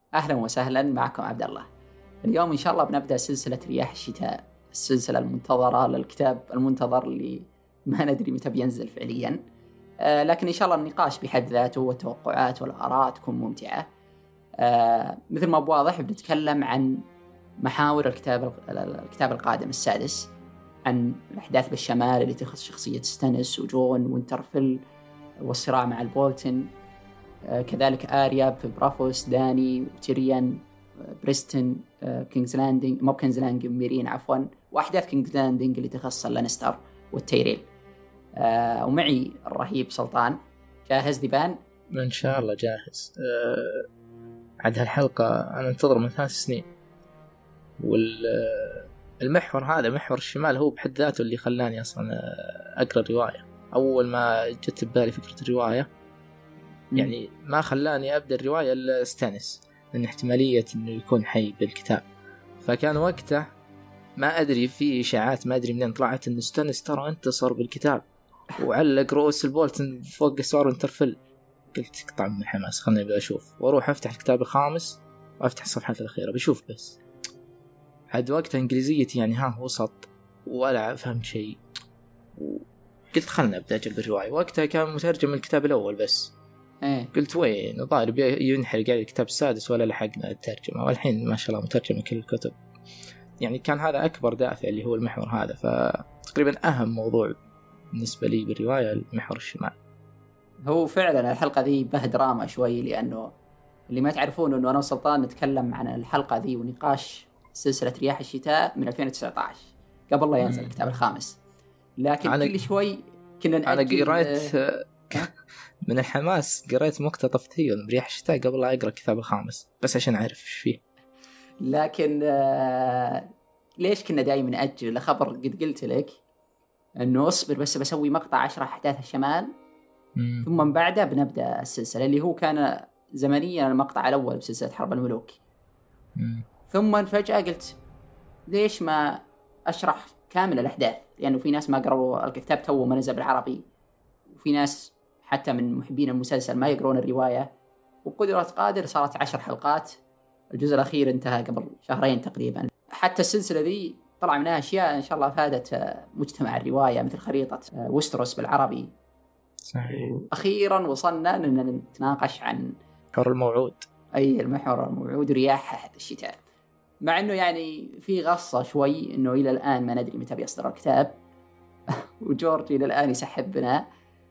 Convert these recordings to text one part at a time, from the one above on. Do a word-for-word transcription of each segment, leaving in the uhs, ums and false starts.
أهلا وسهلا، معكم عبد الله. اليوم إن شاء الله بنبدأ سلسلة رياح الشتاء، السلسلة المنتظرة للكتاب المنتظر اللي ما ندري متى بينزل فعليا، آه لكن إن شاء الله النقاش بحد ذاته والتوقعات والآراء تكون ممتعة. آه مثل ما بواضح بنتكلم عن محاور الكتاب الكتاب القادم السادس، عن الأحداث بالشمال اللي تخص شخصية ستانيس وجون وينترفيل والصراع مع البولتن، آه كذلك آريا في برافوس، داني وتيريان، بريستن، آه كينجز لاندينج مو كينجز لاندينج ميرين عفوا، وأحداث كينجز لاندينج اللي تخص لانستر والتيريل. آه ومعي الرهيب سلطان. جاهز ديبان؟ إن شاء الله جاهز. أه عاد هالحلقة أنا انتظر من ثلاث سنين، والمحور هذا محور الشمال هو بحد ذاته اللي خلاني أصلا أقرأ الرواية. أول ما جت ببالي فكرة الرواية يعني ما خلاني أبدأ الرواية إلا ستانيس، لأن احتمالية إنه يكون حي بالكتاب. فكان وقته ما أدري في إشاعات ما أدري منين طلعت إنه ستانيس ترى انتصر بالكتاب وعلق رؤوس البولتن فوق أسوار وينترفيل. قلت اقطع من الحماس، خلني أبدأ أشوف وأروح أفتح الكتاب الخامس وأفتح الصفحات الأخيرة بشوف. بس عاد وقتها إنجليزيتي يعني ها وسط ولا فهمت شيء، وقلت خلنا أبدأ أجل بالرواية. وقتها كان مترجم الكتاب الأول بس. إيه. قلت وين ضارب ينحرق على الكتاب السادس ولا لحقنا الترجمة، والحين ما شاء الله مترجم كل الكتب. يعني كان هذا أكبر دافع اللي هو المحور هذا. فتقريبا أهم موضوع بالنسبة لي بالرواية المحور الشمال. هو فعلا الحلقة ذي به دراما شوي، لأنه اللي ما تعرفون أنه أنا وسلطان نتكلم عن الحلقة ذي ونقاش سلسلة رياح الشتاء من ألفين وتسعة عشر قبل لا ينزل الكتاب الخامس، لكن أنا كل شوي كنا نأجل. أنا قريت من الحماس قريت مقتطف ثيو من رياح الشتاء قبل لا أقرأ الكتاب الخامس بس عشان أعرف إيش فيه. لكن آه ليش كنا دائما نأجل الخبر؟ قد قلت لك أنه أصبر بس بسوي مقطع أشرح أحداث الشمال مم. ثم من بعده بنبدأ السلسلة اللي هو كان زمنيا المقطع الأول بسلسلة حرب الملوك. مم. ثم فجأة قلت ليش ما أشرح كامل الأحداث، لأنه يعني في ناس ما قرأوا الكتاب تو ما نزل بالعربي، وفي ناس حتى من محبين المسلسل ما يقرون الرواية. وقدرة قادر صارت عشر حلقات، الجزء الأخير انتهى قبل شهرين تقريبا. حتى السلسلة ذي طلع منها أشياء إن شاء الله فادت مجتمع الرواية، مثل خريطة وستروس بالعربي. صحيح. أخيرا وصلنا أن نتناقش عن محور الموعود. أي المحور الموعود رياح الشتاء، مع أنه يعني في غصة شوي أنه إلى الآن ما ندري متى بيصدر الكتاب وجورج إلى الآن يسحب بنا.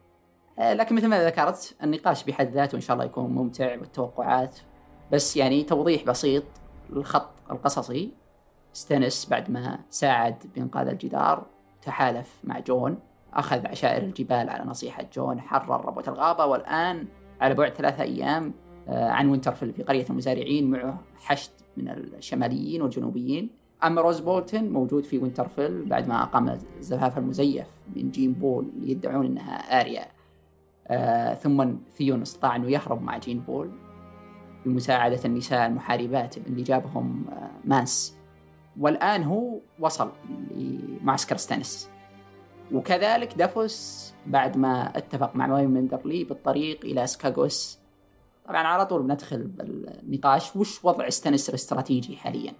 لكن مثل ما ذكرت النقاش بحد ذاته إن شاء الله يكون ممتع والتوقعات. بس يعني توضيح بسيط للخط القصصي: ستانيس بعد ما ساعد بإنقاذ الجدار تحالف مع جون، أخذ عشائر الجبال على نصيحة جون، حرر ربوة الغابة، والآن على بعد ثلاثة أيام عن وينترفيل في قرية المزارعين معه حشد من الشماليين والجنوبيين. أما روز بولتن موجود في وينترفيل بعد ما أقام الزفاف المزيف من جين بول اللي يدعون أنها آريا. آه ثم ثيون استطاع أنه يهرب مع جين بول بمساعدة النساء المحاربات اللي جابهم آه مانس، والآن هو وصل لمعسكر ستانيس. وكذلك دافوس بعد ما اتفق مع مايمندرلي بالطريق إلى سكاغوس. طبعا على طول بندخل بالنقاش وش وضع ستانيس الاستراتيجي حاليا.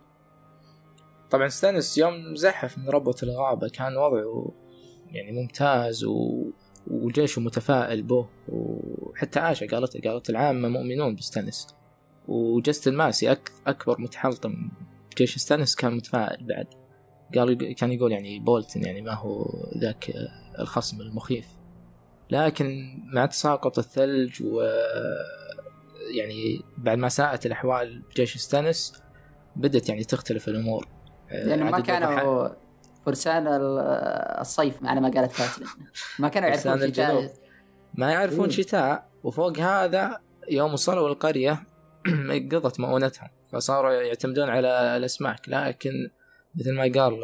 طبعا ستانيس يوم زحف من ربوة الغابة كان وضعه يعني ممتاز و... وجيشه متفائل به، وحتى عاشا قالت قالت العامة مؤمنون بستانيس، وجاستن ماسي أك... أكبر متحلطم جيش ستانيس كان متفائل بعد. قال كان يقول يعني بولتن يعني ما هو ذاك الخصم المخيف. لكن مع تساقط الثلج و يعني بعد ما ساءت الأحوال بجيش ستانيس بدت يعني تختلف الأمور، لأنه ما كانوا فرسان الصيف على ما قالت كاتلين، ما كانوا يعرفون شتاء، ما يعرفون شتاء. وفوق هذا يوم وصلوا القرية قضت مؤونتهم فصاروا يعتمدون على الأسماك. لكن مثل ما قال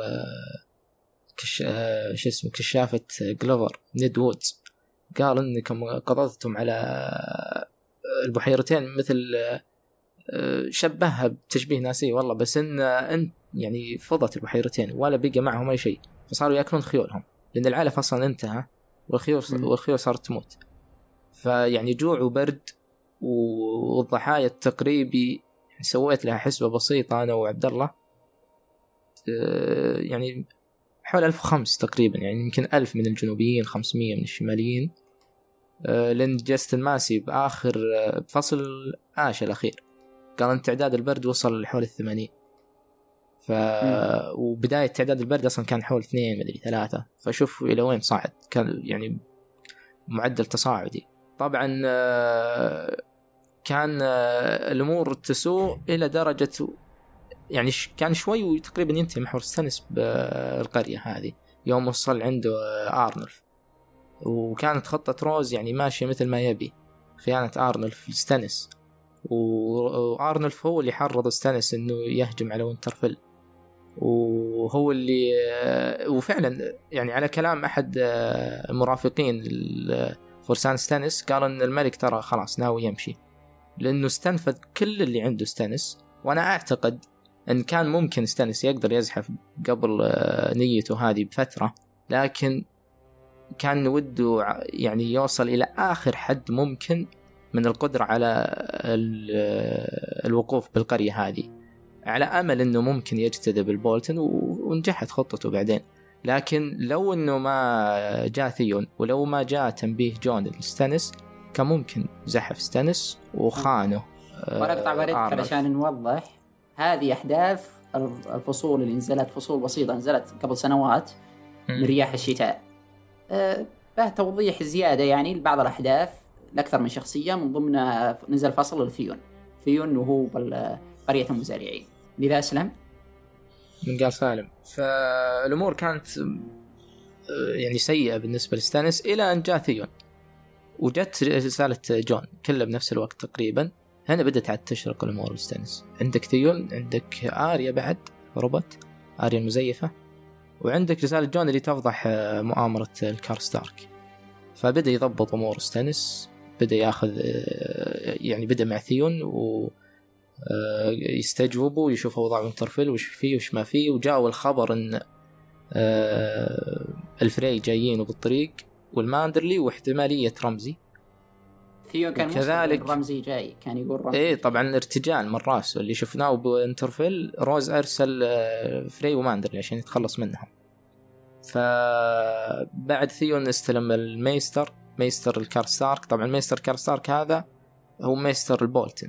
كش شو اسمه كشافة جلوفر نيد وودز، قال إنكم قضيتم على البحيرتين مثل شبهها بتشبيه ناسي والله، بس إن أنت يعني فضت البحيرتين ولا بقى معهم أي شيء، فصاروا يأكلون خيولهم لأن العلف أصلا انتهى والخيول والخيول صارت تموت. فيعني جوع وبرد والضحايا التقريبي سويت لها حسبة بسيطة أنا وعبد الله، يعني حول ألف وخمسة تقريبا، يعني يمكن ألف من الجنوبيين، خمسمية من الشماليين. لأن جاستن ماسي بآخر بفصل آش الأخير قال أن تعداد البرد وصل لحول الثمانين، ف... وبداية تعداد البرد أصلا كان حول اثنين مدري ثلاثة، فشوف إلى وين صعد، كان يعني معدل تصاعدي. طبعا كان الأمور تسوء إلى درجة يعني كان شوي وتقريبا ينتهي محور ستانس بالقرية هذه يوم وصل عنده آرنولف، وكانت خطة روز يعني ماشية مثل ما يبي، خيانة آرنولف لستانس، وآرنولف هو اللي حرض ستانس إنه يهجم على وينترفيل، وهو اللي وفعلا يعني على كلام أحد المرافقين فرسان ستانس قال إن الملك ترى خلاص ناوي يمشي، لأنه استنفذ كل اللي عنده ستانس. وأنا أعتقد أن كان ممكن ستانس يقدر يزحف قبل نيته هذه بفترة، لكن كان وده يعني يوصل إلى آخر حد ممكن من القدرة على الوقوف بالقرية هذه، على أمل أنه ممكن يجتذب البولتن، ونجحت خطته بعدين. لكن لو أنه ما جاء ثيون ولو ما جاء تنبيه جون لستانس كان ممكن زحف ستانس وخانه. ونقطع بريدك علشان نوضح هذه أحداث الفصول اللي نزلت، فصول بسيطة نزلت قبل سنوات من رياح الشتاء. أه به توضيح زيادة يعني لبعض الأحداث لأكثر من شخصية، من ضمن نزل فصل الثيون ثيون وهو بالقرية المزارعين. لذا أسلم من قال سالم. فالأمور كانت يعني سيئة بالنسبة لستانس إلى أن جاء ثيون وجت رسالة جون كلها بنفس الوقت تقريبا. هنا بدأت عاد تشرق الأمور لستانس. عندك ثيون، عندك آريا بعد روبوت آريا المزيفة، وعندك رسالة جون اللي تفضح مؤامرة الكارستارك. فبدأ يضبط أمور ستانس، بدأ ياخذ يعني بدأ مع ثيون ويستجوبه ويشوف أوضاع وينترفيل وش فيه وش ما فيه. وجاءوا الخبر أن الفري جايين بالطريق والماندرلي واحتمالية رمزي. ثيون كان كذلك رمزي جاي كان يقول رمزي. إيه طبعا ارتجال من راسه اللي شفناه بانترفيل. روز أرسل فري وماندرلي عشان يتخلص منهم. فبعد ثيون استلم الميستر ميستر الكارستارك. طبعا ميستر الكارستارك هذا هو ميستر البولتن.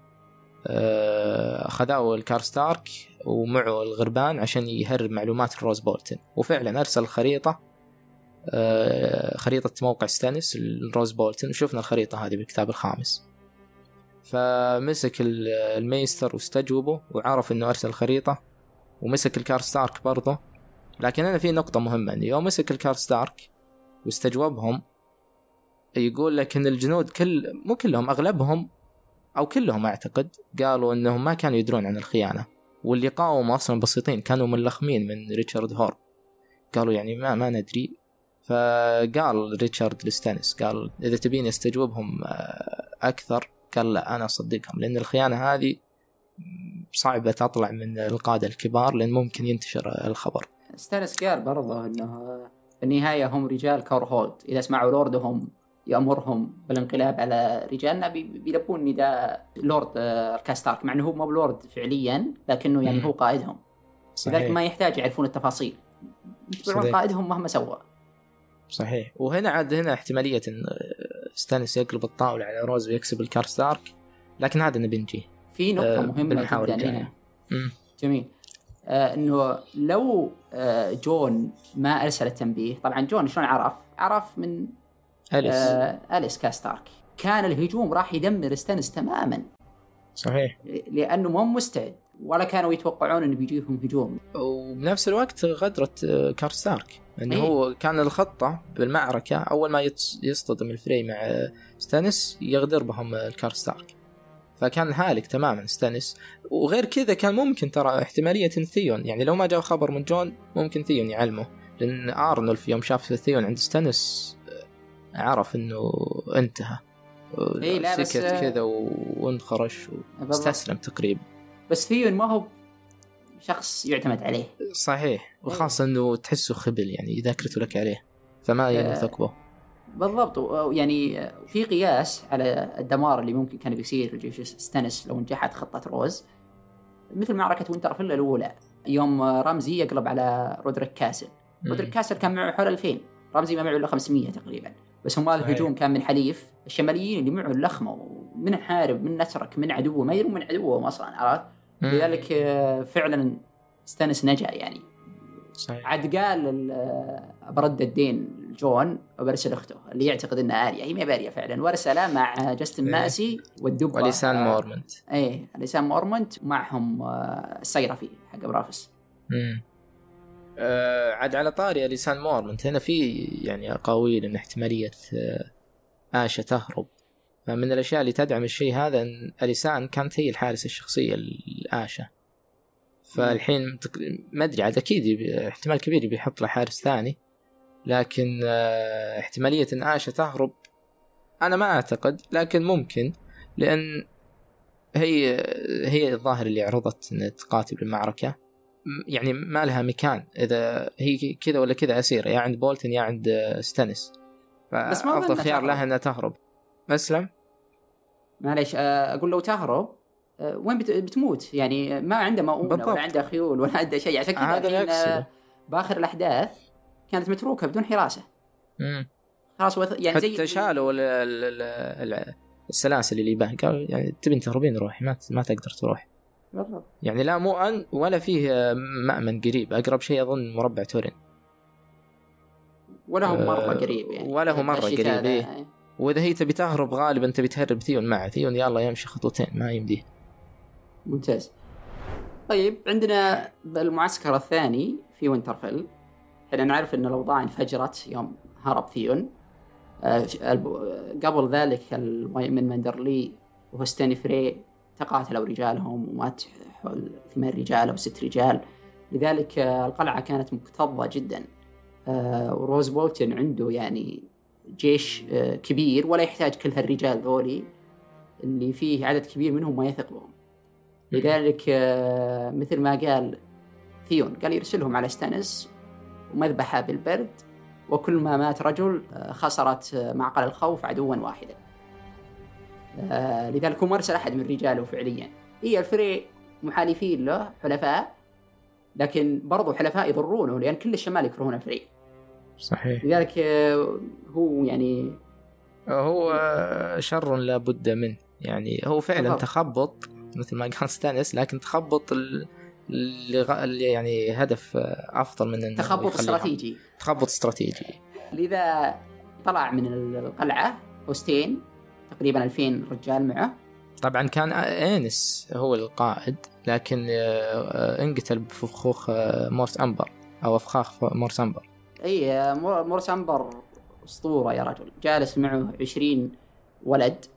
أخذوا الكارستارك ومعه الغربان عشان يهرب معلومات الروز بولتن، وفعلا أرسل الخريطة خريطة موقع ستانس الروز بولتن، وشوفنا الخريطة هذه بالكتاب الخامس. فمسك الميستر واستجوبه وعرف أنه أرسل الخريطة، ومسك الكارستارك برضه. لكن أنا في نقطة مهمة، أن يوم مسك الكارستارك واستجوبهم يقول لك أن الجنود كل مو كلهم أغلبهم أو كلهم أعتقد قالوا أنهم ما كانوا يدرون عن الخيانة، واللي قاوموا أصلا بسيطين كانوا ملخمين من ريتشارد هور. قالوا يعني ما ما ندري. فقال ريتشارد لستانس قال إذا تبين يستجوبهم أكثر قال لا أنا أصدقهم، لأن الخيانة هذه صعبة تطلع من القادة الكبار لأن ممكن ينتشر الخبر. ستانس قال برضه أنه النهاية هم رجال كورهولد، إذا سمعوا لوردهم يأمرهم بالانقلاب على رجالنا بيلبون نداء لورد كاستارك، مع أنه هو مو بلورد فعليا لكنه يعني هو قائدهم. لذلك ما يحتاج يعرفون التفاصيل، يتبعون قائدهم مهما سوى. صحيح. وهنا عاد هنا احتمالية أن ستانس يقلب الطاولة على روز ويكسب الكارستارك، لكن هذا نبنجي في نقطة آه مهمة جدا هنا. جميل. آه إنه لو آه جون ما أرسل التنبيه، طبعا جون شلون عرف؟ عرف من أليس, آه أليس كاستارك. كان الهجوم راح يدمر ستانس تماما. صحيح. لأنه مو مستعد ولا كانوا يتوقعون إنه بيجيهم هجوم. وبنفس الوقت غدرت كارستارك إنه أيه؟ هو كان الخطة بالمعركة أول ما يصطدم الفري مع ستانس يغدر بهم الكارستارك، فكان هالك تماما ستانس. وغير كذا كان ممكن ترى احتمالية ثيون، يعني لو ما جاء خبر من جون ممكن ثيون يعلمه، لأن أرنولف يوم شاف ثيون عند ستانس عرف إنه انتهى. إيه سكت كذا وانخرش واستسلم تقريبا. بس ثيون ما هو شخص يعتمد عليه. صحيح. وخاصة أنه تحسه خبل، يعني إذا كرت لك عليه فما ينثق به. بالضبط. يعني في قياس على الدمار اللي ممكن كان بيصير لجيش ستانس لو نجحت خطة روز، مثل معركة وينترفيل الأولى يوم رمزي يقلب على رودريك كاسل. رودريك كاسل كان معه حول ألفين، رمزي ما معه إلا خمسمية تقريبا، بس هم الهجوم كان من حليف الشماليين اللي معه اللخمة، من نحارب من نترك من عدوه ما يرون من عدوه أصلا، عرفت؟ لذلك فعلا ستانس نجا يعني. صحيح. عاد قال برد الدين جون وبرسل أخته اللي يعتقد أنها آريا، هي ما باريا فعلا، ورسله مع جاستن ماسي والدب ولسان مورمنت. ايه لسان مورمنت معهم السيرفي حق برافس. امم آه عاد على طاري لسان مورمنت، هنا في يعني أقاويل إن احتمالية آه آشا تهرب، فمن الأشياء اللي تدعم الشيء هذا أن أليسان كانت هي الحارس الشخصية لآشا، فالحين ما أدري عاد أكيد احتمال كبير بيحط له حارس ثاني، لكن اه احتمالية أن آشا تهرب أنا ما أعتقد، لكن ممكن، لأن هي هي الظاهر اللي عرضت أن تقاتل بالمعركة، يعني ما لها مكان، إذا هي كذا ولا كذا أسيرة يا عند بولتن يا عند ستانس، فأفضل خيار لها أنها تهرب. أسلم معليش أقول لو تهرب وين بتموت يعني، ما عنده مؤونة ولا عنده خيول ولا عنده شيء، عشان كذا بآخر الأحداث كانت متروكة بدون حراسة. امم خلاص وث... يعني زي حتى شالوا ال ال ال السلاسل اللي باه، قالوا يعني تبين تهربين روحي، ما ما تقدر تروح بالضبط. يعني لا مو أن ولا فيه مأمن قريب، أقرب شيء أظن مربع تورين، ولا هو مرة قريب يعني، ولا هو مرة قريب إيه. وإذا هي تبي تهرب غالبا تبي تهرب ثيون مع ثيون، يلا يمشي خطوتين ما يمديه. ممتاز. طيب عندنا المعسكر الثاني في وينترفيل، احنا نعرف ان الاوضاع انفجرت يوم هرب ثيون. أه قبل ذلك من ماندرلي وهوستين فري تقاتلوا رجالهم ومات حول ثمان رجال او ست رجال، لذلك القلعة كانت مكتظة جدا. أه وروز بولتن عنده يعني جيش أه كبير ولا يحتاج كل هالرجال ذولي اللي فيه عدد كبير منهم ما يثق بهم، لذلك أه مثل ما قال ثيون قال يرسلهم على ستانس ومذبحة بالبرد، وكل ما مات رجل خسرت معقل الخوف عدوا واحدا. لذلك هو ما أرسل أحد من رجاله فعليا. هي الفري محالفين له حلفاء، لكن برضو حلفاء يضرونه لأن كل الشمال يكرهون الفري. صحيح. لذلك هو يعني هو شر لا بد منه، يعني هو فعلا بالضبط. تخبط مثل ما قال ستانس، لكن تخبط ال اللي يعني هدف أفضل من تخبط استراتيجي. تخبط استراتيجي. لذا طلع من القلعة هوستين تقريبا ألفين رجال معه. طبعا كان إنس هو القائد، لكن انقتل بفخوخ مورس أمبر أو أفخاخ مورس أمبر. أي مورس أمبر أسطورة يا رجل، جالس معه عشرين ولد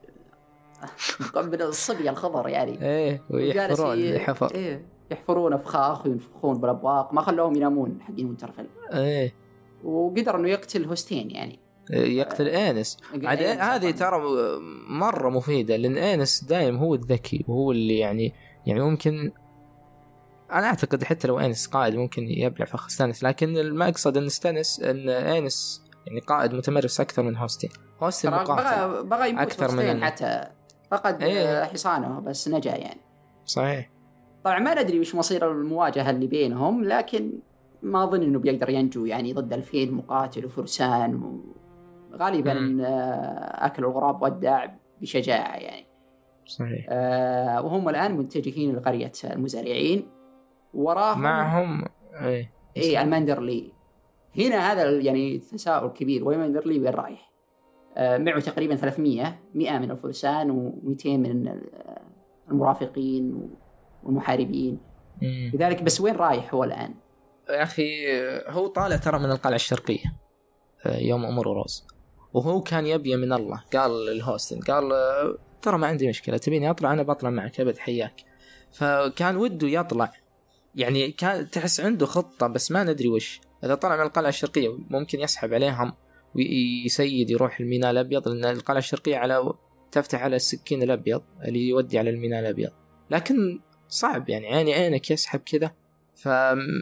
من الصبي الخضر يعني. إيه ويحفرون يحفر. إيه يحفرون أفخاخ وينفخون بالأبواق، ما خلوهم ينامون حقين وينترفيل. إيه وقدر إنه يقتل هوستين يعني يقتل إنس. عاد هذه ترى مرة مفيدة، لأن إنس دائم هو الذكي وهو اللي يعني يعني ممكن أنا أعتقد حتى لو إنس قائد ممكن يبلع فخ ستانس، لكن المقصد إن ستانس إن إنس يعني قائد متمرس أكثر من هوستين. هوستين بغى بغى يموت أكثر من حتى فقد إيه. حصانه بس نجا يعني. صحيح. طبعا ما ندري وش مصير المواجهة اللي بينهم، لكن ما أظن إنه بيقدر ينجو يعني ضد ألفين مقاتل وفرسان و... غالبا م. أكل الغراب ودع بشجاعة يعني. صحيح. آه وهم الآن متجهين لقرية المزارعين، وراهم معهم إيه إيه الماندرلي. هنا هذا يعني تساؤل كبير، وين ماندرلي وين رايح؟ آه معه تقريبا ثلاثمية مئة من الفرسان ومئتين من المرافقين والمحاربين. مم. لذلك بس وين رايح هو الآن؟ يا أخي هو طالع ترى من القلعة الشرقية يوم أمر روز، وهو كان يبي من الله، قال الهوستن قال ترى ما عندي مشكلة تبيني أطلع أنا بطلع معك أبد حياك. فكان وده يطلع يعني، كان تحس عنده خطة بس ما ندري وش. إذا طلع من القلعة الشرقية ممكن يسحب عليهم ويسيد يروح الميناء الأبيض، لأن القلعة الشرقية على تفتح على السكين الأبيض اللي يودي على الميناء الأبيض، لكن صعب يعني عيني عينك يسحب كذا،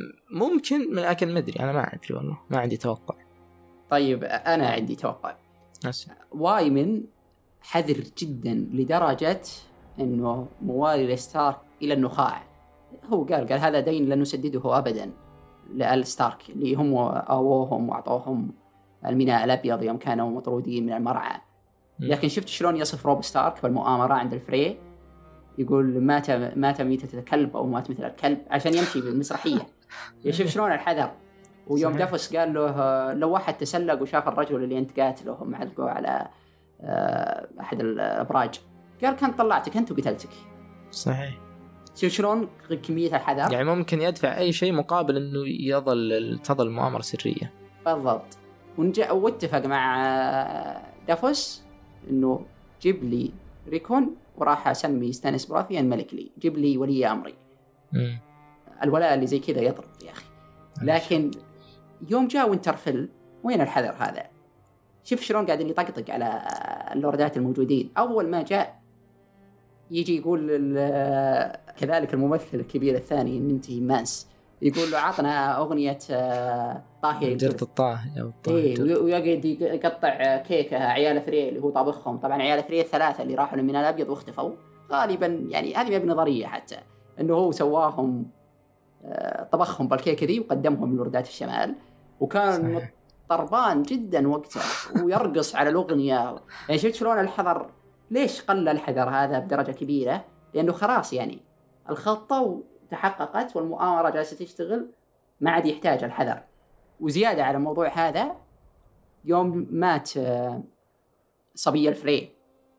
فممكن. لكن ما أدري، أنا ما أدري والله، ما عندي توقع. طيب أنا عندي توقع. أسف. وايمن حذر جدا لدرجة انه موالي لستارك الى النخاع. هو قال قال هذا دين لن نسدده ابدا لآل ستارك اللي هم اووهم واعطوهم الميناء الابيض يوم كانوا مطرودين من المرعى. لكن شفت شلون يصف روب ستارك بالمؤامرة عند الفري، يقول مات مات ميتة الكلب او مات مثل الكلب عشان يمشي بالمسرحية. يشوف شلون الحذر. ويوم صحيح. دافوس قال له لو واحد تسلق وشاف الرجل اللي انت قاتله معلقه على احد الابراج، قال كان طلعتك انت وقتلتك. صحيح. شوف شلون كمية الحذر، يعني ممكن يدفع اي شيء مقابل انه يظل تظل مؤامرة سرية. بالضبط. ونجا واتفق مع دافوس انه جيب لي ريكون وراح اسمي ستانيس براثيان ملك لي، جيب لي ولي امري. م. الولاء اللي زي كذا يضرب يا اخي. لكن يوم جاء وينترفل وين الحذر هذا؟ شوف شلون قاعدين يطقطق على اللوردات الموجودين. أول ما جاء يجي يقول كذلك الممثل الكبير الثاني منتهي مانس، يقول له عطنا أغنية طاهية جرت الطاهية إيه، ويقعد يقطع كيكة عيال فريل اللي هو طابخهم. طبعا عيال فريل الثلاثة اللي راحوا للميناء الأبيض واختفوا غالبا، يعني هذه بنظرية حتى إنه هو سواهم طبخهم بالكيكة ذي وقدمهم لوردات الشمال، وكان طربان جدا وقتها ويرقص على الأغنية. يعني شفت شلون الحذر؟ ليش قل الحذر هذا بدرجة كبيرة؟ لأنه خلاص يعني الخطة تحققت والمؤامرة جالسة تشتغل، ما عاد يحتاج الحذر. وزيادة على الموضوع هذا، يوم مات صبي الفري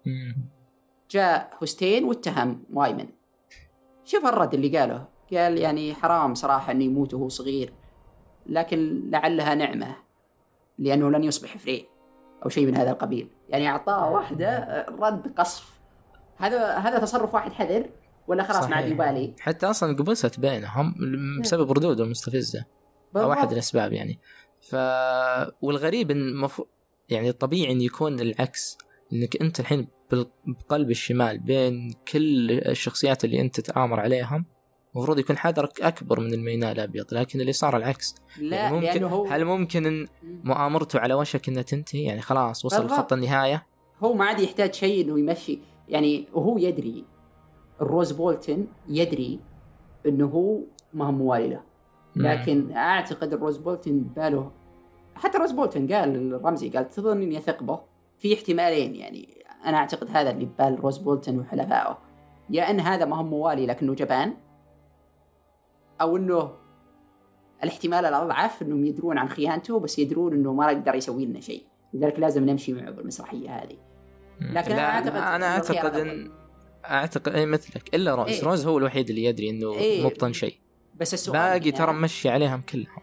جاء هوستين واتهم وايمن. شوف الرد اللي قاله، قال يعني حرام صراحة أن يموت وهو صغير، لكن لعلها نعمة لأنه لن يصبح فري أو شيء من هذا القبيل. يعني أعطاه واحدة رد قصف. هذا هذا تصرف واحد حذر ولا خلاص ما عاد يبالي؟ حتى أصلا قبست بينهم بسبب ردوده المستفزة أو أحد الأسباب يعني. ف والغريب إن مف... يعني الطبيعي إن يكون العكس، إنك أنت الحين بقلب الشمال بين كل الشخصيات اللي أنت تآمر عليهم، مفروض يكون حذرك أكبر من الميناء الأبيض، لكن اللي صار العكس. لا يعني ممكن هو... هل ممكن إن مؤامرته على وشك إنها تنتهي؟ يعني خلاص وصل الخط النهاية، هو ما عاد يحتاج شيء إنه يمشي يعني. وهو يدري، الروز بولتن يدري إنه هو ما هو موالي له، لكن مم. أعتقد الروز بولتن باله، حتى الروز بولتن قال الرمزي قال تظن إني أثق به؟ في احتمالين يعني. أنا أعتقد هذا اللي ببال الروز بولتن وحلفائه، يا أن هذا ما هو موالي لكنه جبان، أو إنه الاحتمال الأضعف إنهم يدرون عن خيانته بس يدرون إنه ما يقدر يسوي لنا شيء، لذلك لازم نمشي معه بالمسرحية هذه. لكن أنا أعتقد أنا أعتقد إن أعتقد أي مثلك إلا روز. إيه؟ روز هو الوحيد اللي يدري إنه إيه؟ مبطن شيء، بس السؤال باقي ترى مشي عليهم كلهم.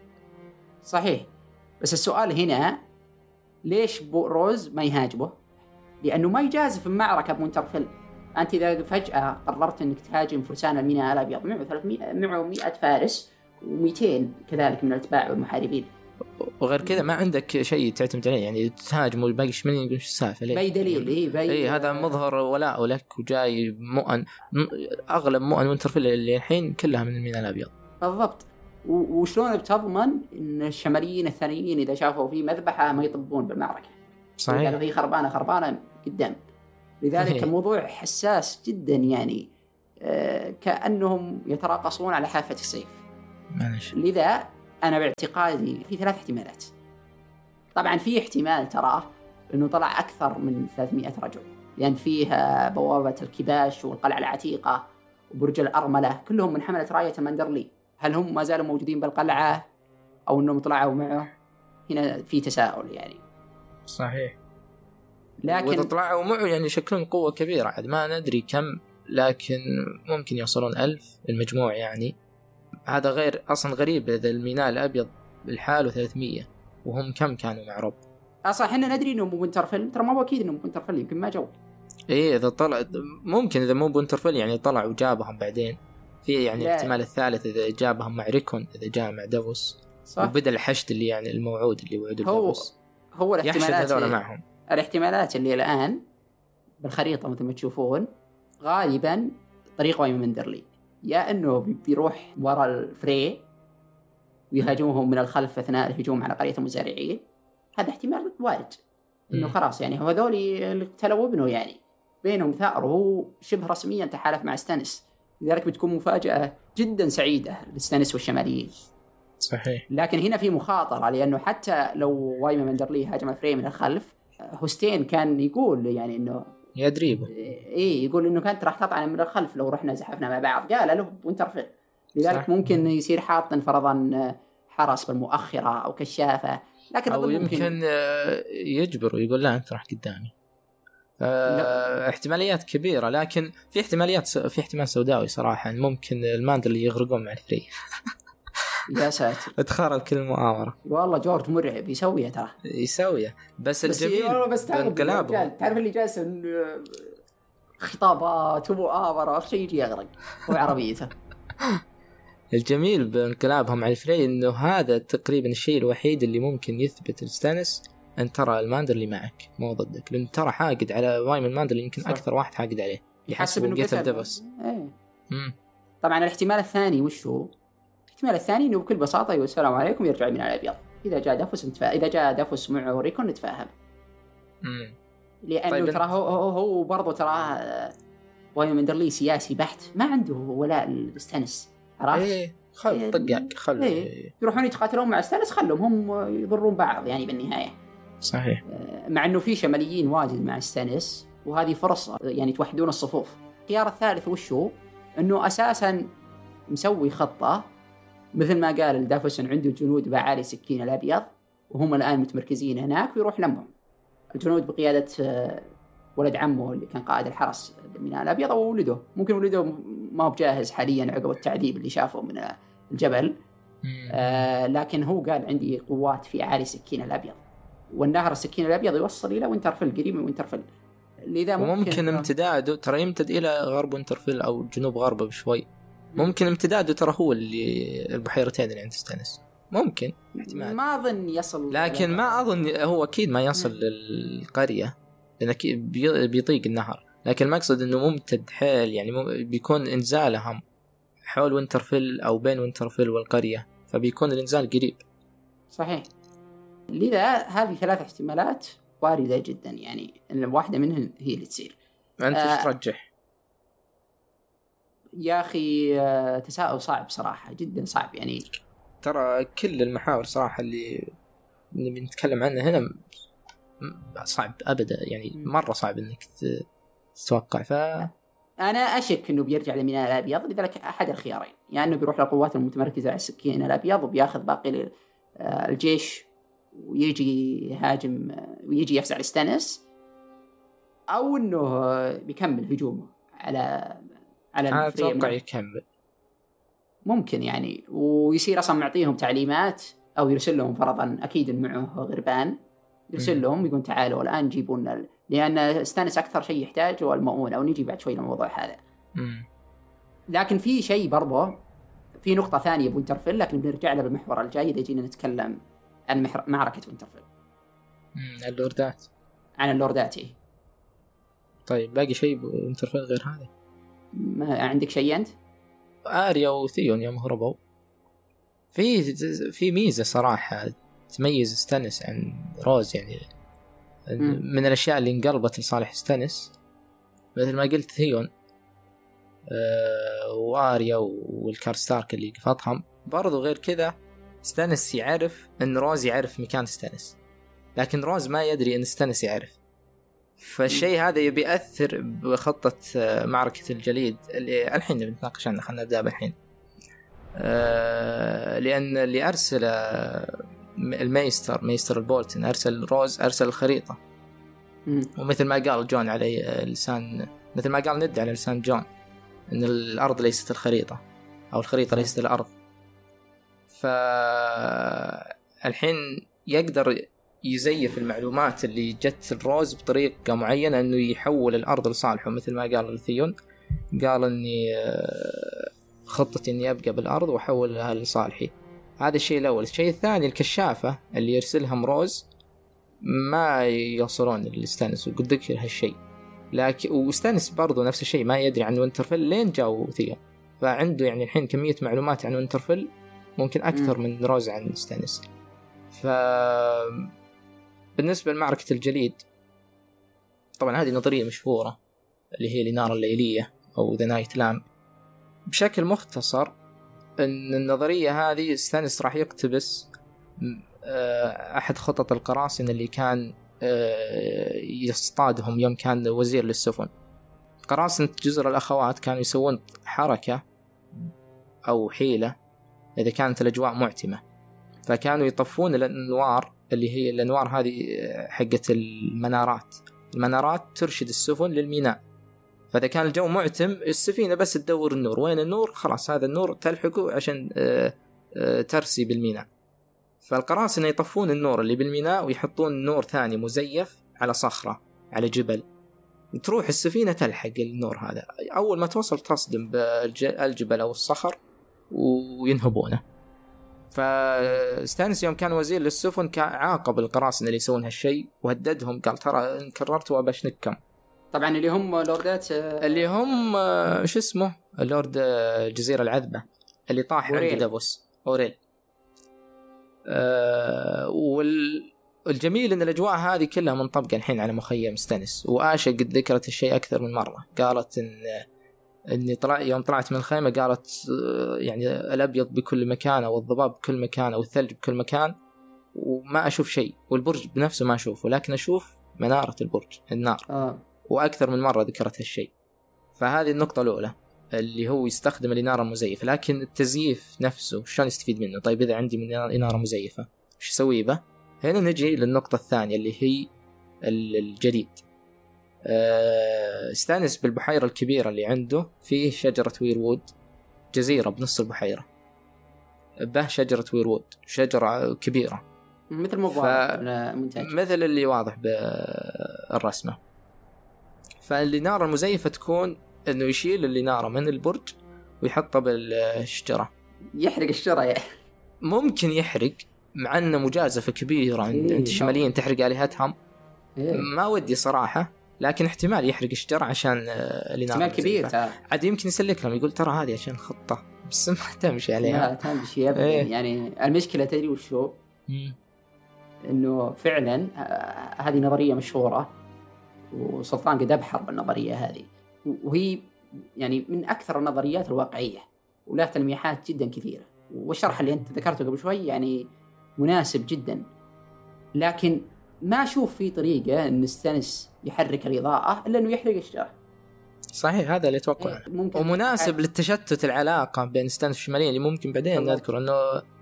صحيح، بس السؤال هنا ليش روز ما يهاجمه؟ لأنه ما يجازف المعركة بمونترفيل. أنت إذا فجأة قررت أنك تهاجم فرسان الميناء الأبيض معه ثلاثمية معه مئة فارس ومئتين كذلك من الأتباع والمحاربين، وغير كذا ما عندك شيء تعتمد عليه، يعني تهاجم والباقي إيش من يقول السالفة ليه؟ باي دليل إيه باي إيه هذا مظهر ولاء لك، وجاي مؤن أغلب مؤن وينترفيل اللي الحين كلها من الميناء الأبيض. بالضبط. وشلون بتضمن إن الشماليين الثانيين إذا شافوا في مذبحة ما يطبون بالمعركة؟ صحيح. قالوا هي خربانة خربانة قدام. لذلك الموضوع حساس جدا يعني، آه كأنهم يتراقصون على حافة السيف. معلش. لذا أنا باعتقادي في ثلاث احتمالات. طبعا في احتمال تراه أنه طلع أكثر من ثلاثمئة رجل، لأن فيها بوابة الكباش والقلعة العتيقة وبرج الأرملة كلهم من حملة راية المندرلي. هل هم ما زالوا موجودين بالقلعة أو أنهم طلعوا معه؟ هنا في تساؤل يعني. صحيح. لكن وإذا طلعوا معه يعني شكلهم قوة كبيرة، عاد ما ندري كم، لكن ممكن يوصلون ألف المجموع يعني. هذا غير أصلا غريب إذا الميناء الأبيض بالحال ثلاثمية وهم كم كانوا مع رب. أصلا إحنا ندري إنه مو وينترفيل، ترى ما هو أكيد إنه مو وينترفيل، يمكن ما جو. إيه إذا طلع ممكن، إذا مو وينترفيل يعني طلع وجابهم بعدين في يعني لا. الاحتمال الثالث إذا جابهم مع ريكون، إذا جاء مع دافوس وبدأ الحشد اللي يعني الموعود اللي وعد دافوس، هو الاحتمالات هذول معهم. الاحتمالات اللي الآن بالخريطة مثل ما تشوفون غالبا طريق وايمن مندرلي، يا أنه بيروح وراء الفري ويهاجمهم من الخلف أثناء الهجوم على قرية المزارعين، هذا احتمال وارد. إنه خلاص يعني هذول اللي قتلوا ابنه يعني بينهم ثأر وهو شبه رسميا تحالف مع ستانيس، لذلك بتكون مفاجأة جدا سعيدة لستانيس والشماليين. صحيح. لكن هنا في مخاطرة، لأنه حتى لو وايما مندرلي هاجم فري من الخلف، هوستين كان يقول يعني إنه يدريبه إيه، يقول إنه كانت راح تطعن من الخلف لو رحنا زحفنا مع بعض، قال له وينترفيل. لذلك صح. ممكن يصير حاطن فرضا حرس بالمؤخرة أو كشافة، لكن أو يمكن يجبره يقول لا أنت راح قدامي. أه احتماليات كبيرة، لكن في احتماليات في احتمال سوداوي صراحة ممكن الماندرلي يغرقون مع الفري. يا ساتر اتخرب كل المؤامرة. والله جورج مرعب يسويها ترى يسويها بس, بس الجميل بس بانقلابه تعرف اللي جالس خطابات ومؤامرة أخ شيء يجي يغرق هو عربيته. الجميل بانقلابهم على الفري إنه هذا تقريبا الشيء الوحيد اللي ممكن يثبت الستانس أن ترى الماندرلي معك مو ضدك، لأن ترى حاقد على وايم الماندرلي يمكن صح. أكثر واحد حاقد عليه يحسب إنه قتل ديفوس. ايه. طبعا الاحتمال الثاني وش هو؟ الاحتمال الثاني إنه بكل بساطة يقول السلام عليكم يرجع من الأبيض. إذا جاء ديفوس نتفاهم، إذا جاء ديفوس معه ريكون نتفاهم. امم لأنه طيب ترى هو هو, هو برضو ترى وايم الماندرلي سياسي بحت، ما عنده ولاء لستانس، عرفت؟ إيه خل طقاك خلوا إيه. يروحون يتقاتلون مع ستانس، خلهم هم يضرون بعض يعني بالنهاية. صحيح. مع انه في شماليين واجد مع ستانيس وهذه فرصة يعني توحدون الصفوف. الخيار الثالث وش هو؟ انه اساسا مسوي خطة مثل ما قال الدافوس عنده جنود بعالي سكين الابيض وهم الان متمركزين هناك، ويروح لمهم الجنود بقيادة ولد عمه اللي كان قائد الحرس من الابيض او ولده، ممكن ولده ما هو بجاهز حاليا عقب التعذيب اللي شافه من الجبل. آه لكن هو قال عندي قوات في عالي سكين الابيض، والنهر السكين الأبيض يوصل إلى وينترفيل، قريب من وينترفيل. لذا ممكن, ممكن امتداده ترى يمتد إلى غرب وينترفيل أو جنوب غربه بشوي. ممكن امتداده ترى هو اللي البحيرتين اللي عند ستانس ممكن احتمال. ما أظن يصل، لكن ما أظن هو أكيد ما يصل للقرية لأنه بيطيق النهر، لكن المقصد إنه ممتد حيل يعني بيكون إنزالهم حول وينترفيل أو بين وينترفيل والقرية، فبيكون الإنزال قريب. صحيح. لذا هذه ثلاث احتمالات واردة جدا، يعني واحدة منهم هي اللي تصير. أنت إيش آه ترجح؟ يا أخي آه تساؤل صعب صراحة، جدا صعب يعني. ترى كل المحاور صراحة اللي بنتكلم عنها هنا صعب أبدا، يعني مرة صعب إنك تتوقع. ف أنا أشك إنه بيرجع لميناء الأبيض، لذلك أحد الخيارين، يعني إنه بيروح للقوات المتمركزة على السكين الأبيض وبياخذ باقي الجيش ويجي يهاجم ويجي يفزع لستانس، أو إنه بيكمل هجومه على على الفريق. أتوقع يكمل ممكن يعني، ويصير أصلا معطيهم تعليمات أو يرسل لهم فرضا، أكيد معه غربان يرسل لهم يقول تعالوا الآن جيبونا، لأن ستانس أكثر شيء يحتاجه المؤونة، أو نيجي بعد شوي للموضوع هذا. مم. لكن في شيء برضه، في نقطة ثانية بوينترفيل لكن بنرجع لها بالمحور الجاي إذا جينا نتكلم عن معركة وينترفيل. امم اللوردات، عن اللورداتي. طيب باقي شيء بوينترفيل غير هذا؟ ما عندك شيء أنت؟ آريا وثيون يوم هربوا في في ميزة صراحة تميز ستانس عن روز، يعني م. من الأشياء اللي انقلبت لصالح ستانس مثل ما قلت ثيون آه وآريا والكارستارك اللي قفطهم. برضو غير كذا ستانس يعرف ان روز يعرف مكان ستانس، لكن روز ما يدري ان ستانس يعرف. فالشيء هذا يبي يأثر بخطة معركة الجليد اللي الحين بنتناقش عنها. خلنا نبدأ بالحين. آه لأن اللي أرسل المايستر مايستر البولتن أرسل روز أرسل الخريطة، ومثل ما قال جون على لسان مثل ما قال ند على لسان جون ان الأرض ليست الخريطة أو الخريطة ليست الأرض. فالحين يقدر يزيف المعلومات اللي جت الروز بطريقة معينة انه يحول الارض لصالحه. مثل ما قال الثيون قال اني خطتي اني ابقى بالارض واحولها لصالحي. هذا الشيء الاول. الشيء الثاني الكشافة اللي يرسلهم روز ما يوصلون لستانس وقد ذكر هالشيء، لكن وستانس برضو نفس الشيء ما يدري عن وينترفيل لين جاءوا ثيون. فعنده يعني الحين كمية معلومات عن وينترفيل ممكن أكثر م. من روز عن ستانس. ف بالنسبة لمعركة الجليد، طبعا هذه نظرية مشهورة اللي هي الإنارة الليلية أو The Night Lamp. بشكل مختصر أن النظرية هذه ستانيس راح يقتبس أحد خطط القراصنة اللي كان يصطادهم يوم كان وزير للسفن. قراصنة جزر الأخوات كانوا يسوون حركة أو حيلة إذا كانت الأجواء معتمة، فكانوا يطفون الأنوار اللي هي الأنوار هذه حقة المنارات. المنارات ترشد السفن للميناء، فإذا كان الجو معتم السفينة بس تدور النور، وين النور خلاص هذا النور تلحقه عشان ترسي بالميناء. فالقراصنة يطفون النور اللي بالميناء ويحطون نور ثاني مزيف على صخرة على جبل، تروح السفينة تلحق النور هذا، أول ما توصل تصدم بالجبل أو الصخر وينهبونه. فستانس يوم كان وزير للسفن عاقب القراصنة اللي يسوون هالشيء وهددهم، قال ترى إن كررتوا أبشنكم. طبعا اللي هم لوردات اللي هم شو اسمه اللورد جزيرة العذبة اللي طاح عند دافوس أوريل. أه والجميل إن الأجواء هذه كلها منطبقة الحين على مخيم ستانس، وآشا قد ذكرت الشيء أكثر من مرة. قالت إن إني طلع يوم طلعت من الخيمة قالت يعني الأبيض بكل مكان أو الضباب بكل مكان أو الثلج بكل مكان وما أشوف شيء، والبرج بنفسه ما أشوفه لكن أشوف منارة البرج النار. آه. وأكثر من مرة ذكرت هالشيء. فهذه النقطة الأولى اللي هو يستخدم الإنارة المزيفة، لكن التزييف نفسه شلون يستفيد منه؟ طيب إذا عندي من إنارة مزيفة إيش أسوي به؟ هنا نجي للنقطة الثانية اللي هي الجليد. أه استانس بالبحيرة الكبيرة اللي عنده فيه شجرة ويروود، جزيرة بنص البحيرة به شجرة ويروود، شجرة كبيرة مثل مبارك منتج مثل اللي واضح بالرسمة. فالإنارة المزيفة تكون إنه يشيل الإنارة من البرج ويحطها بالشجرة، يحرق الشجرة يعني. ممكن يحرق مع أنه مجازفة كبيرة إيه أنت شماليين تحرق آلهتهم إيه. ما ودي صراحة، لكن احتمال يحرق الشجرة عشان الإنارة احتمال كبير. عاد يمكن يسلك لهم يقول ترى هذه عشان خطة بس ما تمشي عليها. لا تمشي أبدا إيه. يعني المشكلة تدري وشو مم. إنه فعلا هذه نظرية مشهورة وسلطان قد أبحر بالنظرية هذه، وهي يعني من أكثر النظريات الواقعية ولها تلميحات جدا كثيرة، والشرح اللي أنت ذكرته قبل شوي يعني مناسب جدا. لكن ما أشوف في طريقة أن ستانس يحرك الإضاءة إلا أنه يحرق الشجرة. صحيح هذا اللي أتوقع ومناسب حاجة. للتشتت العلاقة بين ستانس والشماليين اللي ممكن بعدين نذكر أنه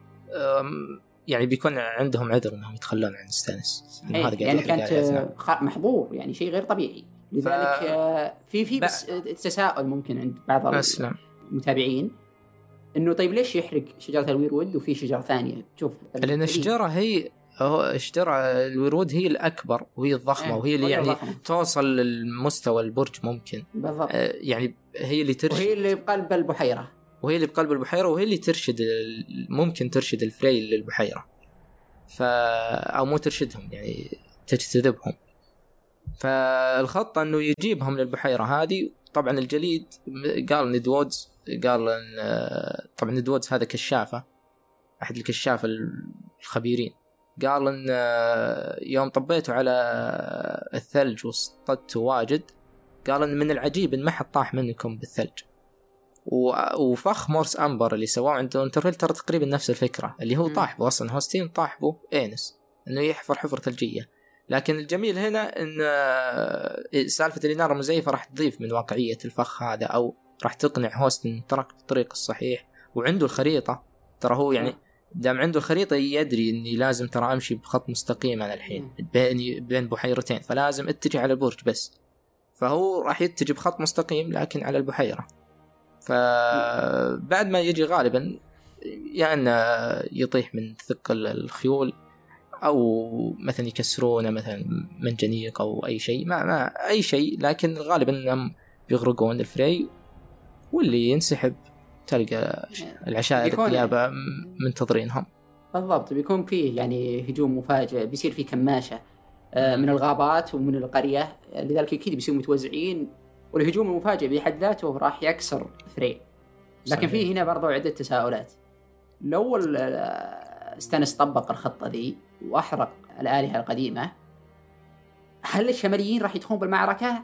يعني بيكون عندهم عذر أنهم يتخلون عن ستانس يعني كانت محظور يعني شيء غير طبيعي. لذلك ف... في في بس تساؤل ممكن عند بعض أسلم. المتابعين إنه طيب ليش يحرق شجرة الويرود وفي شجرة ثانية؟ شوف لأن الشجرة هي هو الشجرة الويرود هي الأكبر وهي الضخمة وهي اللي يعني ضخمة. توصل للمستوى البرج ممكن بالضبط. آه يعني هي اللي ترشد وهي اللي بقلب البحيرة وهي اللي بقلب البحيرة وهي اللي ترشد ممكن ترشد الفري للبحيرة ف أو مو ترشدهم يعني تجذبهم. فالخطة إنه يجيبهم للبحيرة هذه. طبعا الجليد قال ندوودز قال إن طبعا ندوودز هذا كشافة أحد الكشافة الخبيرين قال إن يوم طبيته على الثلج واصطدته واجد قال إن من العجيب إن ما حد طاح منكم بالثلج. وفخ مورس أمبر اللي سواه عنده انترفيل ترى تقريبا نفس الفكرة اللي هو طاح بو أصلا هوستين طاح بو إينس إنه يحفر حفرة ثلجية. لكن الجميل هنا إن سالفة الإنارة المزيفة راح تضيف من واقعية الفخ هذا أو راح تقنع هوستن ترك الطريق الصحيح وعنده الخريطة. ترى هو يعني دام عنده الخريطة يدري إني لازم ترى أمشي بخط مستقيم أنا الحين بين بين بحيرتين فلازم اتجه على البرج بس. فهو راح يتجه بخط مستقيم لكن على البحيرة. فبعد ما يجي غالبا يعني يطيح من ثقل الخيول أو مثلا يكسرونه مثلا منجنيق أو أي شيء ما, ما أي شيء لكن غالبا أنهم بيغرقون الفري واللي ينسحب تلقى العشائر الديابة منتظرينهم. بالضبط بيكون فيه يعني هجوم مفاجئ بيصير فيه كماشة من الغابات ومن القرية لذلك أكيد بيصيروا متوزعين والهجوم المفاجئ بحد ذاته راح يكسر فري. لكن فيه هنا برضو عدة تساؤلات. لو ستانس طبق الخطة ذي وأحرق الآلهة القديمة، هل الشماليين راح يدخلون بالمعركة؟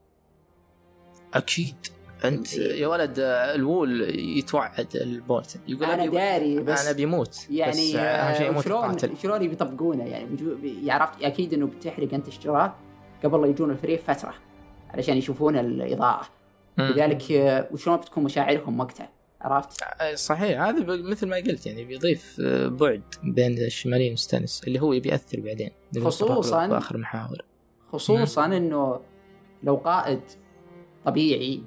أكيد. أنت يا ولد الوول يتوعد البولتن يقول أنا داري بس أنا بيموت يعني بس شلون شلون يطبقونه يعني يعرف أكيد إنه بتحرق أنت الشجرة قبل لا يجون الفريق فترة علشان يشوفون الإضاءة، لذلك وشلون بتكون مشاعرهم وقتها، عرفت؟ صحيح. هذا مثل ما قلت يعني بيضيف بعد بين الشماليين والستانس اللي هو يبيأثر بعدين خصوصا بآخر محاور، خصوصا إنه لو قائد طبيعي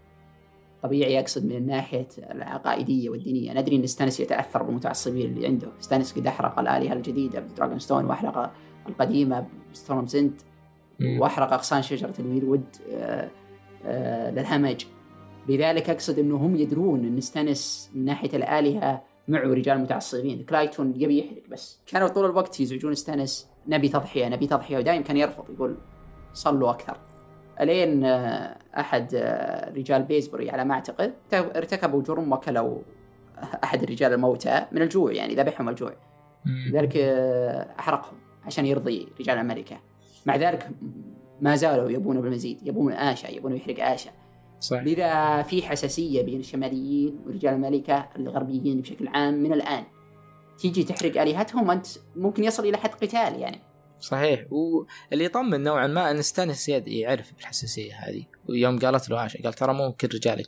طبيعي أقصد من الناحية العقائدية والدينية، ندري إن ستانس يتأثر بالمتعصبين اللي عنده. ستانس قد أحرق الآلهة الجديدة بدراغون ستون، وأحرق القديمة بستورم زند، وأحرق أغصان شجرة الويرود آه آه للهمج. لذلك أقصد إنه هم يدرون إن ستانس من ناحية الآلهة معه رجال متعصبين. كلايتون يبي يحرق، بس كانوا طول الوقت يزعجون ستانس نبي تضحية نبي تضحية، ودائما كان يرفض يقول صلوا أكثر. ألين أحد رجال بيسبوري على ما أعتقد ارتكبوا جرم وكلوا أحد الرجال الموتى من الجوع، يعني ذبحهم الجوع، لذلك أحرقهم عشان يرضي رجال أمريكا. مع ذلك ما زالوا يبون بالمزيد، يبون آشا، يبون يحرق آشا. صح. لذا في حساسية بين الشماليين ورجال أمريكا الغربيين بشكل عام من الآن. تيجي تحرق آلهتهم أنت ممكن يصل إلى حد قتال يعني. صحيح. واللي يطمن نوعا ما أن ستانس يعرف بالحساسية هذه، ويوم قالت له عاشا قال ترى ممكن رجالك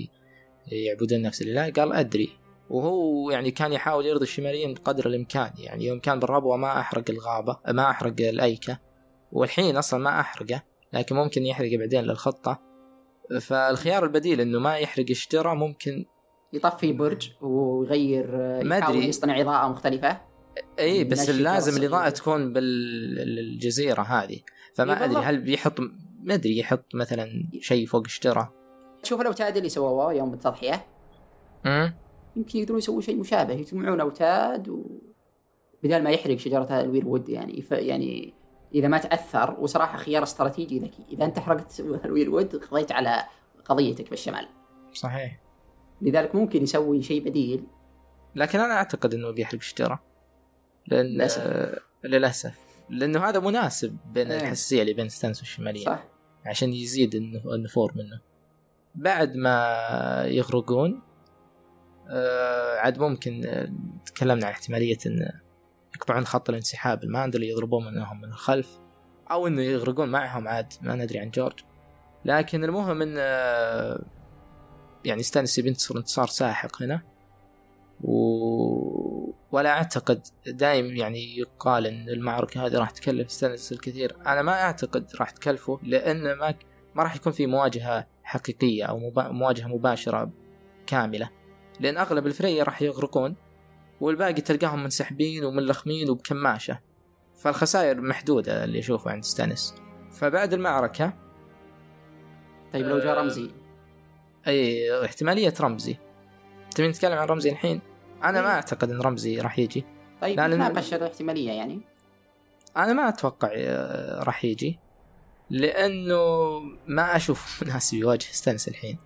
يعبدون نفس الله، قال أدري. وهو يعني كان يحاول يرضي الشماليين بقدر الإمكان، يعني يوم كان بالربوة ما أحرق الغابة، ما أحرق الأيكة، والحين أصلا ما أحرقه، لكن ممكن يحرقه بعدين للخطة. فالخيار البديل إنه ما يحرق الشجرة، ممكن يطفي برج ويغير، يحاول يصنع إضاءة مختلفة. اي بس لازم الإضاءة تكون بالجزيرة هذه، فما أدري هل بيحط ما أدري يحط مثلا شيء فوق الشجرة. شوف الأوتاد اللي سووه يوم التضحية، امم يمكن يقدرون يسووا شيء مشابه، يجمعون أوتاد وبدال ما يحرق شجرة الويرود يعني ف... يعني إذا ما تأثر. وصراحة خيار استراتيجي ذكي، إذا أنت حرقت الويرود قضيت على قضيتك بالشمال. صحيح. لذلك ممكن يسوي شيء بديل، لكن أنا أعتقد إنه بيحرق شجرة، لأن للأسف, للأسف. لأنه هذا مناسب بين أه. الحساسية اللي بين ستانس والشماليين، صح. عشان يزيد النفور منه. بعد ما يغرقون آه عاد ممكن آه تكلمنا عن احتمالية أن يقطعون خط الانسحاب الماندل يضربون منهم من الخلف، أو أنه يغرقون معهم، عاد ما ندري عن جورج. لكن المهم أن آه يعني ستانس بينتصر انتصار ساحق هنا. و... ولا أعتقد، دائم يعني يقال أن المعركة هذه راح تكلف ستانس الكثير. أنا ما أعتقد راح تكلفه، لأن ما ما راح يكون في مواجهة حقيقية أو مبا... مواجهة مباشرة كاملة، لأن أغلب الفريق راح يغرقون، والباقي تلقاهم منسحبين ومنلخمين وبكماشة، فالخسائر محدودة اللي يشوفه عند ستانس. فبعد المعركة طيب لو جاء رمزي، أي احتمالية رمزي. تبين نتكلم عن رمزي الحين؟ أنا ما أعتقد أن رمزي راح يجي. طيب نتناقش الاحتمالية يعني. أنا ما أتوقع راح يجي، لأنه ما أشوف مناسب يواجه ستانس الحين.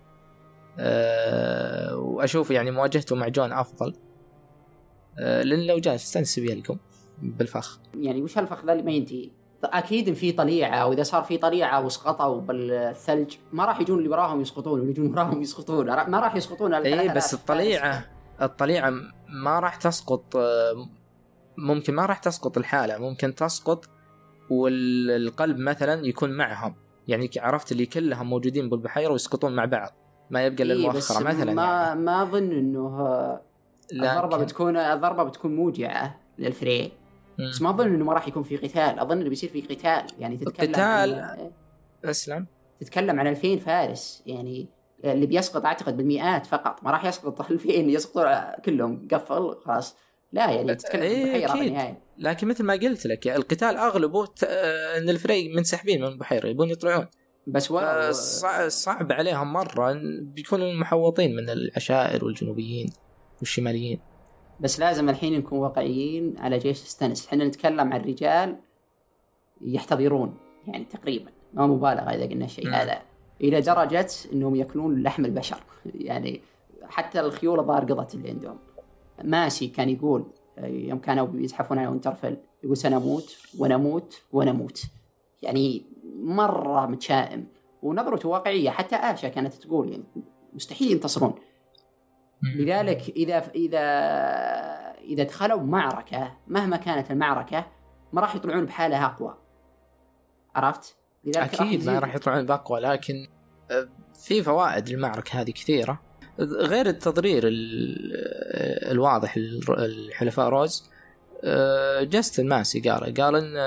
أه وأشوف يعني مواجهته مع جون أفضل، أه لأن لو جاء ستانس بيلقم بالفخ. يعني وش هالفخ ذا اللي ما ينتهي؟ أكيد إن في طليعة، وإذا صار في طليعة وسقطوا بالثلج ما راح يجون اللي وراهم يسقطون، واللي يجون وراهم يسقطون، ما راح يسقطون. إيه بس الطليعة الطليعة ما راح تسقط، ممكن ما راح تسقط الحالة، ممكن تسقط والقلب مثلا يكون معهم، يعني عرفت اللي كلهم موجودين بالبحيرة ويسقطون مع بعض، ما يبقى إلا المؤخرة إيه مثلا. ما يعني. ما أظن إنه الضربة لكن... بتكون الضربة بتكون موجعة للفريق، بس ما أظن إنه ما راح يكون في قتال. أظن إنه بيصير في قتال، يعني تتكلم قتال عن... أسلم تتكلم عن ألفين فارس، يعني اللي بيسقط أعتقد بالمئات فقط، ما راح يسقط ألفين يسقطوا كلهم قفل خلاص. لا يعني تتكلم إيه عن بحيرة. لكن مثل ما قلت لك يعني القتال أغلبه ت... إن الفريق منسحبين من البحيرة يبون يطلعون، بس و... صعب عليهم مرة بيكونوا محوطين من العشائر والجنوبيين والشماليين. بس لازم الحين نكون واقعيين على جيش ستانس. احنا نتكلم عن رجال يحتضرون يعني تقريبا، ما مبالغة إذا قلنا الشيء هذا، إلى درجة إنهم يأكلون لحم البشر. يعني حتى الخيول الظاهر قضت اللي عندهم. ماسي كان يقول يوم كانوا يزحفون على وينترفيل يقول سنموت ونموت ونموت، يعني مرة متشائم ونظرته واقعية. حتى آشا كانت تقول يعني مستحيل ينتصرون. لذلك إذا إذا إذا دخلوا معركة مهما كانت المعركة ما راح يطلعون بحالة أقوى، عرفت؟ أكيد ما راح يطلعون بأقوى، لكن في فوائد المعركة هذه كثيرة غير التضرير الواضح الحلفاء روز. جاستن ماسي قال قال إن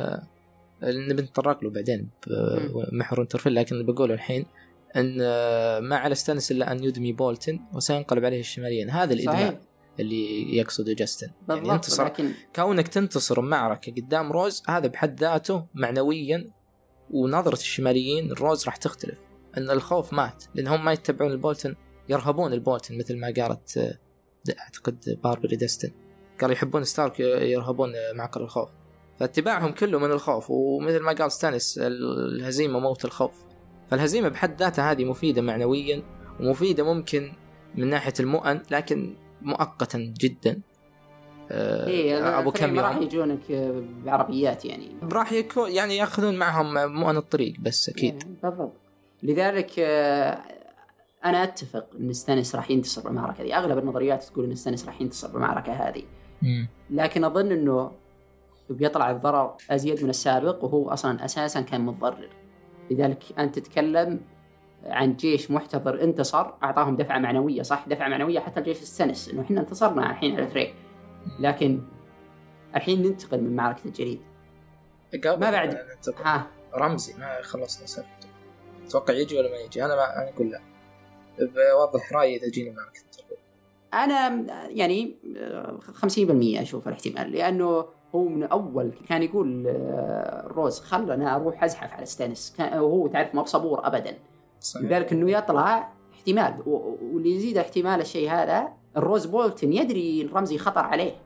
إن بنتطرق له بعدين بمحور انترفيل، لكن بقوله الحين أن ما على ستانس إلا أن يدمي بولتن وسينقلب عليه الشماليين. هذا الإدماء اللي يقصده جاستن، يعني انتصر لكن... كونك تنتصر معركة قدام روز هذا بحد ذاته معنويا، ونظرة الشماليين الروز راح تختلف، أن الخوف مات لأنهم ما يتبعون البولتن، يرهبون البولتن مثل ما قالت أعتقد باربري ديستن، قال يحبون ستارك يرهبون معقل الخوف، فاتباعهم كله من الخوف. ومثل ما قال ستانس الهزيمة موت الخوف، فالهزيمة بحد ذاتها هذه مفيدة معنويا ومفيدة ممكن من ناحية المؤن، لكن مؤقتا جدا. إيه أبو كم يوم راح يجونك بعربيات، يعني راح يكون يعني يأخذون معهم مؤن الطريق بس أكيد. إيه بالضبط. لذلك أنا أتفق إن ستانس راح ينتصر بالمعركة هذه. أغلب النظريات تقول إن ستانس راح ينتصر بالمعركة هذه، م. لكن أظن إنه بيطلع الضرر أزيد من السابق، وهو أصلا أساسا كان متضرر. لذلك أنت تتكلم عن جيش محتضر انتصر، أعطاهم دفعة معنوية، صح دفعة معنوية حتى الجيش السنس إنه إحنا انتصرنا الحين على ثري، لكن الحين ننتقل من معركة الجليد ما بعد ها رمزي ما خلصنا سالفته، توقع يجي ولا ما يجي؟ أنا ما أنا أقول لا، بوضح رأيي إذا جينا معركة الجليد. أنا يعني خمسين بالمية أشوف الاحتمال، لأنه هو من أول كان يقول روز خلنا أروح أزحف على ستانس، وهو تعرف ما بصبور أبدا. لذلك إنه يطلع احتمال، واللي يزيد احتمال الشيء هذا الروز بولتن يدري رمزي خطر عليه،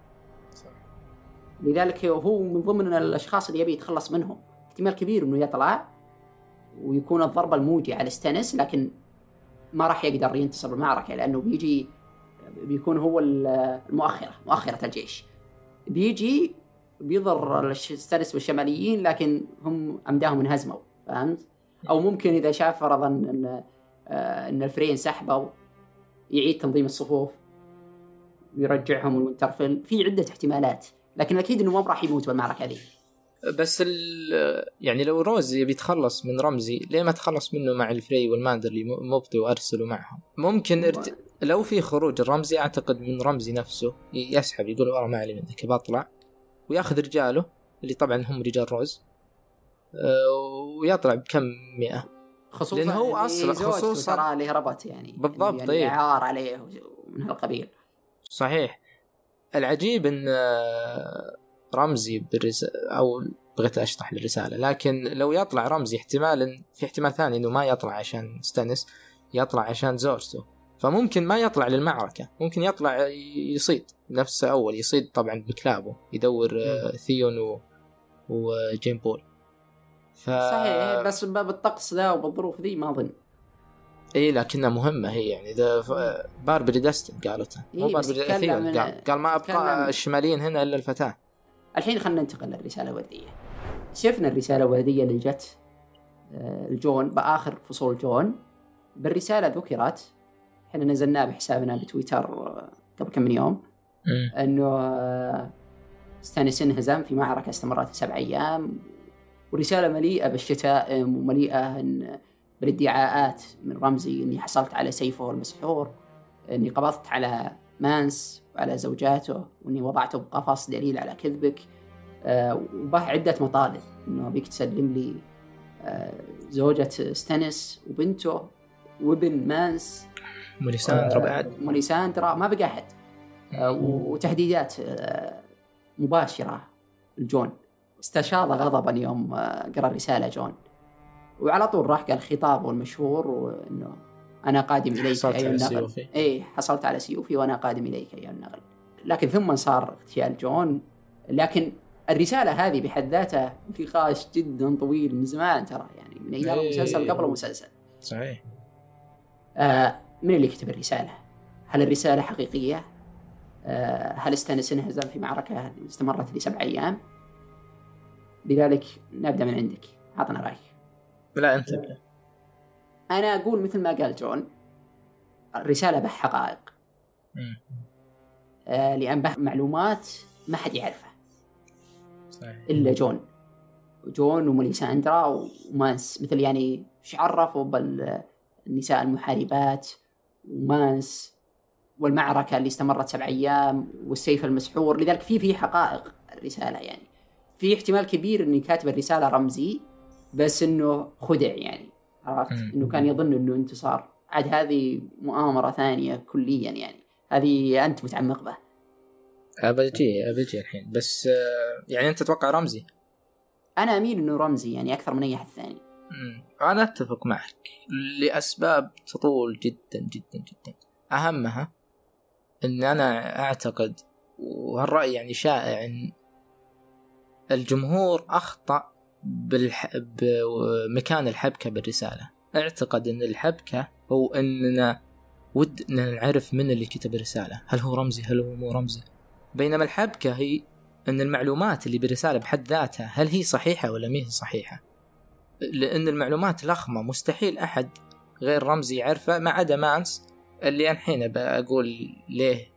لذلك هو من ضمن الأشخاص اللي يبي يتخلص منهم. احتمال كبير إنه يطلع ويكون الضربة الموجعة على ستانس، لكن ما راح يقدر ينتصر بالمعركة، لأنه بيجي بيكون هو المؤخرة مؤخرة الجيش، بيجي بيضر ستانس والشماليين، لكن هم أمداهم انهزموا، فهمت؟ أو ممكن إذا شاف فرضاً أن أن الفرين سحبوا يعيد تنظيم الصفوف ويرجعهم الوينترفيل. في عدة احتمالات، لكن أكيد إنه ما راح يموت بالمعركة هذه. بس يعني لو روز يبي يتخلص من رمزي ليه ما تخلص منه مع الفري والماندر اللي مبطي وأرسلوا معهم؟ ممكن ارت... لو في خروج الرمزي أعتقد من رمزي نفسه يسحب يقول ورا ما علي منك بطلع، ويأخذ رجاله اللي طبعا هم رجال روز ويطلع بكم مئة، خصوصا لأنه هو أصلا خصوصا ترى اللي هربت يعني بالضبط يعني إيه. عار عليه من هالقبيل. صحيح. العجيب إن رمزي بالرس... أو بغيت أشرح الرسالة، لكن لو يطلع رمزي احتمال في احتمال ثاني إنه ما يطلع عشان ستانس، يطلع عشان زوجته، فممكن ما يطلع للمعركة، ممكن يطلع يصيد نفسه أول، يصيد طبعا بكلابه يدور م. ثيون و... وجيم بول. ف... صحيح، بس بالطقس ذا وبالظروف ذي ما أظن. إيه لكنها مهمة هي، يعني ده باربري داستن قالتها، إيه مو باربري ثيون من... قال قال ما أبقى الشماليين هنا إلا الفتاة. الحين خلنا ننتقل للرسالة الوردية. شفنا الرسالة الوردية اللي جت الجون بآخر فصول جون. بالرسالة ذكرت، احنا نزلناه بحسابنا بتويتر قبل كم من يوم، م. أنه ستانس انهزم في معركة استمرت سبع أيام، ورسالة مليئة بالشتائم ومليئة بالادعاءات من رمزي أني حصلت على سيفه المسحور، أني قبضت على مانس وعلى زوجاته، وأني وضعته بقفص دليل على كذبك، أه وبه عدة مطالب أنه بيك تسلم لي أه زوجة ستانس وبنته وابن مانس موليساندرا. بعد موليساندرا ما بقى أحد، أه وتهديدات أه مباشرة الجون. استشاط غضبا يوم قرأ الرسالة جون، وعلى طول راح قال خطابه المشهور وإنه أنا قادم إليك أيها النغل. إيه حصلت على سيوفي وأنا قادم إليك أيها النغل. لكن ثم صار اغتيال جون. لكن الرسالة هذه بحد ذاتها نقاش جدا طويل من زمان ترى، يعني من أيام المسلسل قبل المسلسل. صحيح. آه من اللي كتب الرسالة؟ هل الرسالة حقيقية؟ هل ستانس انهزم في معركة استمرت لسبع أيام؟ لذلك نبدأ من عندك، عطنا رأيك. لا أنت. أنا أقول مثل ما قال جون، الرسالة بح حقائق، آه لأن بح معلومات ما حد يعرفها صحيح. إلا جون جون وميليساندرا ومانس. مثل يعني وش عرفوا بالنساء المحاربات ومانس والمعركة اللي استمرت سبع أيام والسيف المسحور. لذلك في في حقائق الرسالة، يعني في احتمال كبير إني كاتب الرسالة رمزي بس إنه خدع، يعني عرفت إنه كان يظن إنه انتصار. عاد هذه مؤامرة ثانية كليا، يعني هذه أنت متعمق به. أبجي أبجي الحين بس يعني أنت تتوقع رمزي؟ أنا أميل إنه رمزي يعني أكثر من أي أحد ثاني. مم. أنا أتفق معك لأسباب تطول جدا جدا جدا. أهمها أن أنا أعتقد، وهالرأي يعني شائع، أن الجمهور أخطأ بالح... بمكان الحبكة بالرسالة. اعتقد أن الحبكة هو أننا ودنا نعرف من اللي كتب الرسالة، هل هو رمزي هل هو مو رمزي، بينما الحبكة هي أن المعلومات اللي بالرسالة بحد ذاتها هل هي صحيحة ولا ميه صحيحة. لأن المعلومات الأخمة مستحيل أحد غير رمزي يعرفه ما عدا مانس، اللي الحين بقول ليه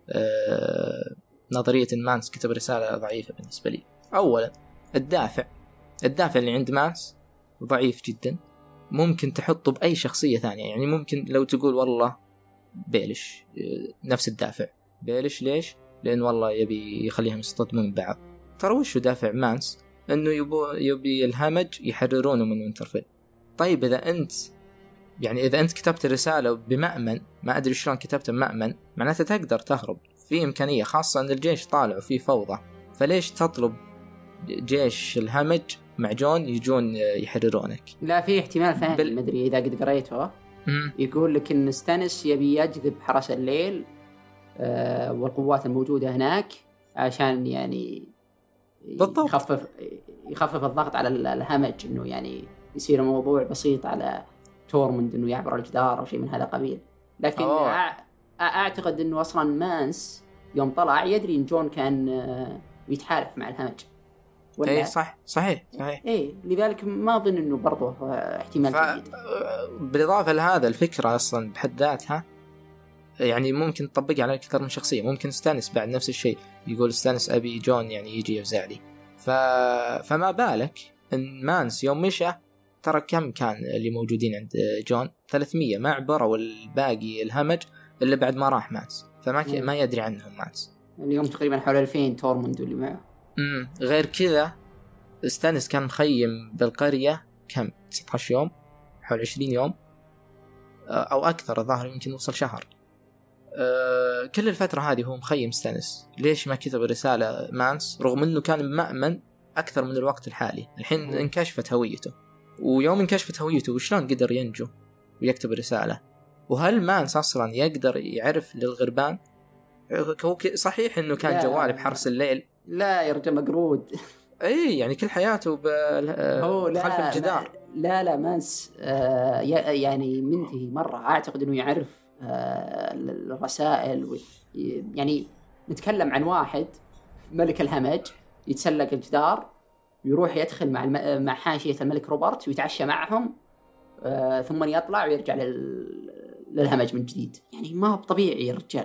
آه نظرية مانس كتب رسالة ضعيفة بالنسبة لي. أولا الدافع الدافع اللي عند مانس ضعيف جدا، ممكن تحطه بأي شخصية ثانية. يعني ممكن لو تقول والله بيلش نفس الدافع. بيلش ليش؟ لأن والله يبي يخليهم يصطدمون من بعض. ترى وش دافع مانس؟ أنه يبو يبي الهمج يحررونه من وينترفيل. طيب إذا أنت يعني إذا أنت كتبت الرسالة بمأمن، ما أدري شلون كتبت بمأمن، معناته تقدر تهرب في إمكانية، خاصة أن الجيش طالع وفي فوضى. فليش تطلب جيش الهمج مع جون يجون يحررونك؟ لا في احتمال ثاني بل... ما أدري إذا قد قريته مم. يقول لك إن ستانس يبي يجذب حرس الليل آه والقوات الموجودة هناك عشان يعني بالضبط. يخفف يخفف الضغط على الهمج، إنه يعني يصير موضوع بسيط على تورموند إنه يعبر الجدار أو شيء من هذا القبيل. لكن أع... أعتقد إنه أصلاً مانس يوم طلع يدري إن جون كان يتحالف مع الهمج. إيه صح صحيح صحيح. إيه لذلك ما أظن إنه برضه احتمال ف... جديد. بالإضافة لهذا الفكرة أصلاً بحد ذاتها يعني ممكن تطبقها على أكثر من شخصية. ممكن ستانس بعد نفس الشيء يقول ستانس أبي جون يعني يجي يفزع لي. ف... فما بالك إن مانس يوم مشى ترى كم كان اللي موجودين عند جون؟ ثلاثمية ما عبروا الباقي الهمج إلا بعد ما راح مانس. فما ك... ما يدري عنهم مانس. اليوم تقريبا حول ألفين تورموند اللي معه. امم غير كذا ستانس كان مخيم بالقرية كم ستة عشر يوم، حول عشرين يوم أو أكثر، الظاهر يمكن وصل شهر. أه كل الفترة هذه هو مخيم ستانس. ليش ما كتب الرسالة مانس رغم أنه كان مأمن أكثر من الوقت الحالي؟ الحين انكشفت هويته، ويوم انكشفت هويته وشلون قدر ينجو ويكتب الرسالة؟ وهل مانس أصلا يقدر يعرف للغربان؟ صحيح أنه كان جوال بحرس الليل، لا يرجع مقرود. ايه يعني كل حياته خلف الجدار. لا لا مانس آه يعني منتهي مرة. أعتقد أنه يعرف آه الرسائل. يعني نتكلم عن واحد ملك الهمج يتسلق الجدار، يروح يدخل مع الم... مع حاشية الملك روبرت ويتعشى معهم، آه ثم يطلع ويرجع لل... للهمج من جديد. يعني ما هو طبيعي يا رجال.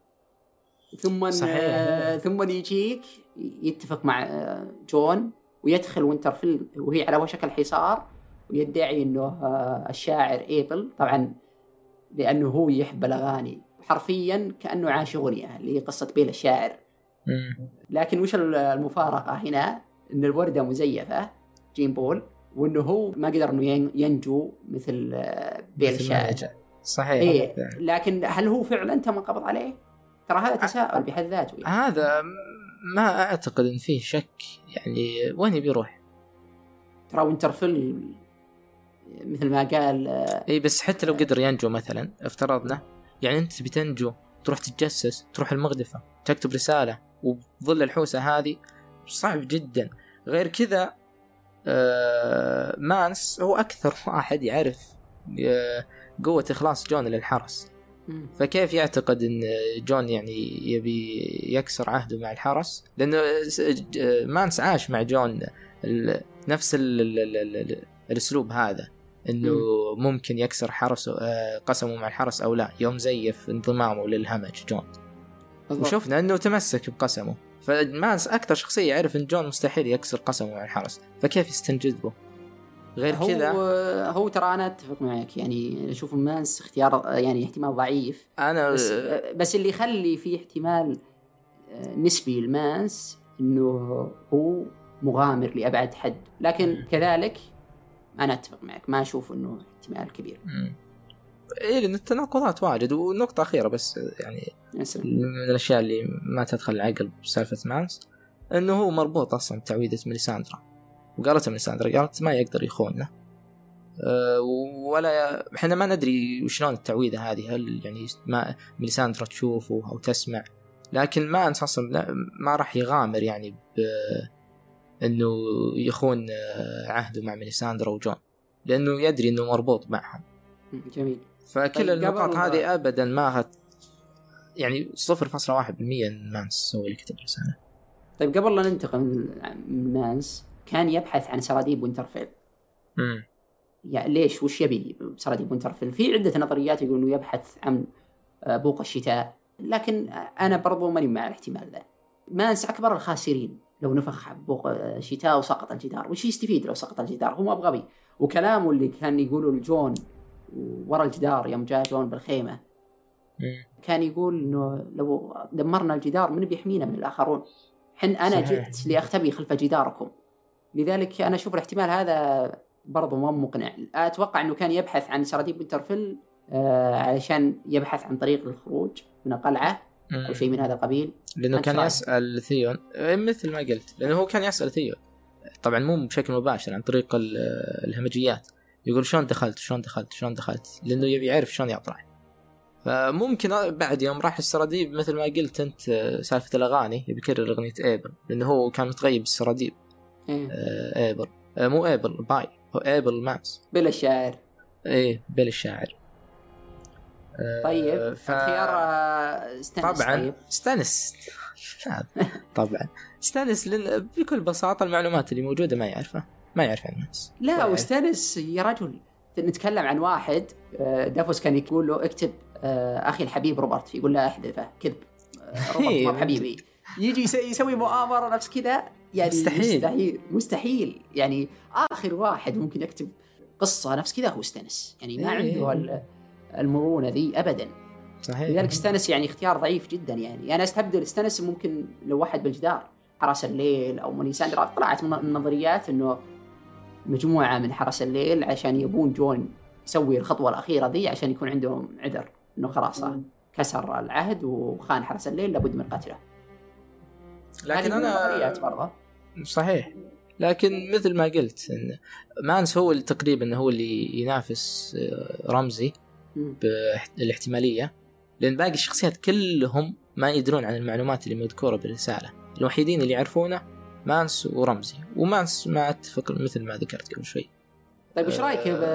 ثم آه ثم يجيك يتفق مع آه جون ويدخل وينترفيل وهي على وشك الحصار، ويدعي انه آه الشاعر ايبل، طبعا لانه هو يحب الاغاني حرفيا كانه عاش اغنيه اللي هي قصه بيل الشاعر. لكن وش المفارقه هنا؟ ان الورده مزيفه جين بول، وانه هو ما قدر انه ينجو مثل آه بيل الشاعر. صحيح. إيه لكن هل هو فعلا تم القبض عليه؟ ترى هذا تساؤل بحد ذاته. يعني. هذا ما أعتقد إن فيه شك. يعني وين بيروح؟ ترى وينترفيل مثل ما قال. إيه بس حتى لو قدر ينجو مثلا افترضنا، يعني أنت بتنجو تروح تتجسس، تروح المقذفة، تكتب رسالة وظل الحوسة هذه صعب جدا. غير كذا آه مانس هو أكثر واحد يعرف آه قوة إخلاص جون للحرس. فكيف يعتقد ان جون يعني يبي يكسر عهده مع الحرس؟ لانه مانس عاش مع جون نفس ال ال ال ال الاسلوب هذا، انه ممكن يكسر حرس قسمه مع الحرس او لا، يوم زيف انضمامه للهمج جون. وشوفنا انه تمسك بقسمه. فمانس اكثر شخصيه يعرف ان جون مستحيل يكسر قسمه مع الحرس، فكيف يستنجذبه؟ غير كذا هو هو ترى انا اتفق معك، يعني اشوف مانس اختيار يعني احتمال ضعيف. انا بس, بس اللي يخلي فيه احتمال نسبي لمانس انه هو مغامر لابعد حد، لكن كذلك انا اتفق معك ما اشوف انه احتمال كبير. ايه لان التناقضات واجد. ونقطه اخيره بس يعني يسلم. من الاشياء اللي ما تدخل العقل بسالفه مانس انه هو مربوط اصلا بتعويذه ميليساندرا، وقالتها ميليساندرا قالت ما يقدر يخوننا. أه ولا احنا ما ندري وشلون التعويذه هذه، هل يعني ما ميليساندرا تشوفه او تسمع، لكن ما انت اصلا ما راح يغامر يعني ب انه يخون عهده مع ميليساندرا وجون، لانه يدري انه مربوط معهم. جميل. فكل طيب النقاط هذه ابدا ما هت يعني صفر فاصلة واحد بالمية مانس هو اللي كتب رسالة. طيب قبل لا ننتقل من مانس، كان يبحث عن سراديب وينترفيل. امم يعني ليش وش يبي سراديب وينترفيل؟ في عدة نظريات يقولون انه يبحث عن بوق الشتاء، لكن انا برضو ماني مع الاحتمال ذا. مانس اكبر الخاسرين لو نفخ بوق الشتاء وسقط الجدار، وش يستفيد لو سقط الجدار؟ هو ما بغبي. وكلامه اللي كان يقوله لجون ورا الجدار يوم جاء جون بالخيمة كان يقول إنه لو دمرنا الجدار من بيحمينا من الآخرون؟ حن أنا صحيح. جئت لأختبي خلف جداركم. لذلك أنا أشوف الاحتمال هذا برضو ما مقنع. أتوقع إنه كان يبحث عن سراديب وينترفيل آه علشان يبحث عن طريق للخروج من القلعة مم. أو شيء من هذا القبيل، لأنه كان فاهم. يسأل ثيون مثل ما قلت، لأنه هو كان يسأل ثيون طبعا مو بشكل مباشر عن طريق الهمجيات، يقول شلون دخلت شلون دخلت شلون دخلت لأنه يبي يعرف شلون يطلع. فممكن بعد يوم راح السراديب مثل ما قلت أنت سالفة الأغاني يبي يكرر أغنية إيبل، لأنه هو كان متغيب السراديب. آه إيبل آه مو إيبل باي هو إيبل مانس بلا الشاعر. إيه بلا الشاعر. آه طيب ف... خيار استنس. طبعا طيب. استنس طبعا استنس لأن بكل بساطة المعلومات اللي موجودة ما يعرفها ما يعرف عن مانس. لا واستنس يا رجل، نتكلم عن واحد دافوس كان يقول له اكتب أخي الحبيب روبرت، يقول له أحذفه كذب روبرت ما حبيبي، يجي يسوي مؤامرة نفس كذا يعني مستحيل. مستحيل مستحيل يعني آخر واحد ممكن يكتب قصة نفس كذا هو استنس، يعني ما عنده المرونة ذي أبدا. صحيح. لذلك استنس يعني اختيار ضعيف جدا. يعني أنا استبدل استنس ممكن لو واحد بالجدار حرس الليل أو ميليساندرا. طلعت من النظريات إنه مجموعة من حرس الليل عشان يبون جون يسوي الخطوة الأخيرة ذي عشان يكون عندهم عذر إنه خلاص كسر العهد وخان حرس الليل لابد من قتله. لكن أنا برضه صحيح، لكن مثل ما قلت إن مانس هو تقريبا إنه هو اللي ينافس رمزي بالاحتمالية، لأن باقي الشخصيات كلهم ما يدرون عن المعلومات اللي مذكورة بالرسالة. الوحيدين اللي يعرفونه مانس ورمزي، ومانس ما اتفق مثل ما ذكرت قبل شوي. طيب ايش رايك ب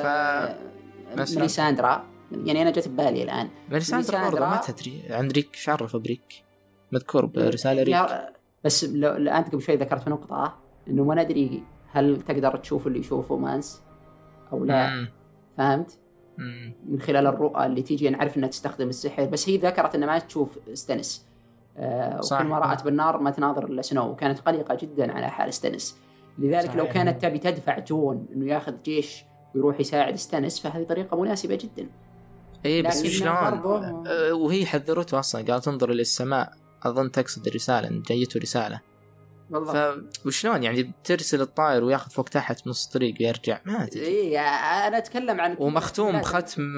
ف... ميليساندرا؟ يعني انا جت ببالي الان ميليساندرا برضه ما تدري عن ريك. شعرف بريك مذكور برسالة ريك، بس لو الان قبل شوي ذكرت نقطة انه ما ندري هل تقدر تشوف اللي يشوفه مانس او لا. مم. فهمت؟ مم. من خلال الرؤى اللي تيجي نعرف انها تستخدم السحر، بس هي ذكرت انها ما تشوف ستانس. آه وكل ما رأت بالنار ما تناظر إلا سنو، وكانت قلقة جدا على حال ستانس. لذلك صحيح. لو كانت تبي تدفع جون إنه ياخذ جيش ويروح يساعد ستانس فهذه طريقة مناسبة جدا. إيه بس شلون أه وهي حذرته أصلا قالت انظر للسماء، أظن تقصد الرسالة جايته رسالة. فوشلون يعني بترسل الطائر وياخذ فوق تحت نص طريق ويرجع؟ ما أدري. إيه أنا أتكلم عن ومختوم بختم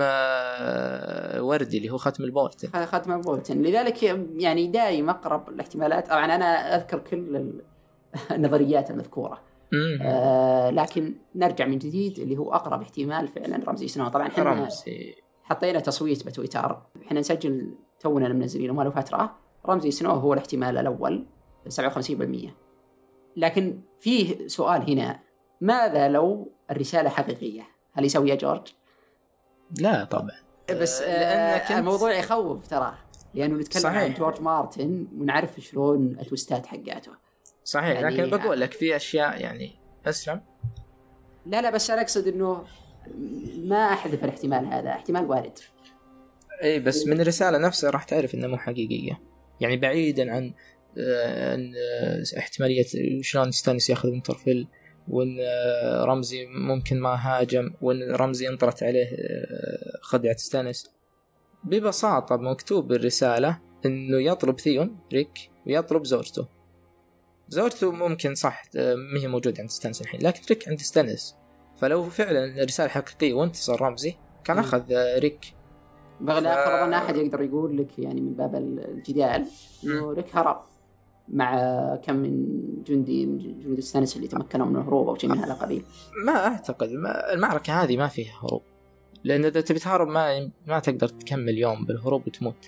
وردي اللي هو ختم البولتن. ختم البولتن لذلك يعني دايم أقرب الاحتمالات. طبعا أنا أذكر كل النظريات المذكورة آه لكن نرجع من جديد اللي هو أقرب احتمال فعلا رمزي سنو. طبعا إحنا حطينا تصويت بتويتر، إحنا نسجل تونا منزلينه ما له فترة. رمزي سنو هو الاحتمال الأول سبعة وخمسين بالمية. لكن فيه سؤال هنا، ماذا لو الرسالة حقيقية؟ هل يسويها جورج؟ لا طبعا بس لأنك آه الموضوع يخوف ترى، لأنه نتكلم صحيح. عن جورج مارتن ونعرف شلون التوستات حقاته. صحيح يعني لكن بقول لك في أشياء يعني أسلم. لا لا بس أنا أقصد إنه ما أحذف الاحتمال هذا، احتمال وارد. اي بس من الرسالة نفسها راح تعرف انها مو حقيقية، يعني بعيدا عن عن احتمالية شلون ستانيس ياخذ وينترفيل، وان رمزي ممكن ما هاجم، وان رمزي انطرت عليه خدعة ستانيس. ببساطة مكتوب بالرسالة انه يطلب ثيون ريك ويطلب زوجته. زوجته ممكن صح ما هي موجودة عند ستانيس الحين، لكن ريك عند ستانيس. فلو فعلا الرسالة حقيقية وانتصر رمزي كان اخذ ريك. بغل ف... فرضا أن أحد يقدر يقول لك يعني من باب الجدال إنه ريك هرب مع كم من جندي من جنود ستانيس اللي تمكنوا من الهروب أو شيء من هذا القبيل. ما أعتقد ما المعركة هذه ما فيها هروب، لأن إذا تبي تهرب ما ما تقدر تكمل يوم بالهروب وتموت.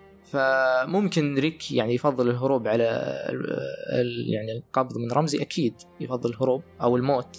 فممكن ريك يعني يفضل الهروب على ال... يعني القبض من رمزي، أكيد يفضل الهروب أو الموت.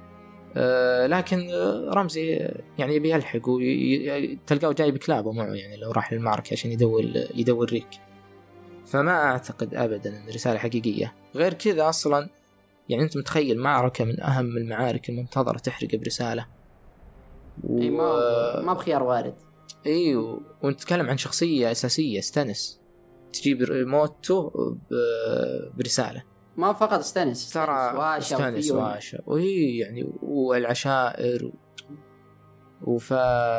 أه لكن رمزي يعني يبي يلحق وتلقاه جاي بكلابه معه، يعني لو راح للمعركة عشان يدور يدور ريك. فما أعتقد أبدا أن الرسالة حقيقية. غير كذا أصلا يعني أنت متخيل معركة من أهم المعارك المنتظرة تحرق برسالة و... أي ما ما بخيار وارد. أيوه ونتكلم عن شخصية أساسية ستانيس تجيب موته ب... برسالة. ما فقط ستانيس ترى ستانيس واشا وهي يعني والعشائر و... وف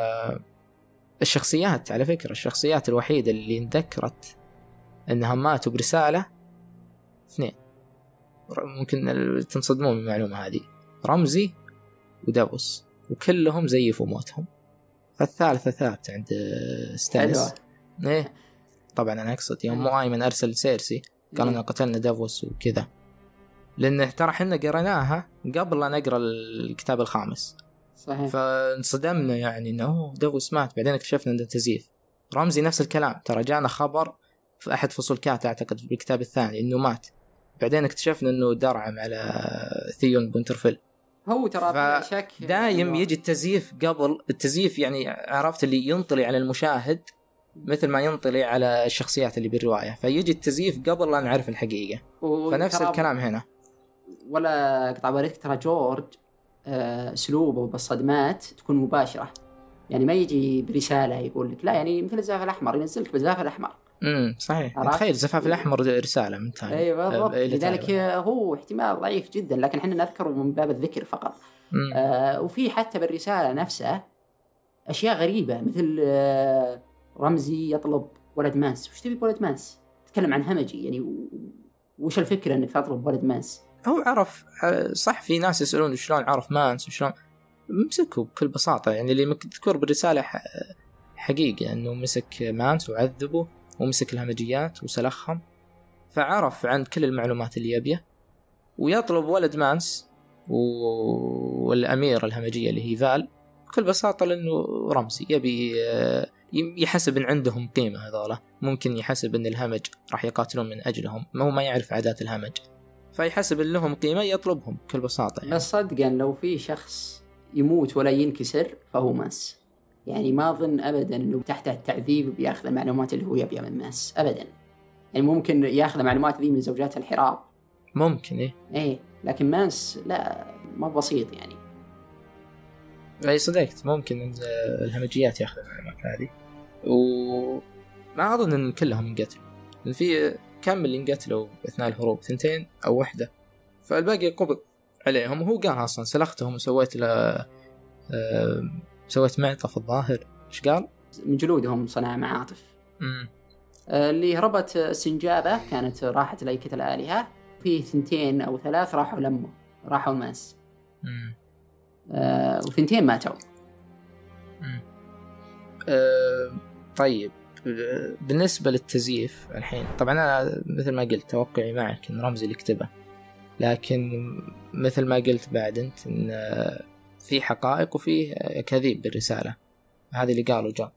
الشخصيات على فكرة الشخصيات الوحيدة اللي انذكرت انها ماتوا برسالة اثنين، ممكن تنصدمون من المعلومة هذه، رمزي ودافوس، وكلهم زيفوا موتهم. فالثالثة ثابتة عند ستانيس. ايه طبعا انا اقصد يوم مو ايمن ارسل سيرسي قال أننا قتلنا دافوس وكذا، لأنه ترى حنا قرناها قبل لا نقرأ الكتاب الخامس. صحيح. فانصدمنا يعني أنه دافوس مات، بعدين اكتشفنا أنه تزييف. رمزي نفس الكلام، ترى جانا خبر في أحد فصول كات أعتقد في الكتاب الثاني أنه مات، بعدين اكتشفنا أنه درعم على ثيون بونترفيل. هو ترى شك دايم يجي التزييف قبل التزييف، يعني عرفت اللي ينطلي على المشاهد مثل ما ينطلي على الشخصيات اللي بالرواية، فيجي التزييف قبل لا نعرف الحقيقة. فنفس الكلام هنا. ولا قطع بريك ترى جورج أسلوبه بالصدمات تكون مباشرة، يعني ما يجي برسالة يقول لك لا، يعني مثل الزفاف الأحمر ينزلك بالزفاف الأحمر. امم صحيح. تخيل الزفاف الأحمر رسالة من ثاني. أيوة بالضبط. لذلك هو احتمال ضعيف جدا، لكن احنا نذكره من باب الذكر فقط. آه وفي حتى بالرسالة نفسها أشياء غريبة، مثل آه رمزي يطلب ولد مانس. وش تبي بولد مانس؟ تتكلم عن همجي يعني، وش الفكرة انك تطلب ولد مانس؟ هو عرف صح. في ناس يسألون شلون عرف مانس وشلون مسكه بكل بساطة، يعني اللي مذكور بالرسالة حقيقة انه مسك مانس وعذبه ومسك الهمجيات وسلخهم، فعرف عن كل المعلومات اللي يبيه ويطلب ولد مانس والأميرة الهمجية اللي هي فال بكل بساطة، لأنه رمزي يبي يحسب إن عندهم قيمة هذولا، ممكن يحسب إن الهمج راح يقاتلون من أجلهم، ما هو ما يعرف عادات الهمج، فيحسب إن لهم قيمة يطلبهم بكل بساطة يعني. بس صدقا لو في شخص يموت ولا ينكسر فهو ماس، يعني ما أظن أبدا إنه تحت التعذيب بياخذ المعلومات اللي هو يبيها من ماس أبدا. يعني ممكن ياخذ معلومات ذي من زوجات الحراب ممكن إيه إيه، لكن ماس لا، ما بسيط يعني. أي صدقت، ممكن الهمجيات ياخذ المعلومات هذه، وما أظن إن كلهم انقتلوا، لأن في كم اللي انقتلوا أثناء الهروب، ثنتين أو واحدة، فالباقي قبض عليهم. وهو قال أصلا سلختهم وسويت له أه سويت معطف الظاهر، إيش قال؟ من جلودهم صنع معاطف. امم اللي هربت سنجابة كانت راحت لأيكة الآلهة، في ثنتين أو ثلاث راحوا لمه راحوا الماس. امم أه وثنتين ماتوا. امم أه طيب بالنسبة للتزييف الحين، طبعا أنا مثل ما قلت توقعي معك إن رمزي اللي كتبه، لكن مثل ما قلت بعد أنت إن في حقائق وفي كذب بالرسالة، هذه اللي قالوا جون.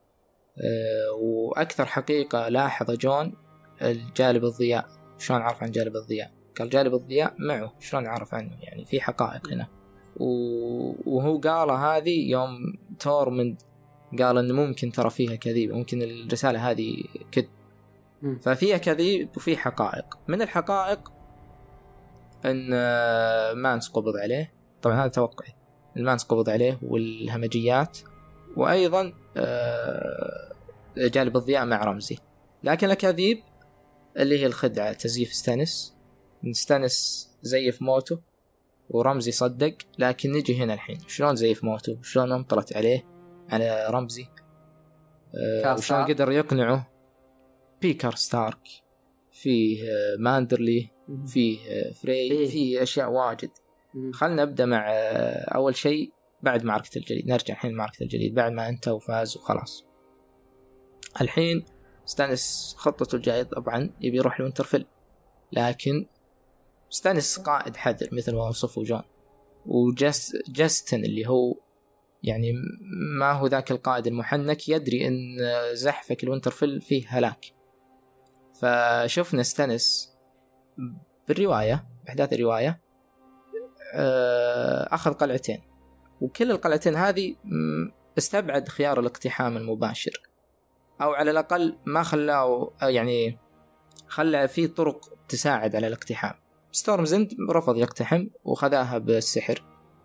أه وأكثر حقيقة لاحظ جون الجالب الضياء، شلون عرف عن جالب الضياء؟ قال جالب الضياء معه، شلون عرف عنه؟ يعني في حقائق هنا. وهو قال هذه يوم تورمند قال إنه ممكن ترى فيها كذب، ممكن الرسالة هذه كذب. ففيها كذب وفي حقائق. من الحقائق أن مانس قبض عليه، طبعا هذا توقعي، المانس قبض عليه والهمجيات، وأيضا جانب الضياء مع رمزي. لكن الأكاذيب اللي هي الخدعة، تزييف ستانس، ستانس زيف موته ورمزي صدق. لكن نجي هنا الحين، شلون زيف موته، شلون انطلت عليه على رمزي، أه وشلون قدر يقنعه. بيكر ستارك، فيه ماندرلي، فيه فري، فيه أشياء واجد. خلنا نبدأ مع أول شيء بعد معركة الجليد. نرجع الحين معركة الجليد بعد ما انتهى وفاز وخلاص. الحين ستانس خطته الجاية طبعا يبي يروح لوينترفيل، لكن ستانس قائد حذر مثل ما وصفه جون. وجاستن اللي هو يعني ما هو ذاك القائد المحنك، يدري ان زحفك الوينترفيل فيه هلاك. فشفنا ستانس بالرواية، بأحداث الرواية، أخذ قلعتين، وكل القلعتين هذه استبعد خيار الاقتحام المباشر، أو على الأقل ما خلاه، يعني خلى فيه طرق تساعد على الاقتحام. ستورمزند رفض يقتحم وخذاها بالسحر.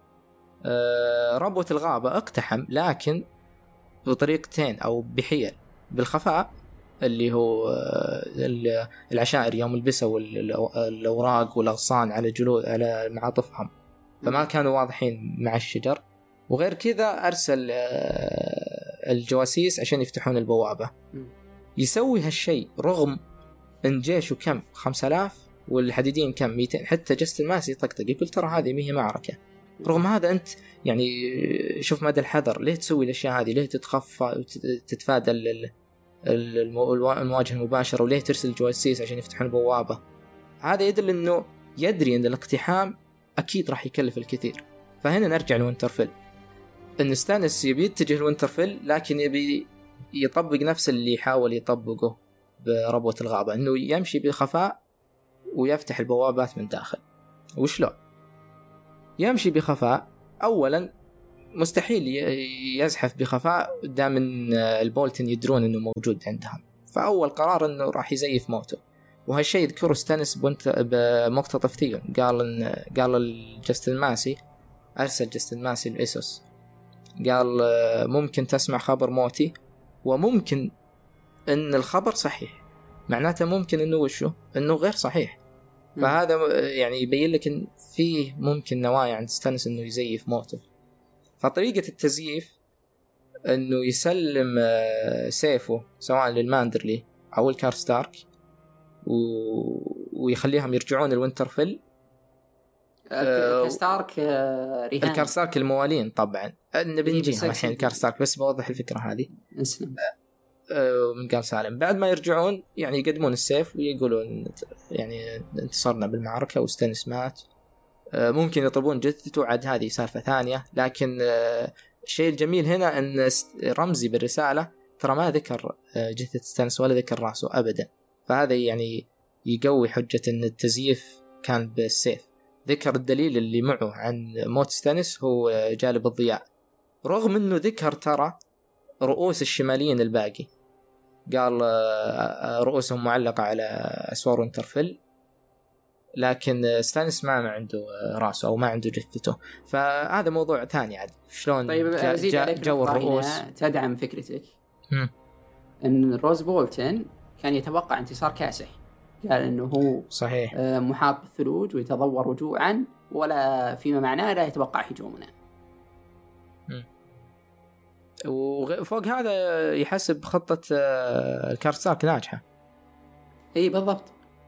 ربوة الغابة اقتحم، لكن بطريقتين أو بحيل، بالخفاء اللي هو العشائر يوم البسوا الأوراق والأغصان على جلود على معاطفهم، فما كانوا واضحين مع الشجر. وغير كذا أرسل الجواسيس عشان يفتحون البوابة. يسوي هالشيء رغم إن جيشه كم خمسة آلاف والحديدين كم مئتين. حتى جاستن ماسي طقطق يقول ترى هذه مية معركة. رغم هذا أنت يعني شوف مدى الحذر، ليه تسوي الأشياء هذه؟ ليه تتخفى وتتفادى المواجهة المباشرة؟ وليه ترسل الجواسيس عشان يفتحون البوابة؟ هذا يدل إنه يدري أن الاقتحام أكيد راح يكلف الكثير. فهنا نرجع لوينترفيل، إن ستانس يبي يتجه لوينترفيل، لكن يبي يطبق نفس اللي يحاول يطبقه بربوة الغابة، إنه يمشي بخفاء ويفتح البوابات من داخل. وشلون يمشي بخفاء؟ أولا مستحيل يزحف بخفاء دام إن البولتن يدرون إنه موجود عندهم. فأول قرار إنه راح يزيف موته، وهالشيء يذكره ستانس بمقتطف ثيون. قال إن قال الجاستن ماسي، أرسل جاستن ماسي لإيسوس، قال ممكن تسمع خبر موتي، وممكن إن الخبر صحيح، معناته ممكن إنه وشه إنه غير صحيح. فهذا يعني يبين لك إن فيه ممكن نوايا عند ستانس إنه يزيف موته. فطريقة التزييف إنه يسلم سيفه سواء للماندرلي أو الكارستارك و... ويخليهم يرجعون الوينترفيل. الكارستارك رهان، الكارستارك الموالين طبعا نبي نجيهم الحين الكارستارك، بس بوضح الفكرة هذه. من قال سالم بعد ما يرجعون يعني يقدمون السيف ويقولون يعني انتصرنا بالمعركة وستانس مات. ممكن يطلبون جثته، عاد هذه سالفة ثانية. لكن الشيء الجميل هنا أن رمزي بالرسالة ترى ما ذكر جثة ستانس ولا ذكر رأسه أبدا. فهذا يعني يقوي حجة أن التزييف كان بالسيف. ذكر الدليل اللي معه عن موت ستانس هو جالب الضياء، رغم أنه ذكر ترى رؤوس الشماليين الباقي، قال رؤوسهم معلقة على أسوار وينترفيل، لكن ستانس ما ما عنده رأسه أو ما عنده جثته. فهذا موضوع ثاني عاد شلون. طيب أزيد عليك جو الرؤوس تدعم فكرتك م. أن روز بولتن كان يتوقع انتصار كاسح، قال أنه هو صحيح محاط بالثلوج ويتضور رجوعا، ولا فيما معناه لا يتوقع هجومنا. وفوق هذا يحسب خطة الكارستارك ناجحة. اي بالضبط.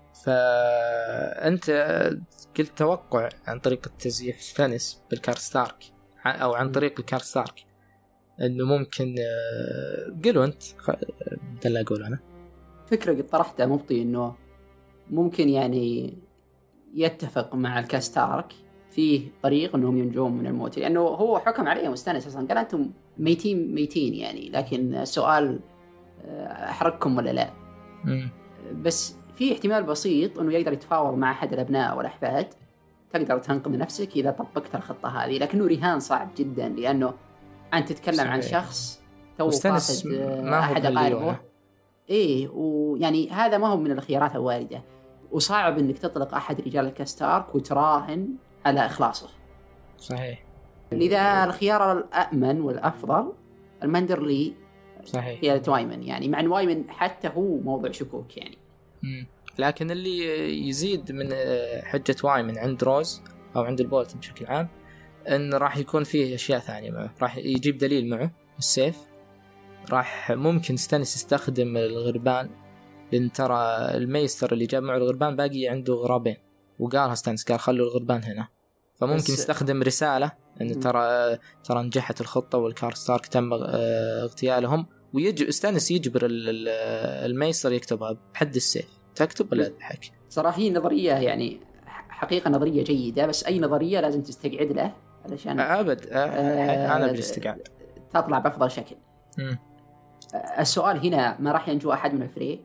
فأنت قلت توقع عن طريقة تزييف ستانس بالكارستارك أو عن طريق الكارستارك أنه ممكن، قلوا أنت دل أقول أنا فكرة قد طرحتها مبطي أنه ممكن يعني يتفق مع الكارستارك فيه طريق أنهم ينجون من الموت، لأنه هو حكم عليهم ستانس أصلا، قال أنتم ميتين ميتين يعني، لكن السؤال أحرقكم ولا لا. م. بس في احتمال بسيط أنه يقدر يتفاوض مع أحد الأبناء والأحفاد، تقدر تنقذ نفسك إذا طبقت الخطة هذه. لكنه رهان صعب جدا، لأنه أنت تتكلم صحيح. عن شخص تو ستانس فاقد ما هو أحد أقاربه. بهالليونة. إيه، ويعني هذا ما هو من الخيارات الواردة، وصعب إنك تطلق أحد رجال الكاستارك وتراهن على إخلاصه. صحيح. لذا الخيار الأأمن والأفضل الماندرلي صحيح. قيادة وايمن، يعني مع أن وايمن حتى هو موضوع شكوك يعني. مم. لكن اللي يزيد من حجة وايمن عند روز أو عند البولتن بشكل عام إن راح يكون فيه أشياء ثانية معه، راح يجيب دليل معه السيف، راح ممكن ستانس يستخدم الغربان، لأن ترى الميستر اللي جاب معه الغربان باقي عنده غرابين، وقالها ستانس قال خلوا الغربان هنا، فممكن يستخدم رسالة إن ترى ترى نجحت الخطة والكارستارك تم اغتيالهم، ويجب ستانس يجبر الميستر يكتبها بحد السيف، تكتب ولا تضحك. صراحة هي نظرية يعني حقيقة نظرية جيدة، بس أي نظرية لازم تستقعد له علشان أبد آه أنا بالاستقعاد تطلع بأفضل شكل. م. السؤال هنا، ما راح ينجو أحد من الفريق؟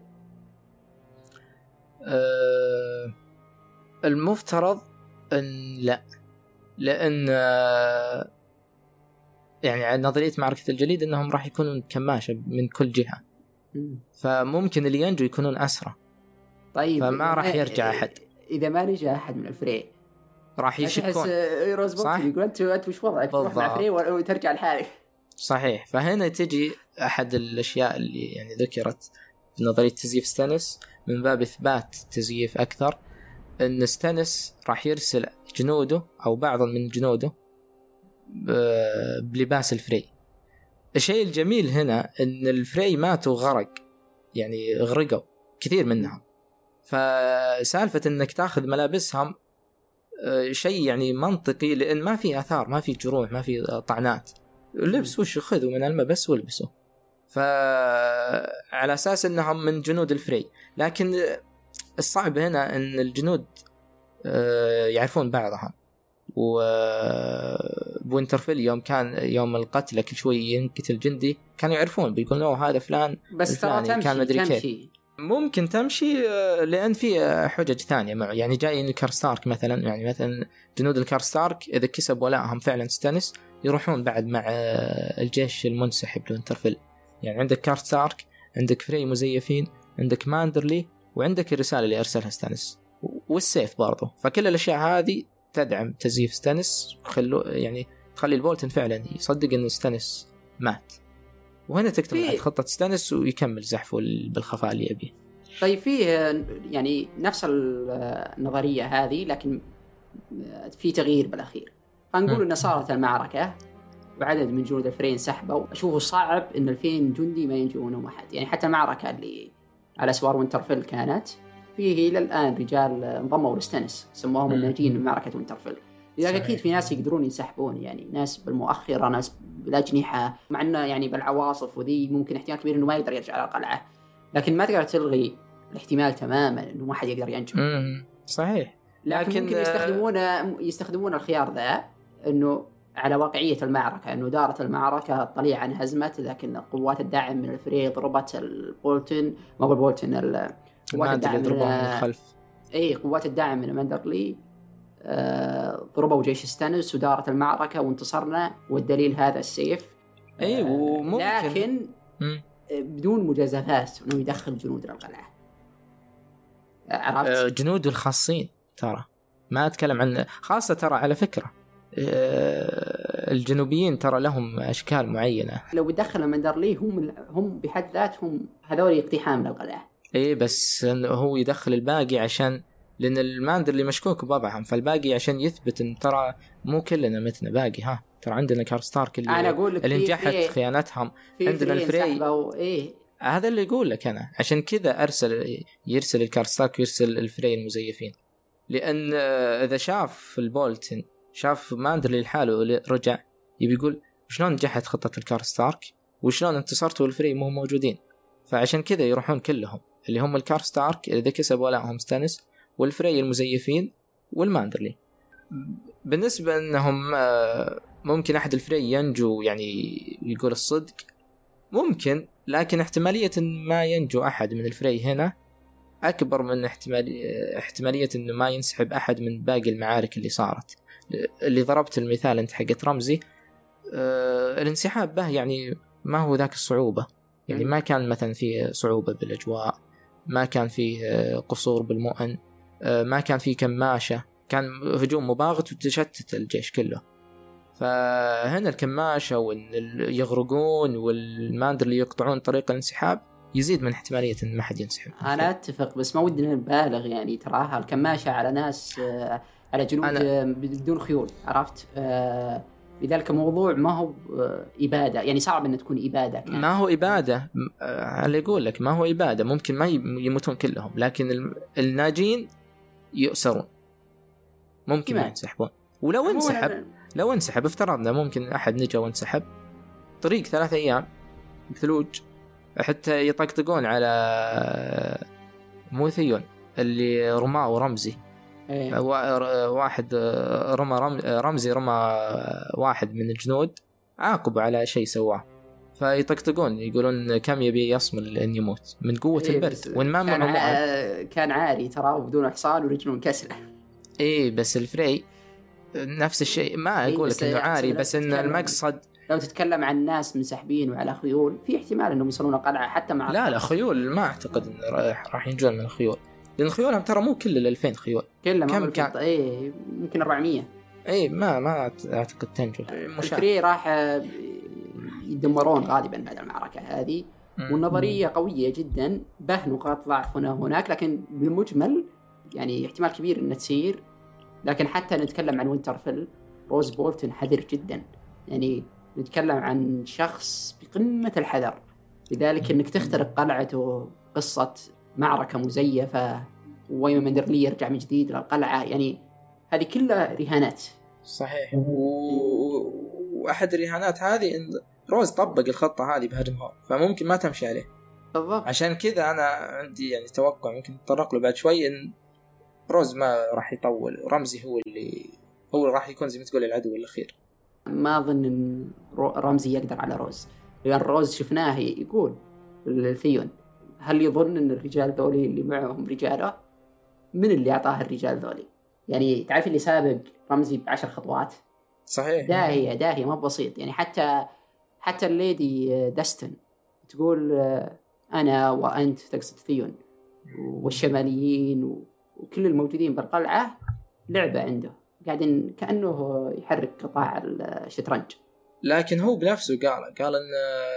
أه المفترض أن لا، لأن يعني نظرية معركة الجليد أنهم راح يكونون كماشة من كل جهة، م. فممكن اللي ينجو يكونون أسرى. طيب فما راح يرجع أحد. إذا ما نجا أحد من الفريق راح يشكون. صح. يقول أنت أنت وش وضعك تروح مع فريق وترجع لحالك. صحيح. فهنا تجي أحد الأشياء اللي يعني ذكرت في نظرية تزييف ستانس من باب إثبات تزييف أكثر، أن ستانس راح يرسل جنوده أو بعضا من جنوده بلباس الفري. الشيء الجميل هنا أن الفري ماتوا غرق، يعني غرقوا كثير منهم، فسالفة أنك تأخذ ملابسهم شيء يعني منطقي، لأن ما في آثار، ما في جروح، ما في طعنات، اللبس وش خذوا من الملبس والبسوا، فعلى أساس أنهم من جنود الفري. لكن الصعب هنا أن الجنود يعرفون بعضهم، وبوينترفيل يوم كان يوم القتل كل شوي ينقتل جندي كانوا يعرفون، بيقولوا هذا فلان بس ترى تمشي, تمشي. ممكن تمشي لأن في حجج ثانية معه، يعني جايين الكارستارك مثلا، يعني مثلا جنود الكارستارك إذا كسب ولاءهم فعلا ستانس يروحون بعد مع الجيش المنسحب لوينترفيل. يعني عندك كارستارك، عندك فري مزيفين، عندك ماندرلي، وعندك الرسالة اللي أرسلها ستانس والسيف برضو، فكل الأشياء هذه تدعم تزييف ستانس، خلو يعني تخلي البولتن فعلا يصدق أن ستانس مات، وهنا تكتمل خطة ستانس ويكمل زحفه بالخفاء اللي يبيه. طيب فيه يعني نفس النظرية هذه، لكن في تغيير بالأخير. نقول أن صارت المعركة وعدد من جنود الفريق سحبوا، أشوفه صعب أن الفين جندي ما ينجونهم أحد. يعني حتى المعركة اللي على أسوار وينترفيل كانت فيه إلى الآن رجال انضموا لستانس سموهم الناجين من معركة وينترفيل. لذلك أكيد في ناس يقدرون ينسحبون، يعني ناس بالمؤخرة، ناس بالأجنحة، مع أنه يعني بالعواصف وذي ممكن احتمال كبير أنه ما يقدر يرجع على القلعة، لكن ما تقدر تلغي الاحتمال تماما أنه ما حد يقدر ينجو. صحيح. لكن, لكن ممكن يستخدمون يستخدمون الخيار ذا أنه على واقعية المعركة، أنه دارت المعركة الطليعة انهزمت، لكن قوات الدعم من الفريق ضربت البولتن، ما هو البولتن، قوات الدعم من الخلف. أي قوات الدعم من ماندرلي آه ضربوا جيش ستانس ودارت المعركة وانتصرنا، والدليل هذا السيف. أي آه وممكن لكن م. بدون مجازفات أنه يدخل جنود القلعة. عرفت؟ آه جنود الخاصين ترى ما أتكلم عن خاصة، ترى على فكرة آه الجنوبيين ترى لهم أشكال معينة. لو بدخل ماندرلي هم هم بحد ذاتهم هذول اقتحام للقلعة. إيه بس هو يدخل الباقي عشان لأن الماندرلي مشكوك بوضعهم، فالباقي عشان يثبت إن ترى مو كلنا متنا باقي، ها ترى عندنا كارستارك اللي, أنا أقول لك اللي نجحت خيانتهم، عندنا الفري. إيه هذا اللي يقول لك أنا، عشان كذا أرسل يرسل الكارستارك ويرسل الفري المزيفين، لأن إذا شاف البولتن شاف ماندرلي لحاله رجع يبي يقول شلون نجحت خطة الكارستارك وشلون انتصرتوا والفري مو موجودين، فعشان كذا يروحون كلهم اللي هم الكارستارك إذا كسب ولاهم ستانس والفري المزيفين والماندرلي. بالنسبة أنهم ممكن أحد الفري ينجو، يعني يقول الصدق ممكن، لكن احتمالية ما ينجو أحد من الفري هنا أكبر من احتمالية, احتمالية أنه ما ينسحب أحد من باقي المعارك اللي صارت. اللي ضربت المثال أنت حقت رمزي، أه الانسحاب به يعني ما هو ذاك الصعوبة، يعني ما كان مثلا في صعوبة بالأجواء، ما كان في قصور بالمؤن، ما كان في كماشة، كان هجوم مباغت وتشتت الجيش كله. فهنا الكماشة واليغرقون والماندر اللي يقطعون طريق الانسحاب يزيد من احتمالية إن ما حد ينسحب. أنا أتفق، بس ما ودنا نبالغ يعني، تراها الكماشة على ناس على جنود أنا... بدون خيول، عرفت؟ لذلك موضوع ما هو إبادة، يعني صعب أن تكون إبادة كان. ما هو إبادة، اللي يقول لك ما هو إبادة، ممكن ما يموتون كلهم، لكن الناجين يؤسرون، ممكن ما ينسحبون. ولو انسحب أنا... لو انسحب افترضنا ممكن أحد نجا وانسحب، طريق ثلاثة أيام بثلوج، حتى يطقطقون على موثيون اللي رماه ورمزي. أيه. واحد رمى رمزي رمى واحد من الجنود، عاقب على شيء سواه، فيطقطقون يقولون كم يبي يصمل أن يموت من قوة إيه البرد. وإن ما كان, ع... كان عاري ترى بدون حصان ورجلون كسرة. إيه بس الفري نفس الشيء، ما أقول لك إنه عاري، بس إن المقصد لو تتكلم عن ناس منسحبين وعلى خيول في احتمال انهم يوصلون قلعه حتى مع لا لا خيول ما اعتقد انه راح راح ينجون من الخيول، لان خيولهم ترى مو كل ال ألفين خيول، كلهم كم كان ايه ممكن أربعمية. ايه ما ما اعتقد تنجو. الفري راح يدمرون غالبا بعد المعركه هذه. م- والنظريه م- قويه جدا، به نقاط ضعف هنا وهناك، لكن بالمجمل يعني احتمال كبير انها تصير. لكن حتى نتكلم عن وينترفيل، روز بولتون حذر جدا، يعني نتكلم عن شخص بقمة الحذر، لذلك انك تخترق قلعته، قصة معركة مزيفة ويما مندرلي يرجع من جديد للقلعة، يعني هذه كلها رهانات. صحيح. و... وأحد الرهانات هذه إن روز طبق الخطة هذه بهجم هون، فممكن ما تمشي عليه بالضبط. عشان كذا أنا عندي يعني توقع ممكن نتطرق له بعد شوي إن روز ما راح يطول، رمزي هو اللي هو راح يكون زي ما تقول العدو الأخير. ما أظن إن رمزي يقدر على روز، لأن روز شفناه يقول الثيون هل يظن إن الرجال ذولي اللي معهم رجاله؟ من اللي أعطاه الرجال ذولي؟ يعني تعرف اللي سابق رمزي بعشر خطوات. صحيح. داهية داهية ما بسيط، يعني حتى حتى الليدي داستن تقول أنا وأنت، تقصد ثيون والشماليين وكل الموجودين بالقلعة لعبة عنده، قاعدين كأنه يحرك قطاع الشطرنج. لكن هو بنفسه قال قال إن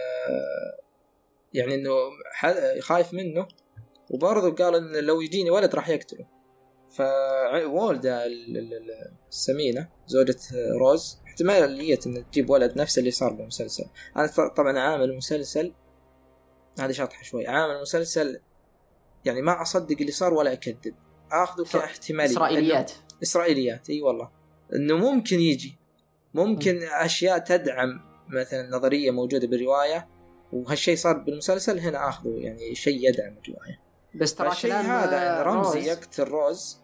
يعني إنه خايف منه، وبرضه قال إن لو يجيني ولد راح يقتله. فوالدة السمينة زوجة روز احتمالية إن تجيب ولد نفس اللي صار بالمسلسل. أنا طبعا عامل المسلسل هذه شاطحة شوي، عامل المسلسل يعني ما أصدق اللي صار ولا أكذب، أخذه كاحتمالية إسرائيليات إسرائيليات أي والله إنه ممكن يجي، ممكن أشياء تدعم مثلا نظرية موجودة بالرواية وهالشيء صار بالمسلسل، هنا أخذه يعني شيء يدعم الرواية. بس ترى الشيء هذا إن رمزي روز. يقتل روز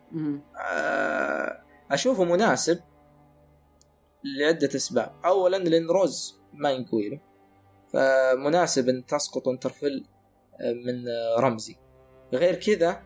أشوفه مناسب لعدة أسباب. أولا لأن روز ما ينقوي له، فمناسب أن تسقط وانترفل من رمزي. غير كذا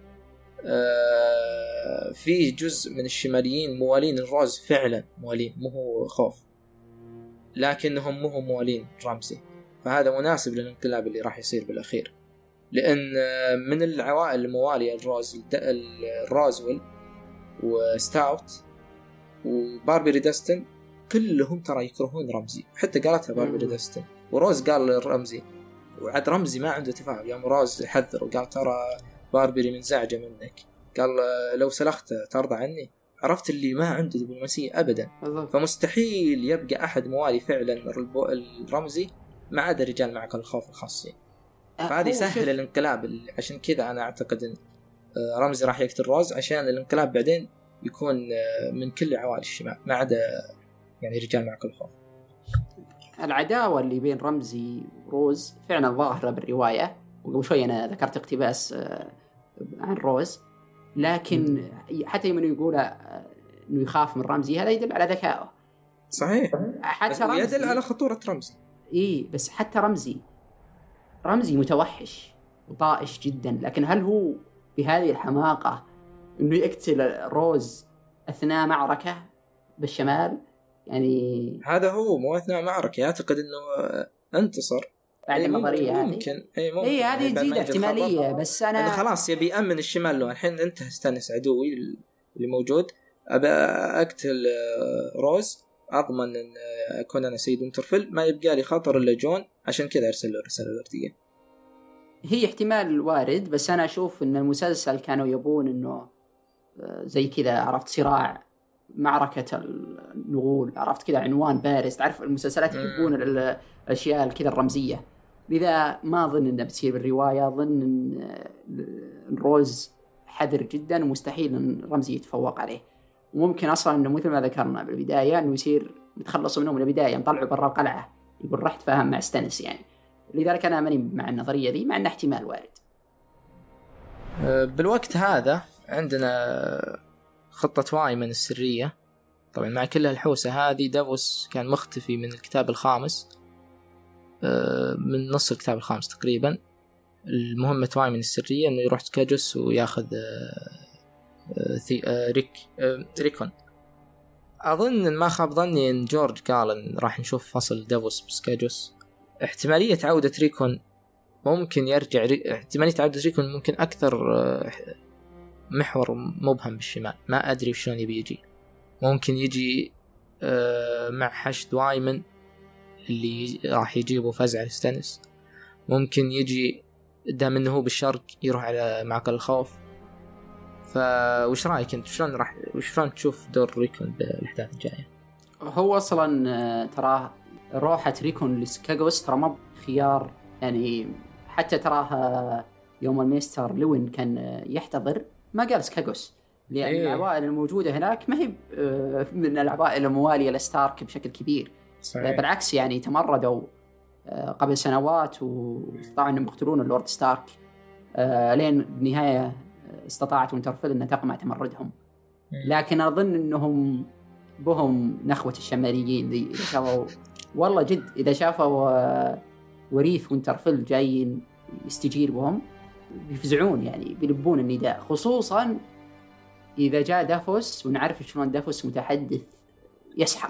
في جزء من الشماليين موالين الروز، فعلا موالين، مو هو خوف، لكنهم مو موالين رمزي، فهذا مناسب للانقلاب اللي راح يصير بالأخير. لأن من العوائل الموالية الروز الروزويل وستاوت وباربري داستن كلهم ترى يكرهون رمزي، حتى قالتها باربري داستن وروز قال للرمزي، وعد رمزي ما عنده تفاهم. يوم روز حذر وقال ترى باربري منزعجة منك، قال لو سلخت ترضى عني. عرفت اللي ما عنده دبلوماسية أبدا. فمستحيل يبقى أحد موالي فعلا الرمزي ما عدا رجال معقل الخوف الخاصين، فهذا يسهل الانقلاب. عشان كذا أنا أعتقد أن رمزي راح يقتل روز عشان الانقلاب بعدين يكون من كل عوائل الشمال ما عدا يعني رجال معقل الخوف. العداوة اللي بين رمزي وروز فعلا ظاهرة بالرواية، وقبل شوي أنا ذكرت اقتباس عن روز، لكن حتى يوم يقول إنه يخاف من رمزي هذا يدل على ذكائه. صحيح. حتى رمزي يدل على خطورة رمزي. إيه بس حتى رمزي رمزي متوحش وطائش جدا، لكن هل هو بهذه الحماقة إنه يقتل روز أثناء معركة بالشمال؟ يعني هذا هو مو أثناء معركة، يعتقد إنه انتصر بعد إيه النظريه هذه ممكن اي ممكن اي هذه تزيد احتماليه. بس انا خلاص يبي يامن الشمال له الحين انت استنس عدوي اللي موجود ابى اقتل روز اضمن ان اكون انا سيد وينترفيل ما يبقى لي خطر الا جون عشان كذا ارسل له الرساله الورديه. هي احتمال وارد بس انا اشوف ان المسلسل كانوا يبون انه زي كذا عرفت صراع معركة النغول عرفت كذا عنوان بارز. تعرف المسلسلات يحبون الاشياء كذا الرمزية لذا ما أظن أنه بتصير بالرواية. أظن أن روز حذر جدا ومستحيل أن رمزي يتفوق عليه. وممكن أصلا أنه مثل ما ذكرنا بالبداية أنه يصير يتخلصوا منه من البداية نطلعوا برا القلعة يقول رحت فاهم مع ستانس يعني. لذلك أنا ماني مع النظرية ذي مع أنه احتمال وارد. بالوقت هذا عندنا خطة وايمن السرية. طبعا مع كل الحوسة هذه دافوس كان مختفي من الكتاب الخامس من نص الكتاب الخامس تقريبا. المهمة وايمن السرية انه يروح سكاجوس وياخذ ريك ريكون. اظن ما خاب ظني ان جورج قال ان راح نشوف فصل دافوس بسكاجوس. احتمالية عودة ريكون ممكن يرجع ري... احتمالية عودة ريكون ممكن اكثر محور مبهم بالشمال. ما ادري شلون يبي يجي. ممكن يجي مع حشد وايمن اللي راح يجيبه فزع لستانس. ممكن يجي دام انه هو بالشرق يروح على معقل الخوف. فوش رايك انت شلون راح وشلون تشوف دور ريكون بالاحداث الجايه؟ هو اصلا ترى روحة ريكون لسكاجوس ترى ما خيار يعني. حتى تراها يوم الميستر لوين كان يحتضر ما قال سكاجوس لأن أيه. العوائل الموجودة هناك ما هي من العوائل الموالية لستارك بشكل كبير. صحيح. بالعكس يعني تمردوا قبل سنوات واستطاعوا أنهم يقتلون اللورد ستارك لين بالنهاية استطاعت وينترفيل أن تقمع تمردهم. لكن أظن أنهم بهم نخوة الشماليين ذي إذا شافوا والله جد إذا شافوا وريث وينترفيل جايين يستجير بهم بيفزعون يعني بيلبون النداء. خصوصا إذا جاء دافوس ونعرف شلون دافوس متحدث يسحر.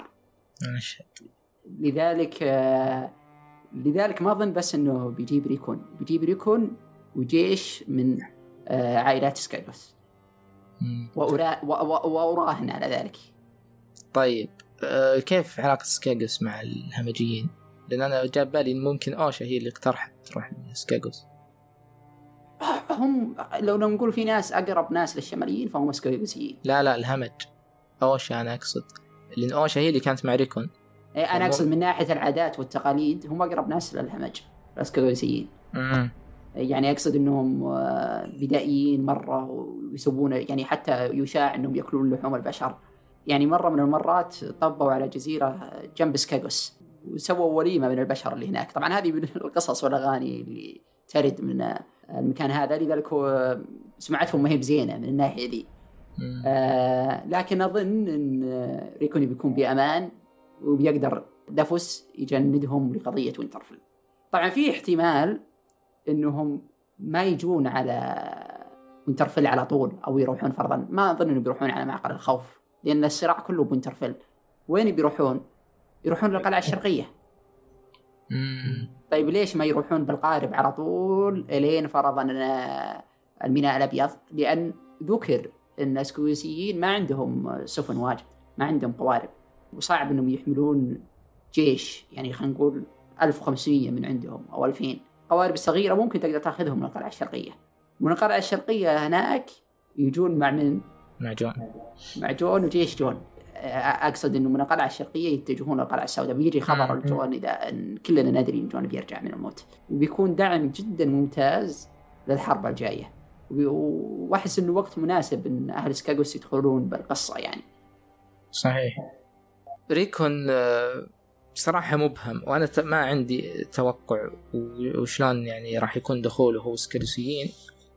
لذلك لذلك ما أظن بس إنه بيجيب ريكون بيجيب ريكون وجيش من عائلات سكاجوس وأراهن على ذلك. طيب كيف علاقة سكاجوس مع الهمجيين؟ لأن أنا جاب بالي ممكن أوشا هي اللي اقترحت تروح لسكاجوس. هم لو نقول في ناس أقرب ناس للشماليين فهم سكاجوسيين. لا لا الهمج أوشا أنا أقصد لأن أوشا هي اللي كانت مع ريكون. إيه أنا أقصد من ناحية العادات والتقاليد هم أقرب ناس للهمج السكاجوسيين. يعني أقصد إنهم بدائيين مرة ويسوون يعني حتى يشاع إنهم يأكلون لحوم البشر. يعني مرة من المرات طبوا على جزيرة جنب سكاجوس وسووا وليمة من البشر اللي هناك. طبعا هذه من القصص والأغاني اللي ترد من المكان هذا لذلك هو سمعتهم ما هي بزينة من الناحية دي. آه لكن أظن أن ريكون بيكون بأمان وبيقدر دافوس يجندهم لقضية وينترفيل. طبعا في احتمال أنهم ما يجون على وينترفيل على طول أو يروحون فرضا. ما أظن أنهم بيروحون على معقل الخوف لأن الصراع كله بوينترفيل. وين بيروحون؟ يروحون للقلعة الشرقية. مم. طيب ليش ما يروحون بالقارب على طول إلين فرضا الميناء الأبيض؟ لأن ذكر أن السكويسيين ما عندهم سفن واجد ما عندهم قوارب وصعب أنهم يحملون جيش يعني خلينا نقول ألف وخمسمية من عندهم أو ألفين. قوارب صغيرة ممكن تقدر تأخذهم من القلعة الشرقية. من القلعة الشرقية هناك يجون مع من؟ مع جون مع جون وجيش جون. أقصد إنه من القلعة الشرقية يتجهون للقلعة السوداء. بيجي خبر الجون إذا إن كلنا ندري إن جون بيرجع من الموت وبيكون دعم جدا ممتاز للحرب الجاية. وأحس إنه وقت مناسب إن أهل سكاجوس يدخلون بالقصة يعني. صحيح. ريكون بصراحة مبهم وأنا ما عندي توقع وشلون يعني راح يكون دخوله هو سكاجوسيين.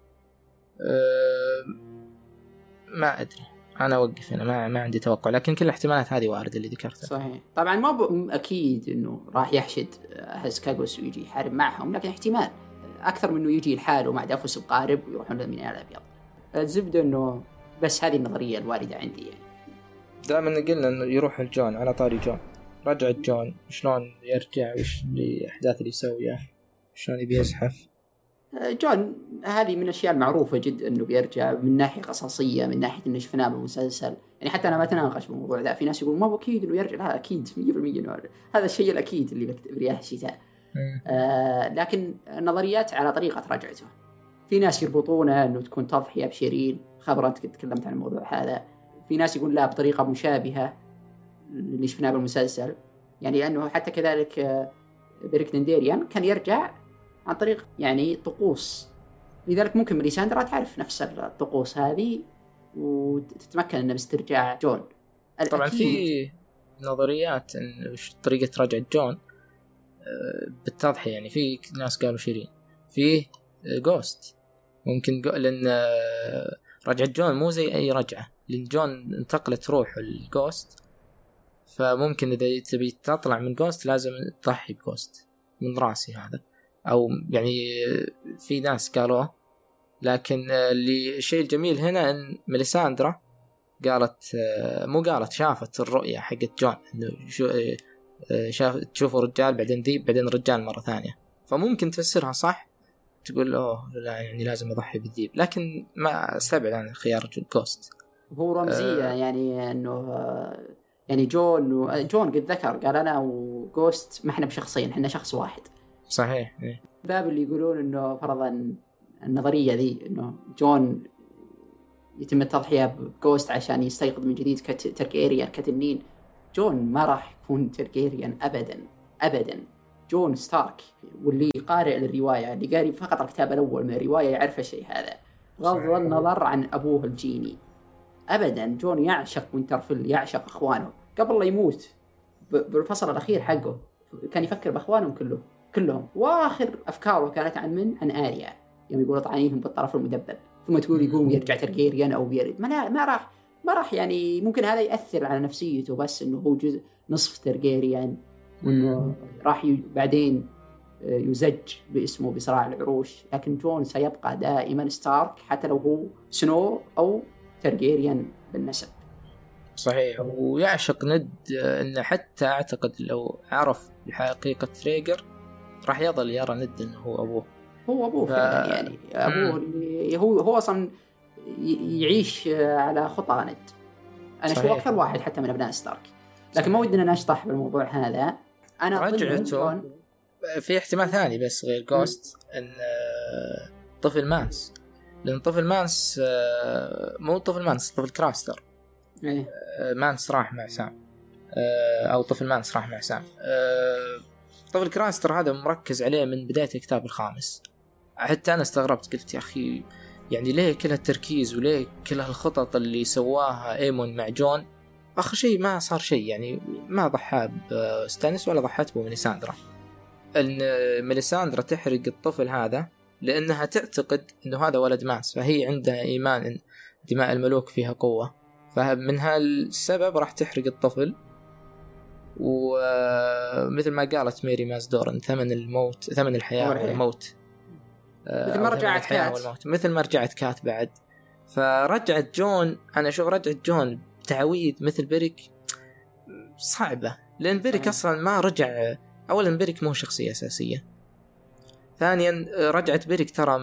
ما أدري أنا أوقف هنا ما ما عندي توقع لكن كل الاحتمالات هذه واردة اللي ذكرتها. صحيح. طبعا ما ب... أكيد إنه راح يحشد أهل سكاجوس ويجي يحارب معهم لكن احتمال أكثر منه يجي لحاله مع دافوس بقارب ويروحون للميناء الأبيض. الزبدة إنه بس هذه النظرية الواردة عندي يعني. دائما قلنا إنه يروح الجون على طاري جون. رجع جون شلون يرجع وش الأحداث اللي يسويها عشان يبي يزحف. جون هذه من الأشياء المعروفة جدا إنه بيرجع من ناحية قصصية، من ناحية إنه شفناه بالمسلسل. يعني حتى أنا ما تناقش بالموضوع ذا، في ناس يقول ما هو أكيد إنه يرجع، لا أكيد مية بالمية هذا الشيء الأكيد اللي برياح الشتاء. آه لكن النظريات على طريقة رجعته. في ناس يربطونه إنه تكون تضحية بشيرين، خبر أنت كنت تكلمت عن الموضوع هذا. في ناس يقول لا بطريقة مشابهة اللي شفناه بالمسلسل، يعني لأنه حتى كذلك بيريك دنديريان كان يرجع عن طريق يعني طقوس، لذلك ممكن ميليساندرا تعرف نفس الطقوس هذه وتتمكن إنه باسترجاع جون. طبعا في نظريات إن طريقة رجع جون بالتضحية، يعني في ناس قالوا شيرين، في جوست ممكن جو... لأن رجع جون مو زي أي رجعة، لأن جون انتقلت روح الجوست، فممكن إذا تبي تطلع من جوست لازم تضحي بجوست من راسي هذا، أو يعني في ناس قالوه. لكن اللي الشيء الجميل هنا إن ميليساندرا قالت، مو قالت، شافت الرؤية حقت جون إنه شو شاف تشوفوا رجال بعدين ذيب بعدين رجال مرة ثانية، فممكن تفسرها صح تقول أوه لا يعني لازم أضحي بالذيب، لكن ما استبعد عن خيار الجوست. هو رمزية أه يعني إنه يعني جون جون قد ذكر قال أنا وجوست ما إحنا بشخصين، إحنا شخص واحد. صحيح. باب اللي يقولون إنه فرضاً النظرية ذي إنه جون يتم التضحية بجوست عشان يستيقظ من جديد كتركيريان كتنين. جون ما راح يكون تركيريان أبداً أبداً. جون ستارك، واللي قارئ للرواية اللي قاري فقط الكتاب الأول من الرواية يعرف الشيء هذا، غض النظر عن أبوه الجيني. أبداً جون يعشق وينترفيل، يعشق أخوانه. قبل لا يموت بالفصل الأخير حقه كان يفكر بأخوانهم كله كلهم، وآخر أفكاره كانت عن من؟ عن آريا، يوم يقول طعنيهم بالطرف المدبب، ثم تقول يقوم يرجع تركيريان أو بيرد. ما ما راح ما راح يعني ممكن هذا يأثر على نفسيته، بس إنه هو جزء نصف تركيريان، وإنه راح ي... بعدين يزج باسمه بصراع العروش. لكن جون سيبقى دائما ستارك حتى لو هو سنو أو تركيريان بالنسب. صحيح. ويعشق ند إنه حتى أعتقد لو عرف بحقيقة ريجر راح يظل يرى ند إنه هو أبوه. هو أبوه ف... فعلا يعني أبوه اللي هو هو أصلا يعيش على خطى ند. أنا شو أكثر واحد حتى من أبناء ستارك، لكن ما ودنا نشطح بالموضوع هذا. أنا رجعته في احتمال ثاني بس غير جوست، إن طفل مانس، لأن طفل مانس مو طفل مانس، طفل كراستر. إيه؟ مانس راح مع سام، أو طفل مانس راح مع سام. طفل كراستر هذا مركز عليه من بداية الكتاب الخامس. حتى أنا استغربت، قلت يا أخي يعني ليه كل التركيز وليه كل الخطط اللي سواها إيمون مع جون، آخر شيء ما صار شيء، يعني ما ضحى بستانس ولا ضحت بميليساندرا. إن ميليساندرا تحرق الطفل هذا لأنها تعتقد إنه هذا ولد مانس، فهي عندها إيمان إن دماء الملوك فيها قوة، فمن هالسبب راح تحرق الطفل. ومثل ما قالت ميري مازدورن ثمن الموت ثمن الحياة والموت، مثل ما رجعت كات مثل ما رجعت كات بعد. فرجعت جون، أنا أشوف رجعت جون تعويض مثل بيريك صعبة، لأن بيريك أصلا ما رجع. أولا بيريك مو شخصية أساسية، ثانيا رجعت بيريك ترى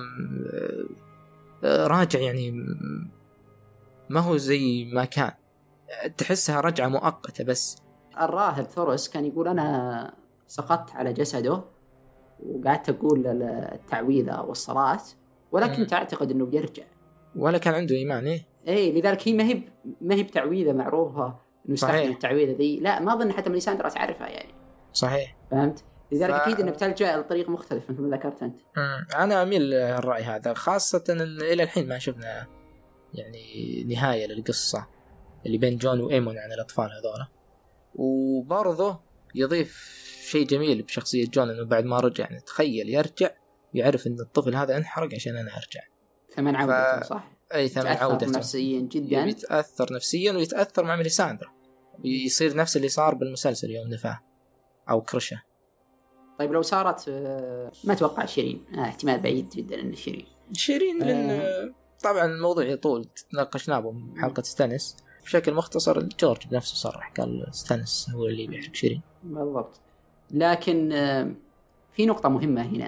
راجع يعني ما هو زي ما كان، تحسها رجعة مؤقتة. بس الراهب ثورس كان يقول أنا سقطت على جسده وقعدت أقول التعويذة والصلاة، ولكن م. تعتقد أنه بيرجع، ولا كان عنده إيمان. إيه إيه لذلك هي ما هي ما هي بتعويذة معروفة إنه يستخدم التعويذة ذي، لا ما أظن حتى ميليساندرا تعرفها يعني. صحيح، فهمت؟ لذلك ف... أكيد إنه بتلجأ لطريق مختلف مثل ما ذكرت أنت. م. أنا أميل الرأي هذا، خاصة إن إلى الحين ما شفنا يعني نهاية للقصة اللي بين جون وإيمون عن الأطفال هذولا. وبرضه يضيف شيء جميل بشخصية جون إنه بعد ما رجع يعني تخيل يرجع يعرف إن الطفل هذا انحرق عشان أنا أرجع. ثمن عودته ف... صح؟ أي ثمن عودته نفسيا جدا، يتأثر نفسيا ويتأثر مع ميليساندرا، ويصير نفس اللي صار بالمسلسل يوم نفاه أو كرشه. طيب لو صارت ما توقع شيرين، آه احتمال بعيد جدا إن شيرين شيرين آه. لأن طبعا الموضوع يطول، تناقشناه بحلقة ستانس بشكل مختصر. جورج بنفسه صرح قال ستانس هو اللي بيحرق شيرين بالضبط. لكن في نقطة مهمة هنا،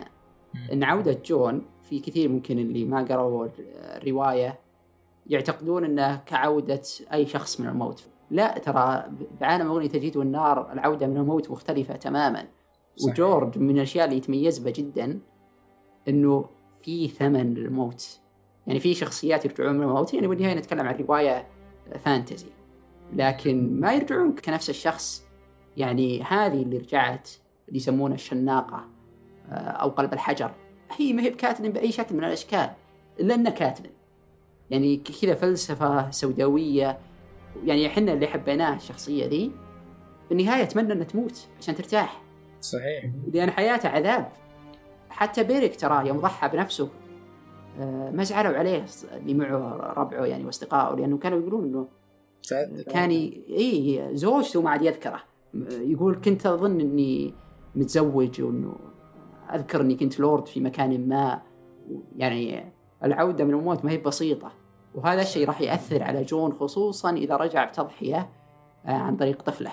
إن عودة جون في كثير ممكن اللي ما قرأوا الرواية يعتقدون أنه كعودة أي شخص من الموت. لا، ترى بعالم أغنية تجيد والنار العودة من الموت مختلفة تماما. صحيح. وجورج من الأشياء اللي يتميز بها جدا أنه في ثمن للموت. يعني في شخصيات يرجعون من الموت، يعني بالنهاية نتكلم عن رواية فانتزي، لكن ما يرجعون كنفس الشخص. يعني هذه اللي رجعت اللي يسمونها الشناقة أو قلب الحجر، هي ما هي بكاتلين بأي شكل من الأشكال إلا أنها كاتلين. يعني كذا فلسفة سوداوية. يعني إحنا اللي حبيناه الشخصية ذي بالنهاية أتمنى أنها تموت عشان ترتاح. صحيح. لأن حياته عذاب. حتى بيريك ترى يوم ضحى بنفسه ما زعلوا عليه اللي معه ربعه يعني واصدقائه، لأنه كانوا يقولون إنه كان إيه زوجته ما عاد يذكره. يقول كنت أظن إني متزوج، وإنه أذكر إني كنت لورد في مكان ما. يعني العودة من الموت ما هي بسيطة، وهذا الشيء راح يأثر على جون خصوصا إذا رجع بتضحية عن طريق طفله.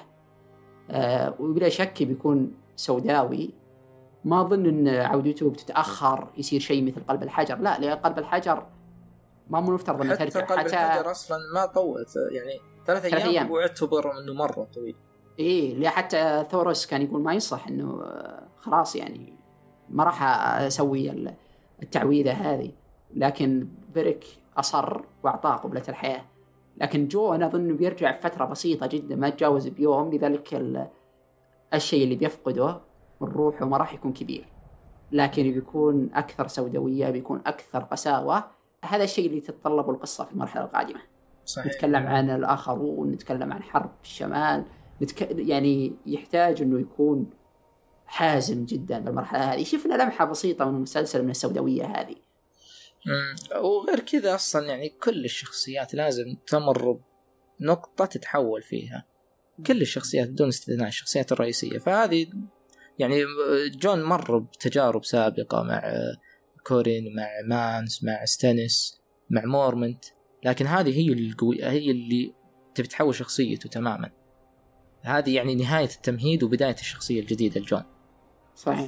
وبلا شك بيكون سوداوي. ما أظن أن عودته بتتأخر يصير شيء مثل قلب الحجر، لا، لأن قلب الحجر ما مو مفترض أن ترجع. حتى قلب الحجر أصلا ما طولت، يعني ثلاث أيام, أيام. واعتبر أنه مرة طويل. إيه، اللي حتى ثورس كان يقول ما يصح أنه خلاص يعني ما راح أسوي التعويذة هذه، لكن بيريك أصر وأعطاه قبلة الحياة. لكن جو أنا أظن بيرجع في فترة بسيطة جدا ما تجاوز بيوم، لذلك الشيء اللي بيفقده من روحه ما راح يكون كبير، لكن بيكون أكثر سوداوية، بيكون أكثر قساوة. هذا الشيء اللي تتطلبه القصة في المرحلة القادمة. صحيح. نتكلم عن الآخرون، نتكلم عن حرب الشمال، نتك... يعني يحتاج أنه يكون حازم جدا بالمرحلة هذه. شفنا لمحة بسيطة من مسلسل من السوداوية هذه. امم وغير كذا أصلا يعني كل الشخصيات لازم تمر بنقطة تتحول فيها، كل الشخصيات بدون استثناء الشخصيات الرئيسية. فهذه يعني جون مر بتجارب سابقة مع كورين، مع مانس، مع ستانيس، مع مورمنت، لكن هذه هي القوية، هي اللي تبي تحول شخصيته تماما. هذه يعني نهاية التمهيد وبداية الشخصية الجديدة لجون. صحيح. ف...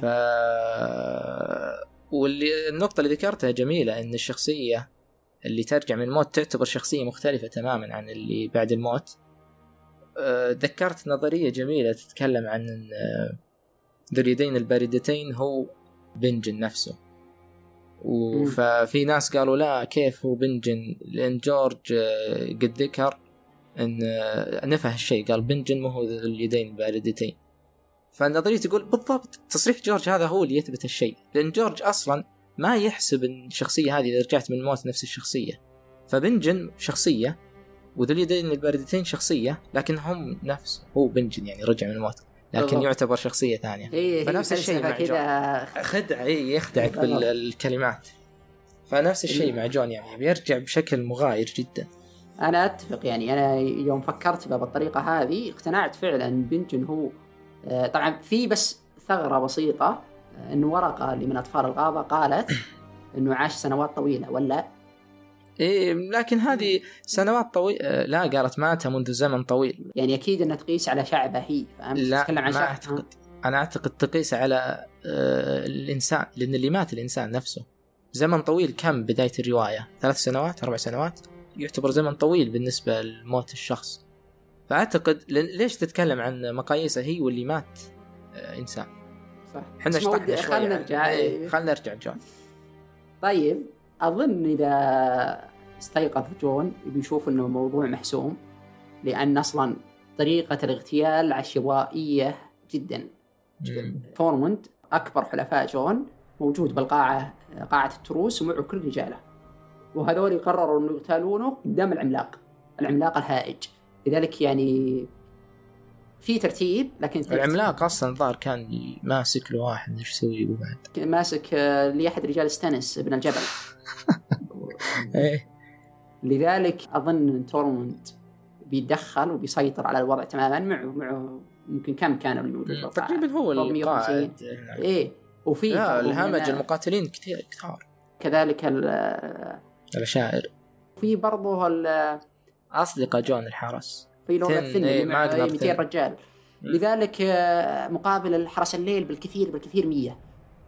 واللي النقطة اللي ذكرتها جميلة، إن الشخصية اللي ترجع من الموت تعتبر شخصية مختلفة تماما عن اللي بعد الموت. أه... ذكرت نظرية جميلة تتكلم عن ذو اليدين الباردتين هو بنجن نفسه. وفي ناس قالوا لا، كيف هو بنجن؟ لأن جورج قد ذكر أن نفه الشيء، قال بنجن ما هو ذو اليدين الباردتين. فالنظرية تقول بالضبط تصريح جورج هذا هو اللي يثبت الشيء، لأن جورج أصلا ما يحسب أن الشخصية هذه إذا رجعت من الموت نفس الشخصية. فبنجن شخصية وذو اليدين الباردتين شخصية، لكن هم نفس، هو بنجن يعني رجع من الموت لكن بالضبط. يعتبر شخصية ثانية. إيه، فنفس الشيء مع جون، خدع إيه يخدعك بالكلمات. فنفس الشيء مع جون، يعني بيرجع بشكل مغاير جدا. أنا أتفق، يعني أنا يوم فكرت بها بالطريقة هذه اقتنعت فعلا بنجن هو. طبعا في بس ثغرة بسيطة، إنه ورقة اللي من أطفال الغابة قالت إنه عاش سنوات طويلة ولا إيه، لكن هذه سنوات طويلة لا، قالت مات منذ زمن طويل. يعني أكيد أنها تقيس على شعبه هي، فهمت؟ لا، تتكلم عن ما أعتقد. أنا أعتقد تقيس على آه الإنسان، لأن اللي مات الإنسان نفسه. زمن طويل كم بداية الرواية؟ ثلاث سنوات أربع سنوات يعتبر زمن طويل بالنسبة لموت الشخص. فأعتقد ليش تتكلم عن مقاييسه هي واللي مات آه إنسان. صح. إحنا اشتحنا شوي. خلنا نرجع إيه. خلنا نرجع جون. طيب أظن إذا استيقظ جون بيشوف إنه موضوع محسوم، لأن أصلاً طريقة الاغتيال عشوائية جداً. تورموند أكبر حلفاء جون موجود بالقاعة، قاعة التروس، ومعه كل رجاله، وهذول قرروا إنه يقتلونه قدام العملاق العملاق الهائج. لذلك يعني في ترتيب، لكن العملاق أصلاً ظهر كان ماسك له واحد، إيش يسوي بعد؟ ماسك لأحد رجال ستانيس ابن الجبل. إيه. لذلك أظن تورموند بيدخل وبيسيطر على الوضع تماماً. معه معه ممكن كم كانوا الموجودين تقريباً هو القائد. إيه، وفي الهمج المقاتلين كثير كثار، كذلك الشاعر، في برضه أصدقاء جون الحرس، في لون الثني إيه مئتين رجال. لذلك مقابل الحرس الليل بالكثير بالكثير مية.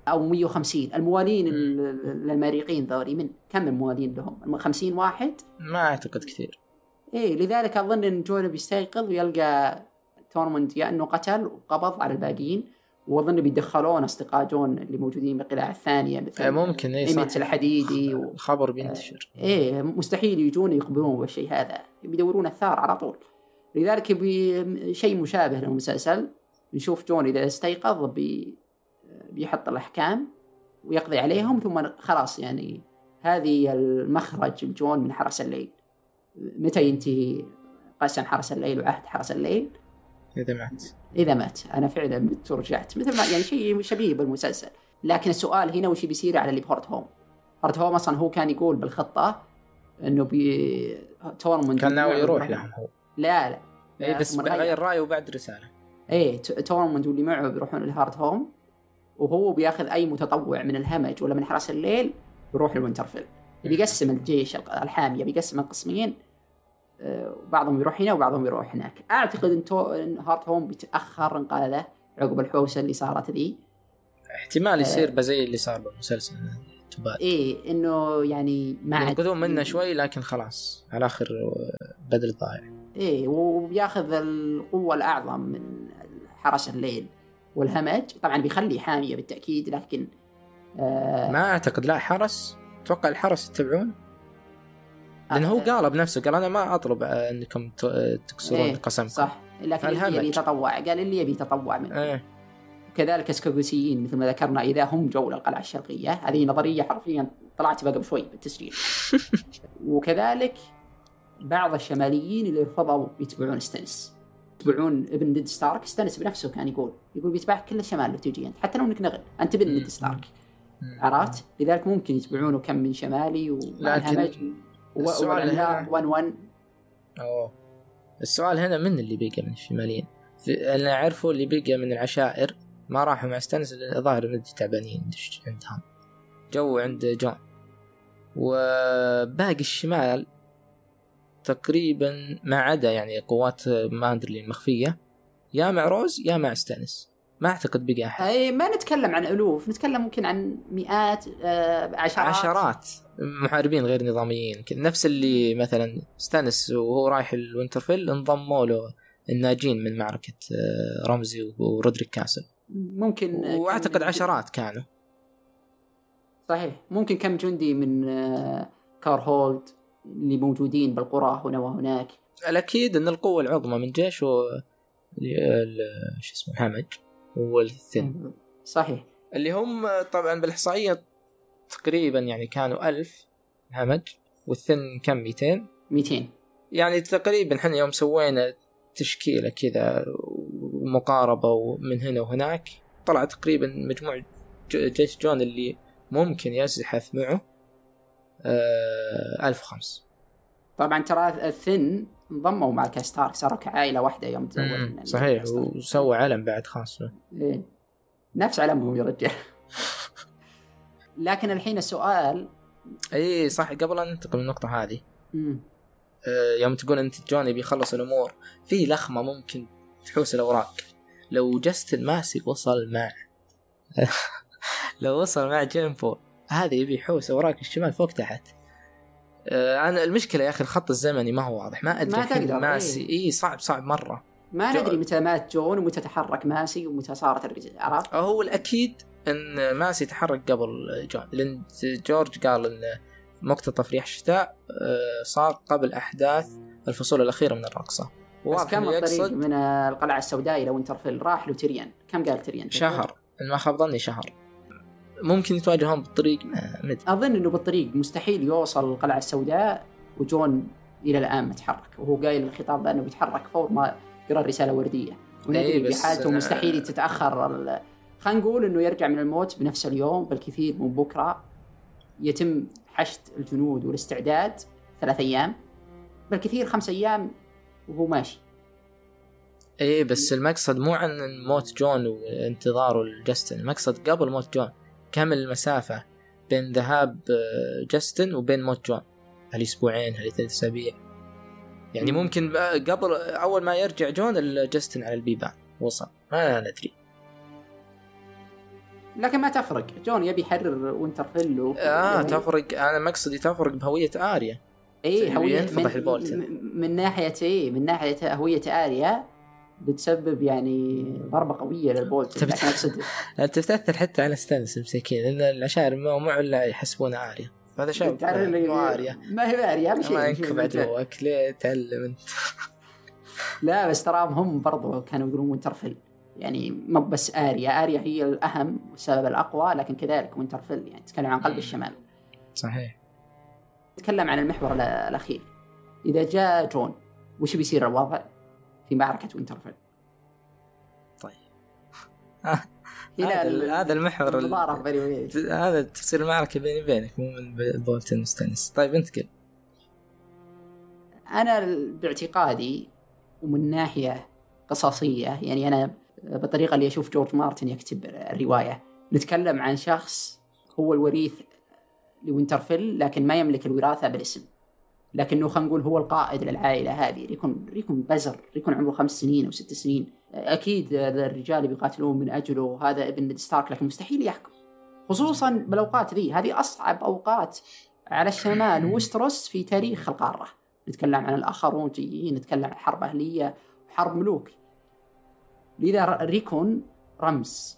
أو مية وخمسين الموالين المريقين ذولي من كم الموالين لهم؟ خمسين واحد؟ ما أعتقد كثير. إيه لذلك أظن إن جون بيستيقظ ويلقى تورموند يا إنه قتل وقبض على الباقيين، وأظن بيدخلون أصدقاء جون اللي موجودين بالقلاع الثانية مثل ممكن إيه إيميت الحديدي و... الخبر بينتشر. إيه مستحيل يجون يقبلون بالشيء هذا، بيدورون الثار على طول. لذلك بي... شيء مشابه للمسلسل، نشوف جون إذا استيقظ بي... بيحط الأحكام ويقضي عليهم، ثم خلاص يعني هذه المخرج الجون من حرس الليل. متى ينتهي قسم حرس الليل وعهد حرس الليل؟ إذا مات. إذا مات. أنا فعلا مت ورجعت مثل ما يعني شيء شبيه بالمسلسل. لكن السؤال هنا وش بيصير على اللي بهورت هوم؟ هورت هوم أصلا هو كان يقول بالخطة إنه بي تورموند كان ناوي يروح لهم هو. لا لا. إيه بس غير رأيه بعد رسالة. إيه تورموند واللي معه بيروحون لهارت هوم، وهو بياخذ أي متطوع من الهمج ولا من حرس الليل بيروح لوينترفيل. بيقسم الجيش الحامية بيقسم القسمين، بعضهم يروح هنا وبعضهم يروح هناك. أعتقد إن, تو... إن هارت هوم بيتأخر انقاذه عقب الحوسة اللي صارت ذي. احتمال يصير آه بزي اللي صار بالمسلسل تبالي. إيه إنه يعني ما ينقذون منه شوي لكن خلاص على آخر بدل ضايع. إيه وبياخذ القوة الأعظم من حرس الليل والهمج. طبعا بيخلي حامية بالتأكيد، لكن آه ما أعتقد لا حرس. توقع الحرس يتبعون، لأنه هو قال بنفسه قال أنا ما أطلب أنكم تكسرون إيه قسمكم. صح، لكن اللي يبي يتطوع قال اللي يبي يتطوع منه. إيه. كذلك السكوغوسيين مثل ما ذكرنا إذا هم جو للقلعة الشرقية، هذه نظرية حرفيا طلعت بقى بشوي بالتسجيل. وكذلك بعض الشماليين اللي رفضوا يتبعون ستانس، يتبعون ابن نيد ستارك. ستانس بنفسه كان يقول يقول بيتبعك كل الشمال لو تجي أنت، حتى لو إنك نغل أنت ابن نيد ستارك. عرفت؟ لذلك ممكن يتبعونه كم من شمالي والهمج. السؤال هنا وان وان. أوه. السؤال هنا من اللي بيقى من الشماليين؟ أنا أعرفه اللي بيقى من العشائر ما راحوا مع ستانس ظاهر ندي تعبانين عندهم جو عند جون. وباقي الشمال تقريبا ما عدا يعني قوات ما أدري المخفية يا مع روز يا مع ستانس. ما أعتقد بقى أحد. أي ما نتكلم عن ألوف، نتكلم ممكن عن مئات آه عشرات عشرات محاربين غير نظاميين، نفس اللي مثلا ستانس وهو رايح الوينترفيل انضموا له الناجين من معركة آه رمزي ورودريك كاسل. ممكن وأعتقد عشرات كانوا. صحيح ممكن كم جندي من آه كارهولد اللي موجودين بالقرى هنا وهناك. الأكيد أن القوة العظمى من جيش و شو اسمه همج والثن. صحيح اللي هم طبعا بالإحصائية تقريبا يعني كانوا ألف همج، والثن كم مئتين مئتين يعني تقريبا. حنا يوم سوينا تشكيلة كذا ومقاربة ومن هنا وهناك طلع تقريبا مجموع جيش جون اللي ممكن يزحف معه ألف وخمس. طبعا ترى الثن انضموا مع الكاستارك صاروا كعائلة واحدة يوم تزوج. صحيح وسوى علم بعد خاص له. إيه. نفس علمهم يا رجال. لكن الحين السؤال اي صح قبل ان ننتقل من النقطة هذه مم. آه يوم تقول انت جوني بيخلص الامور في لخمة ممكن تحوس الاوراق. لو جاستن ماسي وصل مع لو وصل مع جيمبو هذا يبي يحوس اوراق الشمال فوق تحت. آه أنا المشكلة يا أخي الخط الزمني ما هو واضح. ما أدري ما ماسي إيه. إيه صعب صعب مرة. ما ندري متى مات جون ومتى تحرك ماسي ومتى صارت الرجال. عرفت؟ هو الأكيد أن ماسي تحرك قبل جون، لأن جورج قال أن مقتطف رياح الشتاء صار قبل أحداث الفصول الأخيرة من الرقصة. بس كم الطريق من القلعة السوداء إلى وينترفيل راح له تيريان؟ كم قال تيريان؟ شهر ما خاب ظني شهر. ممكن يتواجهون بالطريق ما مدري. أظن إنه بالطريق مستحيل يوصل القلعة السوداء وجون إلى الآن متحرك، وهو قايل الخطاب ده إنه بيتحرك فور ما قرأ رسالة وردية. وندري إيه بحالته مستحيل تتأخر. خلينا نقول إنه يرجع من الموت بنفس اليوم بالكثير من بكرة. يتم حشد الجنود والاستعداد ثلاث أيام بالكثير خمس أيام وهو ماشي. إيه بس المقصد مو عن موت جون وانتظاره لجاستن، المقصد قبل موت جون كم المسافة بين ذهاب جاستن وبين موت جون؟ هل أسبوعين هل ثلاث أسابيع؟ يعني ممكن قبل أول ما يرجع جون جاستن على البيبان وصل ما ندري. لكن ما تفرق، جون يبي يحرر وينترفيل و... اه يعني... تفرق، انا مقصدي تفرق بهويه آريا. ايه هويه من... من... من ناحيه ايه من ناحيه هويه آريا بتسبب يعني ضربه قويه للبولتن. لكن اقصد انت تتاثر حتى على ستانس مسكين، لان العشائر ما مو الا يحسبون آريا، هذا شيء مو آريا، ما هي آريا ما ينكب عدوك ليه تعلم انت. لا بس تراهم هم برضو كانوا يقولون وينترفيل، يعني ما بس آريا، آريا هي الأهم والسبب الأقوى، لكن كذلك وينترفيل يعني تتكلم عن قلب الشمال. صحيح. نتكلم عن المحور الأخير، إذا جاء جون وش بيصير الوضع في معركة وينترفيل؟ طيب هذا هذا المحور المضارب بيني هذا تصير المعركة بيني وبينك مو من بولتن وستانس. طيب انتقل. أنا باعتقادي ومن ناحية قصصية، يعني أنا بالطريقة اللي أشوف جورج مارتن يكتب الرواية، نتكلم عن شخص هو الوريث لوينترفيل لكن ما يملك الوراثة بالاسم، لكنه خلينا نقول هو القائد للعائلة هذه. ريكون ريكون بزر، ريكون عمره خمس سنين أو ست سنين. أكيد الرجال بيقاتلون من أجله، هذا ابن نيد ستارك، لكن مستحيل يحكم، خصوصا بالأوقات ذي. هذه أصعب أوقات على الشمال وستروس في تاريخ القارة. نتكلم عن الآخرون جيين، نتكلم عن حرب أهلية وحرب ملوك. لذا ريكون رمز،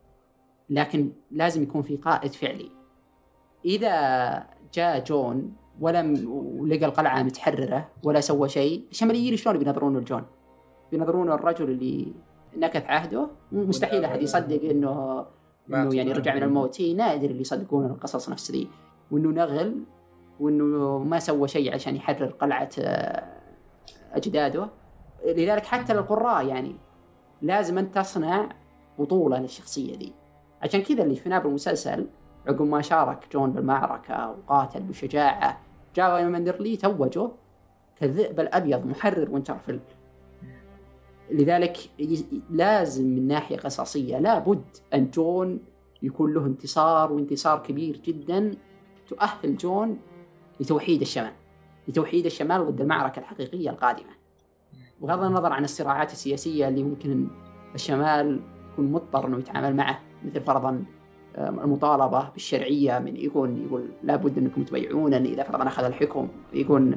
لكن لازم يكون في قائد فعلي. إذا جاء جون ولم ولقى القلعة متحررة ولا سوى شيء، الشماليين شلون بينظرونه لجون؟ بينظرونه الرجل اللي نكث عهده. مستحيل أحد يصدق إنه إنه يعني رجع من الموت. نادر اللي يصدقون القصص نفس ذي، وإنه نغل، وإنه ما سوى شيء عشان يحرر قلعة أجداده. لذلك حتى للقراء يعني لازم أن تصنع بطولة للشخصية دي. عشان كذا اللي شفناه بالمسلسل عقب ما شارك جون بالمعركة وقاتل بشجاعة، جاء ماندرلي توجه كالذئب الأبيض محرر وينترفيل. لذلك لازم من ناحية قصصية لابد أن جون يكون له انتصار، وانتصار كبير جدا تؤهل جون لتوحيد الشمال لتوحيد الشمال ضد المعركة الحقيقية القادمة. وغض النظر عن الصراعات السياسية اللي ممكن الشمال يكون مضطر أنه يتعامل معه، مثل فرضا المطالبة بالشرعية من يكون يقول لابد أنكم تبيعونني إذا فرضا أخذ الحكم، يكون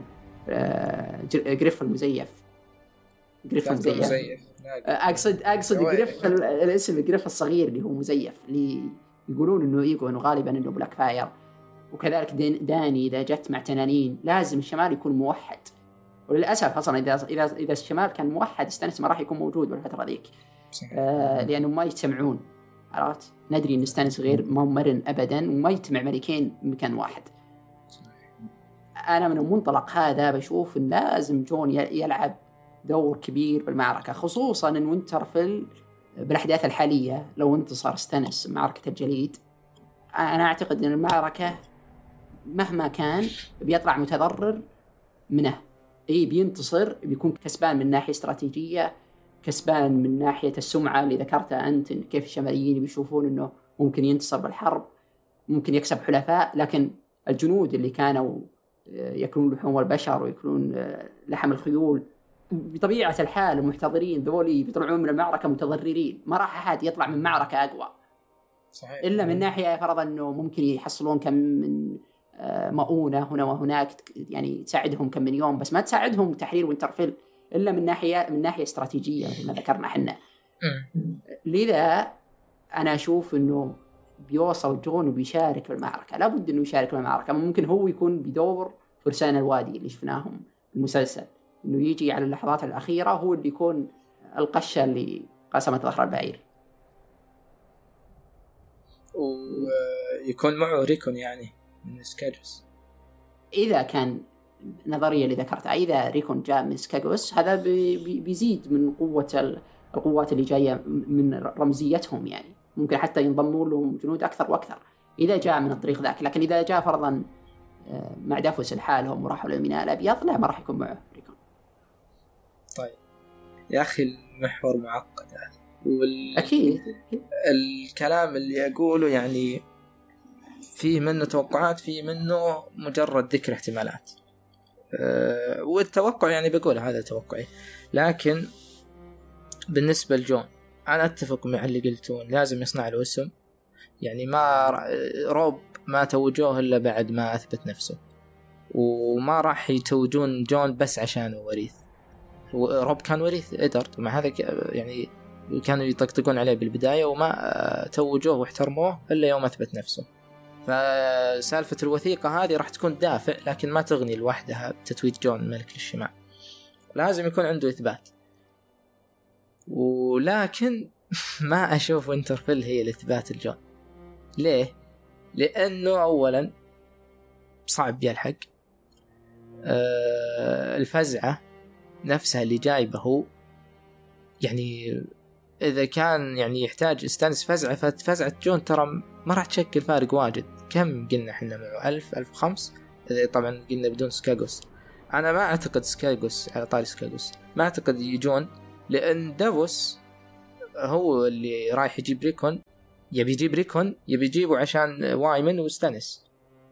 جريف المزيف جريف المزيف أقصد أقصد جريف الاسم جريف الصغير اللي هو مزيف، اللي يقولون إنه يكون غالبا إنه بلاك فاير. وكذلك داني إذا جت مع تنانين لازم الشمال يكون موحد. وللأسف أصلا إذا إذا إذا الشمال كان موحد ستانس ما راح يكون موجود بالفترة ذيك، آه لأنه ما يجتمعون. عرفت؟ ندري إن ستانس غير ما مرن أبدا وما يجتمع ملكين بمكان واحد. أنا من المنطلق هذا بشوف إن لازم جون يلعب دور كبير بالمعركة، خصوصا إن وينترفيل بالأحداث الحالية لو انتصر ستانس معركة الجليد، أنا أعتقد إن المعركة مهما كان بيطلع متضرر منه. إيه بينتصر، بيكون كسبان من ناحية استراتيجية، كسبان من ناحية السمعة اللي ذكرتها أنت، كيف الشماليين بيشوفون إنه ممكن ينتصر بالحرب، ممكن يكسب حلفاء. لكن الجنود اللي كانوا يأكلون لحوم البشر ويأكلون لحم الخيول بطبيعة الحال المحتضرين ذولي بيطلعون من المعركة متضررين، ما راح أحد يطلع من معركة أقوى. صحيح. إلا من ناحية فرض أنه ممكن يحصلون كم من مؤونة هنا وهناك يعني تساعدهم كم من يوم، بس ما تساعدهم تحرير وينترفيل إلا من ناحية من ناحية استراتيجية مثل ما ذكرنا حنا. لذا أنا أشوف إنه بيوصل جون وبيشارك بالمعركة، لابد إنه يشارك بالمعركة. ممكن هو يكون بدور فرسان الوادي اللي شفناهم المسلسل، إنه يجي على اللحظات الأخيرة هو اللي يكون القشة اللي قسمت ظهر البعير، ويكون معه ريكون يعني من سكاجوس. إذا كان نظرية اللي ذكرتها، إذا ريكون جاء من سكاجوس هذا بي بيزيد من قوة القوات اللي جاية من رمزيتهم، يعني ممكن حتى ينضموا لهم جنود أكثر وأكثر إذا جاء من الطريق ذاك. لكن إذا جاء فرضا مع دافوس لحالهم وراحوا للميناء الأبيض لا، ما راح يكون معه ريكون. طيب يا أخي المحور معقد هذا، وال... أكيد الكلام اللي أقوله يعني فيه منه توقعات، فيه منه مجرد ذكر احتمالات، أه والتوقع يعني بقول هذا توقعي. لكن بالنسبة لجون أنا أتفق مع اللي قلتون، لازم يصنع له اسم، يعني ما روب ما توجوه إلا بعد ما أثبت نفسه، وما راح يتوجون جون بس عشانه وريث. روب كان وريث إدارد، ومع هذا يعني كانوا يطقطقون عليه بالبداية وما توجوه واحترموه إلا يوم أثبت نفسه. فسالفة الوثيقة هذه راح تكون دافع، لكن ما تغني لوحدها بتتويج جون ملك للشمال، لازم يكون عنده إثبات. ولكن ما أشوف وينترفيل هي الإثبات الجون. ليه؟ لأنه أولا صعب بيلحق، أه الفزعة نفسها اللي جايبه هو، يعني إذا كان يعني يحتاج استانس فزعة، ففزعة جون ترى ما راح تشكل فارق واجد. كم قلنا إحنا معه؟ ألف ألف وخمس، إذا طبعا قلنا بدون سكاغوس. أنا ما أعتقد سكاغوس، على طاري سكاغوس ما أعتقد يجون، لأن دافوس هو اللي رايح يجيب ريكون، يبي يجيب ريكون يبي يجيبه عشان وايمن وستانس.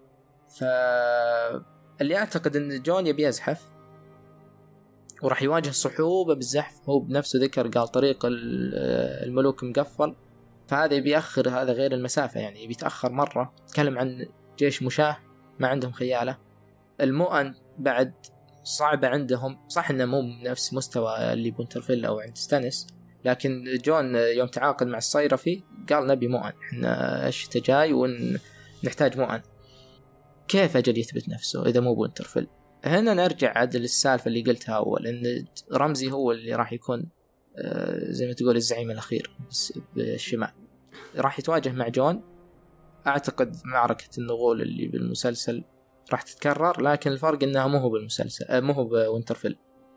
فاللي أعتقد أن جون يبي يزحف وراح يواجه صعوبة بالزحف. هو بنفسه ذكر قال طريق الملوك مقفل، فهذا بيأخر، هذا غير المسافة يعني بيتأخر مرة. تكلم عن جيش مشاه ما عندهم خيالة. المؤن بعد صعبة عندهم، صح إنه مو نفس مستوى اللي بونترفيل أو عند ستانس، لكن جون يوم تعاقد مع الصيرفي قال نبي مؤن، إحنا الشتاء جاي ونحتاج مؤن. كيف أجل يثبت نفسه إذا مو بونترفيل؟ هنا نرجع عاد للسالفة اللي قلتها أول، إن رمزي هو اللي راح يكون زي ما تقول الزعيم الأخير بالشمال، راح يتواجه مع جون. أعتقد معركة النغول اللي بالمسلسل راح تتكرر، لكن الفرق إنها مو هو بالمسلسل، مو هو بوينترفيل.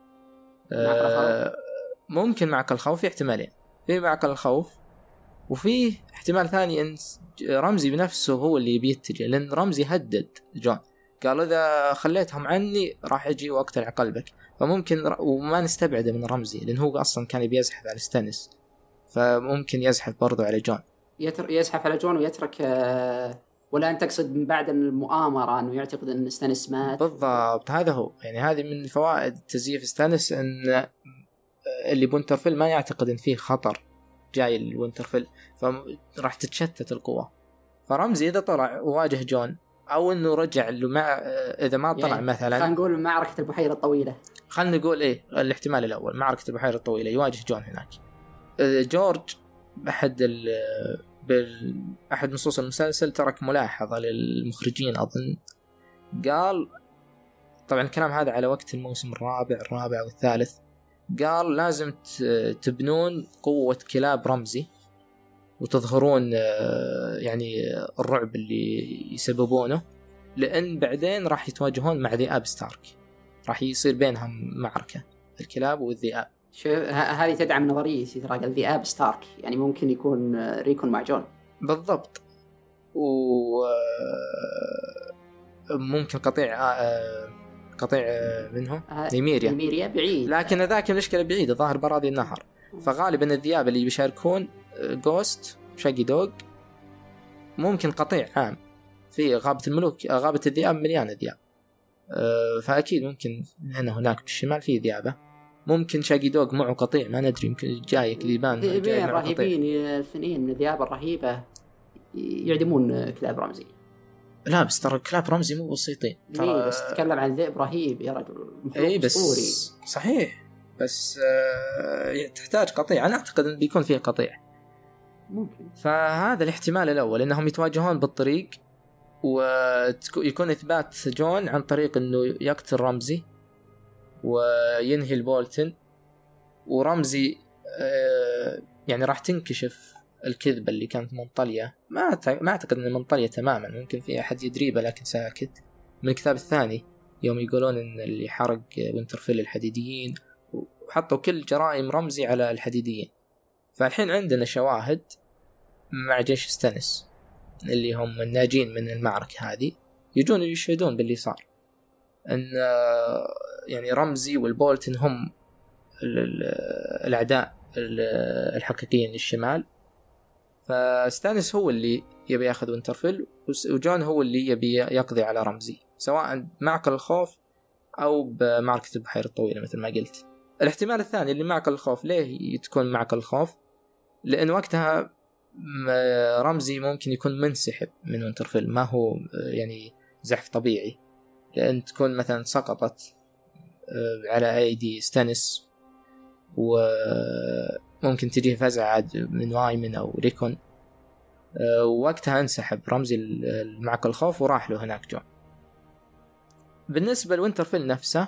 ممكن معك الخوف، في احتمالين، في معك الخوف وفي احتمال ثاني إن رمزي بنفسه هو اللي بيتجه، لأن رمزي هدد جون قال إذا خليتهم عني راح أجي وأقتلع قلبك. فممكن، وما نستبعده من رمزي لأن هو أصلا كان بيزحف على ستانس، فممكن يزحف برضو على جون، يزحف على جون ويترك. ولا أنت تقصد من بعد المؤامرة أنه يعتقد أن ستانس مات؟ بالضبط، هذا هو. يعني هذه من فوائد تزييف ستانس، أن اللي بونترفيل ما يعتقد أن فيه خطر جاي لوينترفيل، فراح تتشتت القوة. فرمزي إذا طلع وواجه جون، أو إنه رجع له مع، إذا ما طلع يعني مثلا خلينا نقول معركة البحيرة الطويلة، خلينا نقول إيه الاحتمال الأول معركة البحيرة الطويلة يواجه جون هناك. جورج بأحد ال بأحد نصوص المسلسل ترك ملاحظة للمخرجين أظن، قال طبعا الكلام هذا على وقت الموسم الرابع الرابع والثالث، قال لازم تبنون قوة كلاب رمزي وتظهرون يعني الرعب اللي يسببونه، لأن بعدين راح يتواجهون مع ذئاب ستارك، راح يصير بينهم معركة الكلاب والذئاب. هذه تدعم نظرية ترى الذئاب ستارك، يعني ممكن يكون ريكون مع جون. بالضبط، وممكن قطيع قطيع منهم نيميريا. نيميريا بعيد، لكن ذاك المشكلة بعيدة، ظاهر براضي النهر، فغالبا الذئاب اللي بيشاركون جوست شاقي دوغ، ممكن قطيع عام في غابة الملوك. غابة الذئاب مليانة ذئاب، فأكيد ممكن هنا هناك بالشمال في ذئابة. ممكن شاقي دوغ معه قطيع ما ندري، يمكن جاي كليبان ذئبين رهيبين اثنين من الذئاب الرهيبة يعدمون كلاب رمزي. لا بس ترى كلاب رمزي مو بسيطين ترى، بس تتكلم عن ذئب رهيب يا رجل. اي بس أسطوري. صحيح، بس آه تحتاج قطيع. أنا أعتقد أن بيكون فيه قطيع ممكن. فهذا الاحتمال الأول، إنهم يتواجهون بالطريق ويكون إثبات جون عن طريق إنه يقتل رمزي وينهي البولتن، ورمزي آه يعني راح تنكشف الكذبة اللي كانت منطلية. ما ما أعتقد أن منطلية تماما، ممكن في أحد يدريبه لكن ساكت. من الكتاب الثاني يوم يقولون إن اللي حرق وينترفيل الحديديين، وحطوا كل جرائم رمزي على الحديديين. فالحين عندنا شواهد مع جيش ستانس اللي هم الناجين من المعركة هذه، يجون يشهدون باللي صار، أن يعني رمزي والبولتن هم الأعداء الحقيقيين للشمال. فستانس هو اللي يبي ياخذ وينترفيل، وجون هو اللي يبي يقضي على رمزي، سواء معقل الخوف أو بمعركة البحيرة الطويلة مثل ما قلت. الاحتمال الثاني اللي معقل الخوف، ليه تكون معقل الخوف؟ لأن وقتها رمزي ممكن يكون منسحب من وينترفيل، ما هو يعني زحف طبيعي، لأن تكون مثلا سقطت على أيدي ستانيس وممكن تجيه فزع من وايمن أو ريكون، ووقتها انسحب رمزي معك الخوف وراح له هناك جون. بالنسبة لوينترفيل نفسه،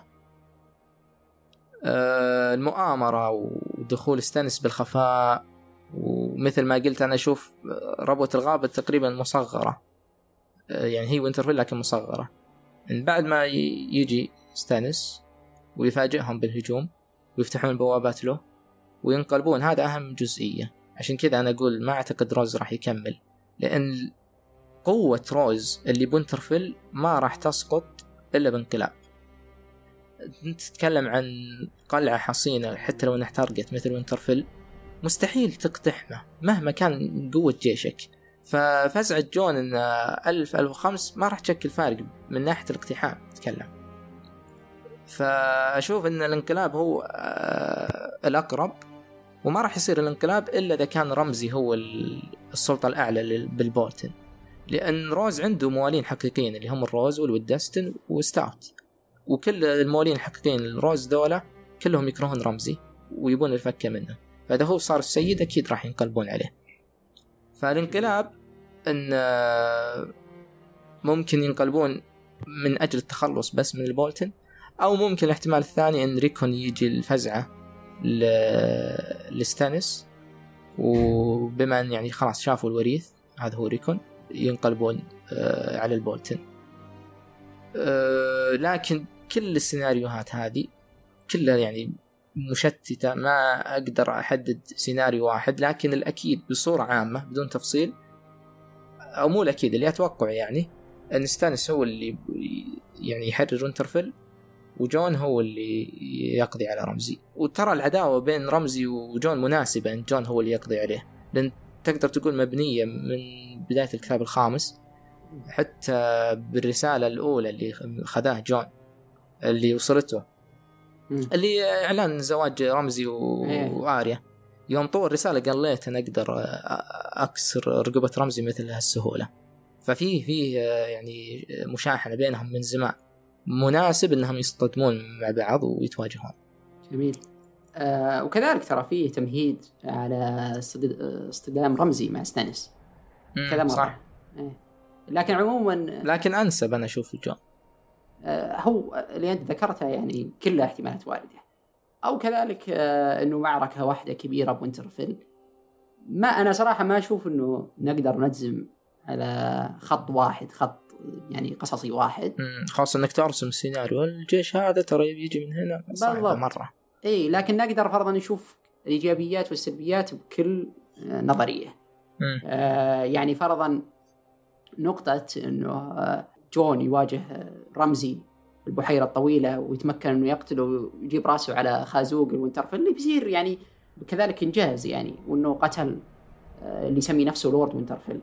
المؤامرة ودخول ستانيس بالخفاء، ومثل ما قلت أنا أشوف ربوة الغابة تقريبا مصغرة، يعني هي وينترفيل لكن مصغرة. بعد ما يجي ستانيس ويفاجئهم بالهجوم ويفتحون البوابات له وينقلبون، هذا أهم جزئية. عشان كذا أنا أقول ما أعتقد روز راح يكمل، لأن قوة روز اللي بوينترفيل ما راح تسقط إلا بانقلاب. تتكلم عن قلعة حصينة حتى لو احترقت مثل وينترفيل مستحيل تقتحمه مهما كان قوة جيشك. ففزعة جون إن ألف ألف وخمس ما راح تشكل فارق من ناحية الاقتحام تتكلم. فأشوف إن الانقلاب هو الأقرب، وما راح يصير الانقلاب إلا إذا كان رمزي هو السلطة الأعلى بالبولتن، لأن روز عنده موالين حقيقيين اللي هم الروز والودستن وستاوت، وكل الموالين الحقيقيين الروز دولة كلهم يكرهون رمزي ويبون الفكة منه. فإذا هو صار السيد أكيد راح ينقلبون عليه. فالانقلاب إن ممكن ينقلبون من أجل التخلص بس من البولتن، أو ممكن الاحتمال الثاني إن ريكون يجي الفزعة لستانيس، وبما أن يعني خلاص شافوا الوريث هذا هو ريكون ينقلبون على البولتن. لكن كل السيناريوهات هذه كلها يعني مشتتة، ما أقدر أحدد سيناريو واحد. لكن الأكيد بصورة عامة بدون تفصيل، أو مو الأكيد اللي أتوقع يعني أن ستانيس هو اللي يعني يحرر وينترفيل، وجون هو اللي يقضي على رمزي. وترى العداوة بين رمزي وجون مناسبة أن جون هو اللي يقضي عليه، لأن تقدر تقول مبنية من بداية الكتاب الخامس، حتى بالرسالة الأولى اللي خذاه جون اللي وصلته م. اللي إعلان زواج رمزي وآريا، يوم طور رسالة قال ليت أنا أقدر أكسر رقبة رمزي مثل هالسهولة. ففيه فيه يعني مشاحنة بينهم من زمان، مناسب أنهم يصطدمون مع بعض ويتواجهون. جميل. آه وكذلك ترى فيه تمهيد على اصطدام رمزي مع ستانيس كذا مرة. صح. إيه. لكن عموما لكن أنسب أنا أشوف الجون آه هو اللي أنت ذكرتها يعني كلها احتمالات واردة، أو كذلك آه إنه معركة واحدة كبيرة بوينترفيل. ما أنا صراحة ما أشوف إنه نقدر نجزم على خط واحد، خط يعني قصصي واحد، خاصة إنك ترسم سيناريو الجيش هذا ترى يجي من هنا صعبة مرة. إيه لكن نقدر فرضا نشوف الإيجابيات والسلبيات بكل آه نظرية. آه يعني فرضا نقطة إنه جون يواجه رمزي البحيرة الطويلة ويتمكن إنه يقتله ويجيب رأسه على خازوق الوينترفيل، اللي بيصير يعني كذلك إنجاز يعني، وإنه قتل اللي يسمي نفسه لورد وينترفيل.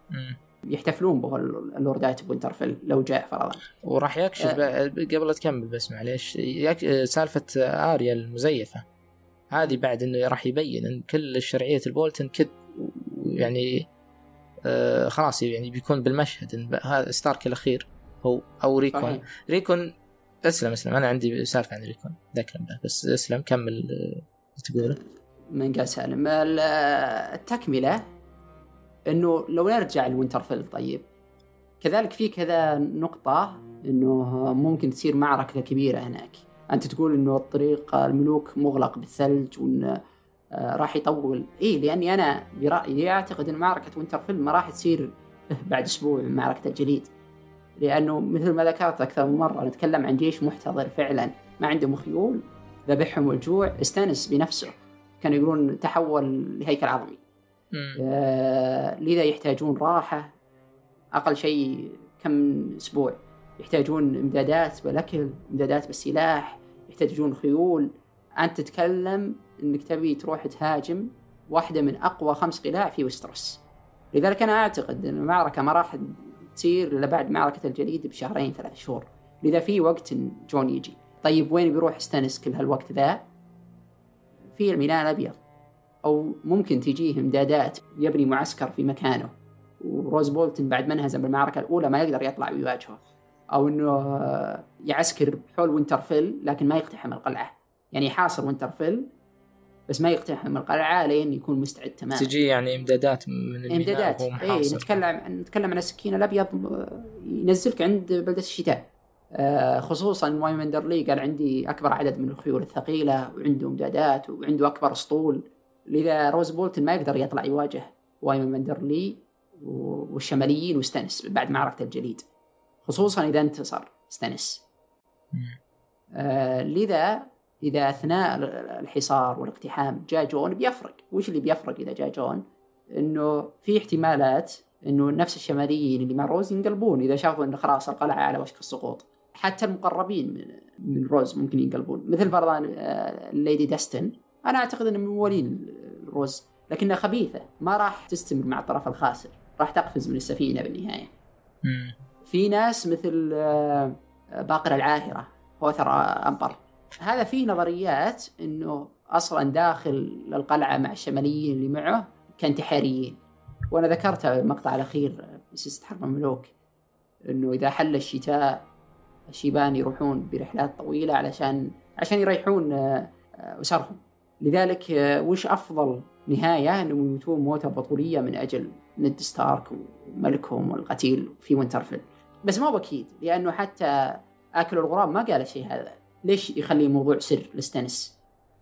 يحتفلون به اللوردات بوينترفيل لو جاء فرضا. وراح يكشف أه قبل تكمل بس معليش يك... سالفة آريا المزيفة هذه بعد إنه راح يبين إن كل الشرعية البولتن كد يعني آه خلاص يعني بيكون بالمشهد هذا ستارك الأخير هو أو ريكون. صحيح. ريكون أسلم أسلم أنا عندي سالفة عن ريكون ذكر بس أسلم كمل تقوله. من قال سالم التكملة إنه لو نرجع لوينترفيل. طيب كذلك في كذا نقطة إنه ممكن تصير معركة كبيرة هناك. أنت تقول إنه الطريق الملوك مغلق بالثلج وإن راح يطول. إيه لأني أنا برأيي أعتقد إن معركة وينترفيل ما راح تصير بعد أسبوع من معركة الجليد، لأنه مثل ما ذكرت أكثر من مرة نتكلم عن جيش محتضر فعلا ما عنده مخيول ذبحهم الجوع. استانس بنفسه كانوا يقولون تحول لهيكل عظمي. آه لذا يحتاجون راحة أقل شيء كم أسبوع، يحتاجون إمدادات بالأكل، إمدادات بالسلاح، يحتاجون خيول. أنت تتكلم إنك تبي تروح تهاجم واحدة من أقوى خمس قلاع في وستروس. لذلك أنا أعتقد أن المعركة ما راح تصير إلا بعد معركة الجليد بشهرين ثلاث شهور، لذا في وقت جون يجي. طيب وين بيروح ستانس كل هالوقت ذا؟ في الميلان الأبيض أو ممكن تجيه إمدادات يبني معسكر في مكانه، وروز بولتن بعد ما انهزم بالمعركة الأولى ما يقدر يطلع ويواجهه، أو إنه يعسكر حول وينترفيل لكن ما يقتحم القلعة، يعني يحاصر وينترفيل بس ما يقتحم القلعة لين يكون مستعد تماما. تجي يعني إمدادات من إمدادات. إيه نتكلم نتكلم عن السكين الأبيض ينزلك عند بلدة الشتاء. آه خصوصا وايمندر لي قال عندي أكبر عدد من الخيول الثقيلة وعنده إمدادات وعنده أكبر أسطول، لذا روز بولتن ما يقدر يطلع يواجه وايمندر لي والشماليين وستانس بعد معركة الجليد، خصوصا إذا انتصر ستانس. آه لذا إذا أثناء الحصار والاقتحام جاء جون بيفرق. وش اللي بيفرق إذا جاء جون؟ إنه في احتمالات إنه نفس الشماليين اللي مع روز ينقلبون إذا شافوا إنه خلاص القلعة على وشك السقوط. حتى المقربين من, من روز ممكن ينقلبون، مثل فرضان الليدي داستن. أنا أعتقد أنه من موالين روز لكنها خبيثة، ما راح تستمر مع الطرف الخاسر، راح تقفز من السفينة بالنهاية. مم. في ناس مثل باقر العاهرة هوثر أمبر، هذا فيه نظريات إنه أصلا داخل القلعة مع الشماليين اللي معه كانتحاريين، وأنا ذكرتها في المقطع الأخير بسلسلة حرب الملوك إنه إذا حل الشتاء الشيبان يروحون برحلات طويلة علشان عشان يريحون أسرهم. لذلك وش أفضل نهاية إنهم يموتون موتة بطولية من أجل نيد ستارك وملكهم والقتيل في وينترفيل. بس ما بأكيد، لأنه حتى آكل الغراب ما قال شيء هذا. ليش يخلي موضوع سر لستانس؟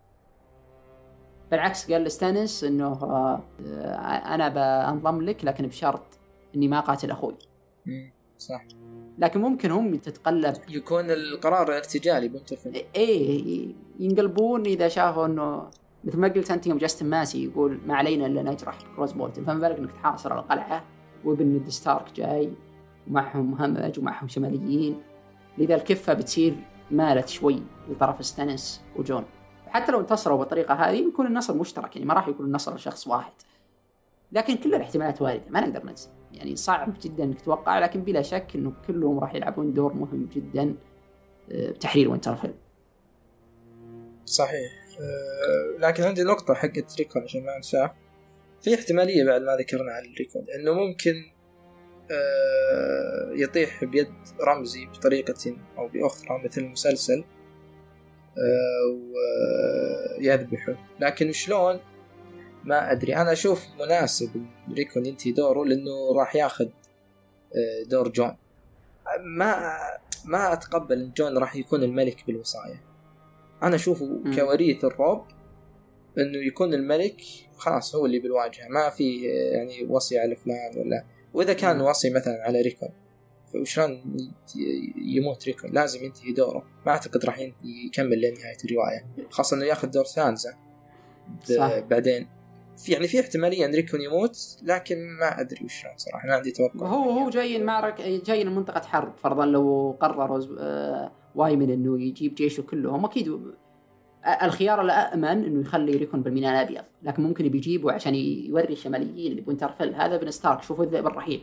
بالعكس قال لستانس إنه أنا بأنضم لك لكن بشرط إني ما قاتل أخوي. صح. لكن ممكن هم تتقلب، يكون القرار ارتجالي بنتفل. إيه ينقلبون إذا شافوا إنه مثل ما قلت أنت يوم جاستن ماسي يقول ما علينا إلا نجرح روز بولتن، فما بالك إنك تحاصر على القلعة وابن نيد ستارك جاي ومعهم همج ومعهم شماليين. لذا الكفة بتصير مالت شوي لطرف ستانس وجون. حتى لو انتصروا بالطريقة هذه يكون النصر مشترك، يعني ما راح يكون النصر لشخص واحد، لكن كل الاحتمالات واردة ما نقدر ننسى. يعني صعب جدا انك تتوقع، لكن بلا شك انه كلهم راح يلعبون دور مهم جدا بتحرير وينترفيل. صحيح. أه لكن عندي نقطة حقت ريكون عشان ما انساه. في احتمالية بعد ما ذكرنا عن ريكون انه ممكن أه يطيح بيد رمزي بطريقة او باخرى مثل المسلسل أه ويذبحه، لكن شلون ما أدري. أنا أشوف مناسب ريكون ينتهي دوره لأنه راح ياخذ دور جون. ما ما أتقبل إن جون راح يكون الملك بالوصاية. أنا أشوفه كوريث الرب إنه يكون الملك خلاص هو اللي بالواجهة، ما في يعني وصي على فلان ولا. وإذا كان وصي مثلا على ريكون فوشلون يموت ريكون؟ لازم ينتهي دوره. ما أعتقد راح يكمل لنهاية الرواية، خاصة إنه ياخذ دور ثانزة بعدين. في يعني في احتمالية أن ريكون يموت، لكن ما أدري وش صراحة. ما عندي توقع. هو هو جاي المعركة، جاي لمنطقة حرب. فرضا لو قرر آه وايمن إنه يجيب جيشه كلهم، أكيد الخيار الأأمن إنه يخلي ريكون بالميناء الأبيض، لكن ممكن بيجيبه عشان يوري الشماليين اللي بوينترفيل هذا بن ستارك، شوفوا الذئب الرهيب.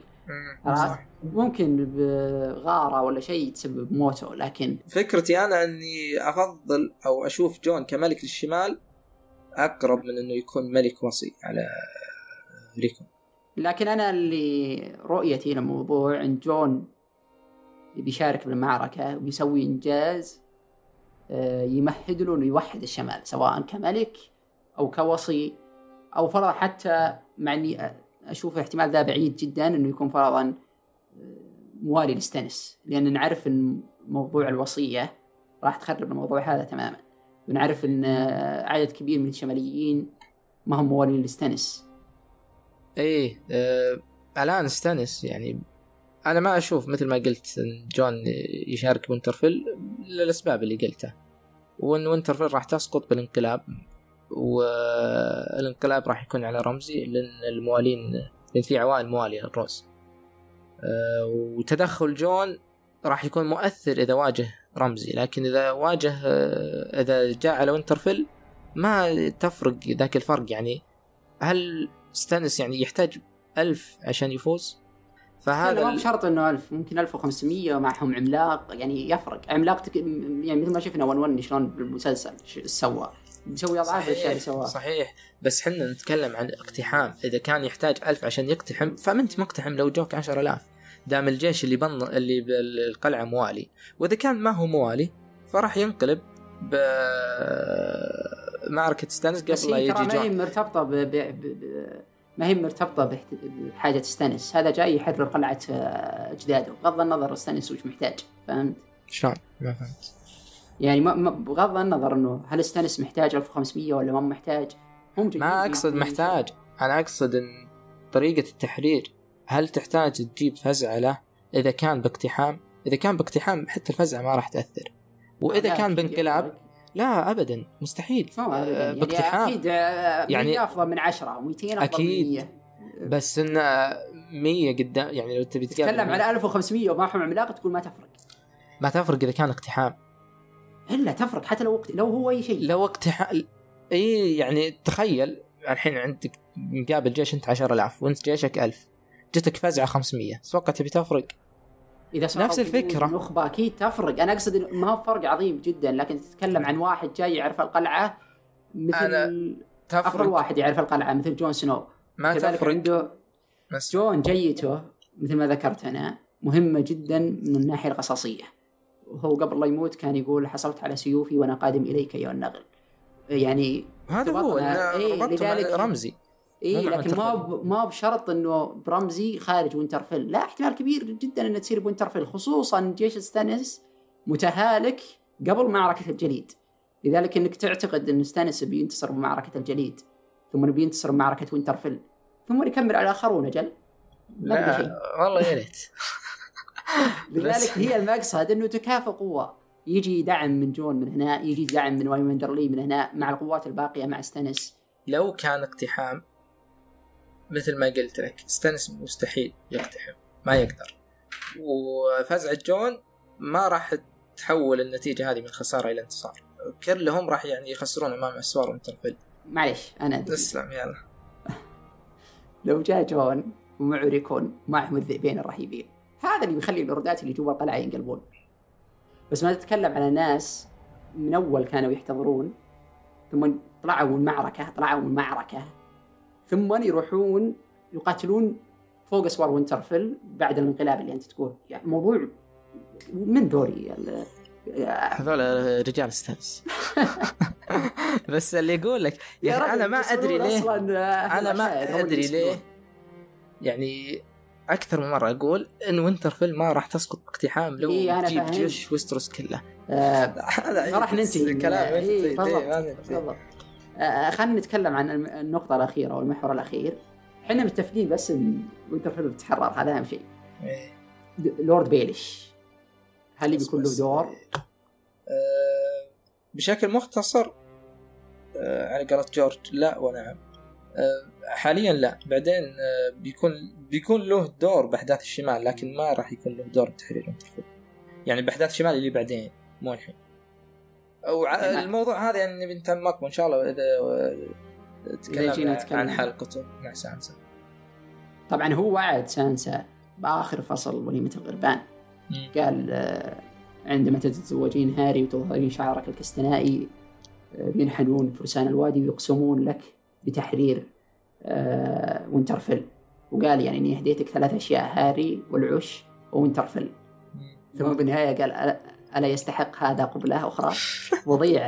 ممكن بغارة ولا شيء تسبب موته. لكن فكرتي أنا أني أفضل أو أشوف جون كملك للشمال أقرب من أنه يكون ملك وصي على ريكون. لكن أنا اللي رؤيتي للموضوع إن جون بيشارك بالمعركة ويسوي إنجاز يمهد له إنه يوحد الشمال، سواء كملك أو كوصي أو فرضا حتى، مع إني أشوف احتمال ذا بعيد جدا إنه يكون فرضا موالي لستانس، لأن نعرف إن موضوع الوصية راح تخرب الموضوع هذا تماما. ونعرف إن عدد كبير من الشماليين ما هم موالين لستانس. إيه آه الآن ستانس يعني أنا ما أشوف مثل ما قلت إن جون يشارك وينترفيل للأسباب اللي قلتها، وإن وينترفيل راح تسقط بالانقلاب، والانقلاب راح يكون على رمزي لأن الموالين لأن في عوائل موالية للروز. أه وتدخل جون راح يكون مؤثر إذا واجه رمزي، لكن إذا واجه إذا جاء على وينترفيل ما تفرق ذاك الفرق. يعني هل ستانس يعني يحتاج ألف عشان يفوز؟ فهذا ما بشرط إنه ألف، ممكن ألف وخمسمية ومعهم عملاق، يعني يفرق. عملاق تك... يعني مثل ما شفنا ون ون شلون بالمسلسل سوى مسوي أضعاف الأشياء اللي سواها. صحيح، بس حنا نتكلم عن اقتحام. إذا كان يحتاج ألف عشان يقتحم فمنت مقتحم لو جوك عشر آلاف، دام الجيش اللي بن اللي بالقلعة موالي. وإذا كان ما هو موالي فراح ينقلب بمعركة ستانس قبل لا يجي جون. ما هي مرتبطة ب... ب... ب... ما هي مرتبطة بحاجة ستانس. هذا جاي يحرر قلعة أجداده، بغض النظر ستانس وش محتاج. فهمت شلون؟ ما فهمت يعني. ما بغض النظر إنه هل ستانس محتاج ألف وخمسمية ولا ما محتاج. هم ما أقصد محتاج، أنا أقصد إن طريقة التحرير هل تحتاج تجيب فزعة له إذا كان باقتحام؟ إذا كان باقتحام حتى الفزعة ما راح تأثر، وإذا كان بانقلاب لا أبدا مستحيل. أبداً. باقتحام يعني أكيد يعني أفضل من عشرة ومئتين أفضل من مية. بس إن مية قدام يعني لو تبي تتكلم على ألف وخمسمية وما هم عملاق تقول ما تفرق. ما تفرق إذا كان اقتحام. إلا تفرق حتى لو وقت لو هو أي شيء. لو اقتحام إيه يعني تخيل الحين عندك مقابل جيش أنت عشرة آلاف وأنت جيشك ألف، جتك فزعة خمسمية، سوقت تبي تفرق. إذا نفس الفكرة نخبة أكيد تفرق. أنا أقصد ما هو فرق عظيم جدا، لكن تتكلم عن واحد جاي يعرف القلعة مثل أفضل واحد يعرف القلعة مثل جون سنو. ما تفرق عنده جون جيته مثل ما ذكرت أنا مهمة جدا من الناحية القصصية. وهو قبل لا يموت كان يقول حصلت على سيوفي وأنا قادم إليك يا النغل. يعني هذا هو إيه لذلك رمزي. إيه لكن ما ما بشرط إنه برمزي خارج وينترفيل، لا احتمال كبير جدا إنه تصير بوينترفيل، خصوصا جيش ستانس متهالك قبل معركة الجليد. لذلك إنك تعتقد إن ستانس بينتصر بمعركة الجليد ثم بينتصر بمعركة وينترفيل ثم يكمل على آخرون أجل. لا والله يا ريت. لذلك هي المقصد إنه تكافئ قوة، يجي دعم من جون من هنا، يجي دعم من وايمندرلي من هنا مع القوات الباقية مع ستانس. لو كان اقتحام مثل ما قلت لك ستانس مستحيل يقتحم، ما يقدر، وفزع جون ما راح تحول النتيجة هذه من خسارة إلى انتصار، كلهم راح يعني يخسرون أمام أسوار وانترفيل. معليش أنا تسلم يلا. لو جاء جون ومعه ريكون معهم الذئبين الرهيبين، هذا اللي بيخلي الوردات اللي جوا القلعة ينقلبون. بس ما تتكلم على ناس من أول كانوا يحتضرون ثم طلعوا من المعركة طلعوا من المعركة ثم يروحون يقاتلون فوق أسوار وينترفيل بعد الانقلاب اللي أنت تقول. يعني موضوع من دوري هذول رجال ستانس. بس اللي يقول لك يا أخي أنا ما أدري ليه أنا ما أدري ليه يعني أكثر من مرة أقول إن وينترفيل ما راح تسقط باقتحام لو إيه تجيب جيش ويستروس كله. هذا ما راح ننتهي الكلام. إيه بالضبط. آه خلينا نتكلم عن النقطة الأخيرة والمحور الأخير. إحنا متفقين بس إن وينترفيل بتتحرر، هذا أهم شيء. إيه. لورد بيليش هل بيكون له دور؟ أه بشكل مختصر أه على قولة جورج لا ونعم. أه حاليا لا، بعدين أه بيكون بيكون له دور بأحداث الشمال، لكن ما راح يكون له دور بتحرير وينترفيل، يعني بأحداث الشمال اللي بعدين مو الحين. أو الموضوع هذا يعني بنتمك وإن شاء الله إذا تكلمنا عن حلقته مع سانسا. طبعا هو وعد سانسا بآخر فصل وليمة الغربان م. قال عندما تتزوجين هاري وتظهرين شعرك الكستنائي ينحنون فرسان الوادي ويقسمون لك بتحرير وينترفيل. وقال يعني إني هديتك ثلاث أشياء، هاري والعش ووينترفيل. ثم بالنهاية قال ألا يستحق هذا قبلها أخرى وضيع.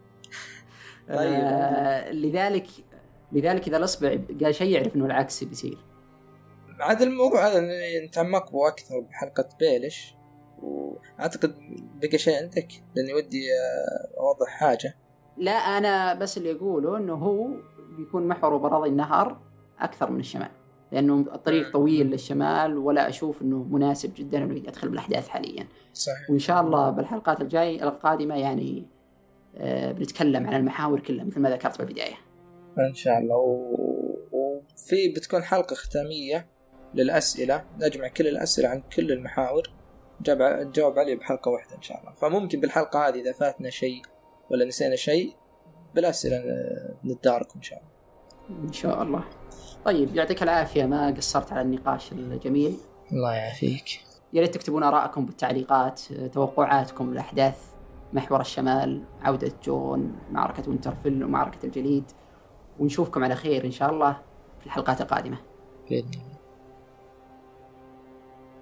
طيب. آه لذلك لذلك إذا الأصبع قال شيء يعرف إنه العكس بيصير. عاد الموضوع هذا نتعمق به أكثر بحلقة بيلش، وأعتقد بقى شيء عندك لأني ودي أوضح حاجة. لا أنا بس اللي أقوله إنه هو بيكون محور براضي النهر أكثر من الشمال، لأنه الطريق طويل للشمال ولا أشوف إنه مناسب جدا إنه يدخل بالأحداث حاليا. صحيح. وإن شاء الله بالحلقات الجاي القادمة يعني آه بنتكلم عن المحاور كلها مثل ما ذكرت بالبداية إن شاء الله. وفي بتكون حلقة ختامية للأسئلة، نجمع كل الأسئلة عن كل المحاور نجاوب عليه بحلقة واحدة إن شاء الله. فممكن بالحلقة هذه إذا فاتنا شيء ولا نسينا شيء بالأسئلة نتدارك إن شاء الله. إن شاء الله. طيب يعطيك العافية، ما قصرت على النقاش الجميل. الله يعافيك. يا ريت تكتبون آراءكم بالتعليقات، توقعاتكم للأحداث محور الشمال، عودة جون، معركة وينترفيل ومعركة الجليد، ونشوفكم على خير إن شاء الله في الحلقات القادمة بإذن الله.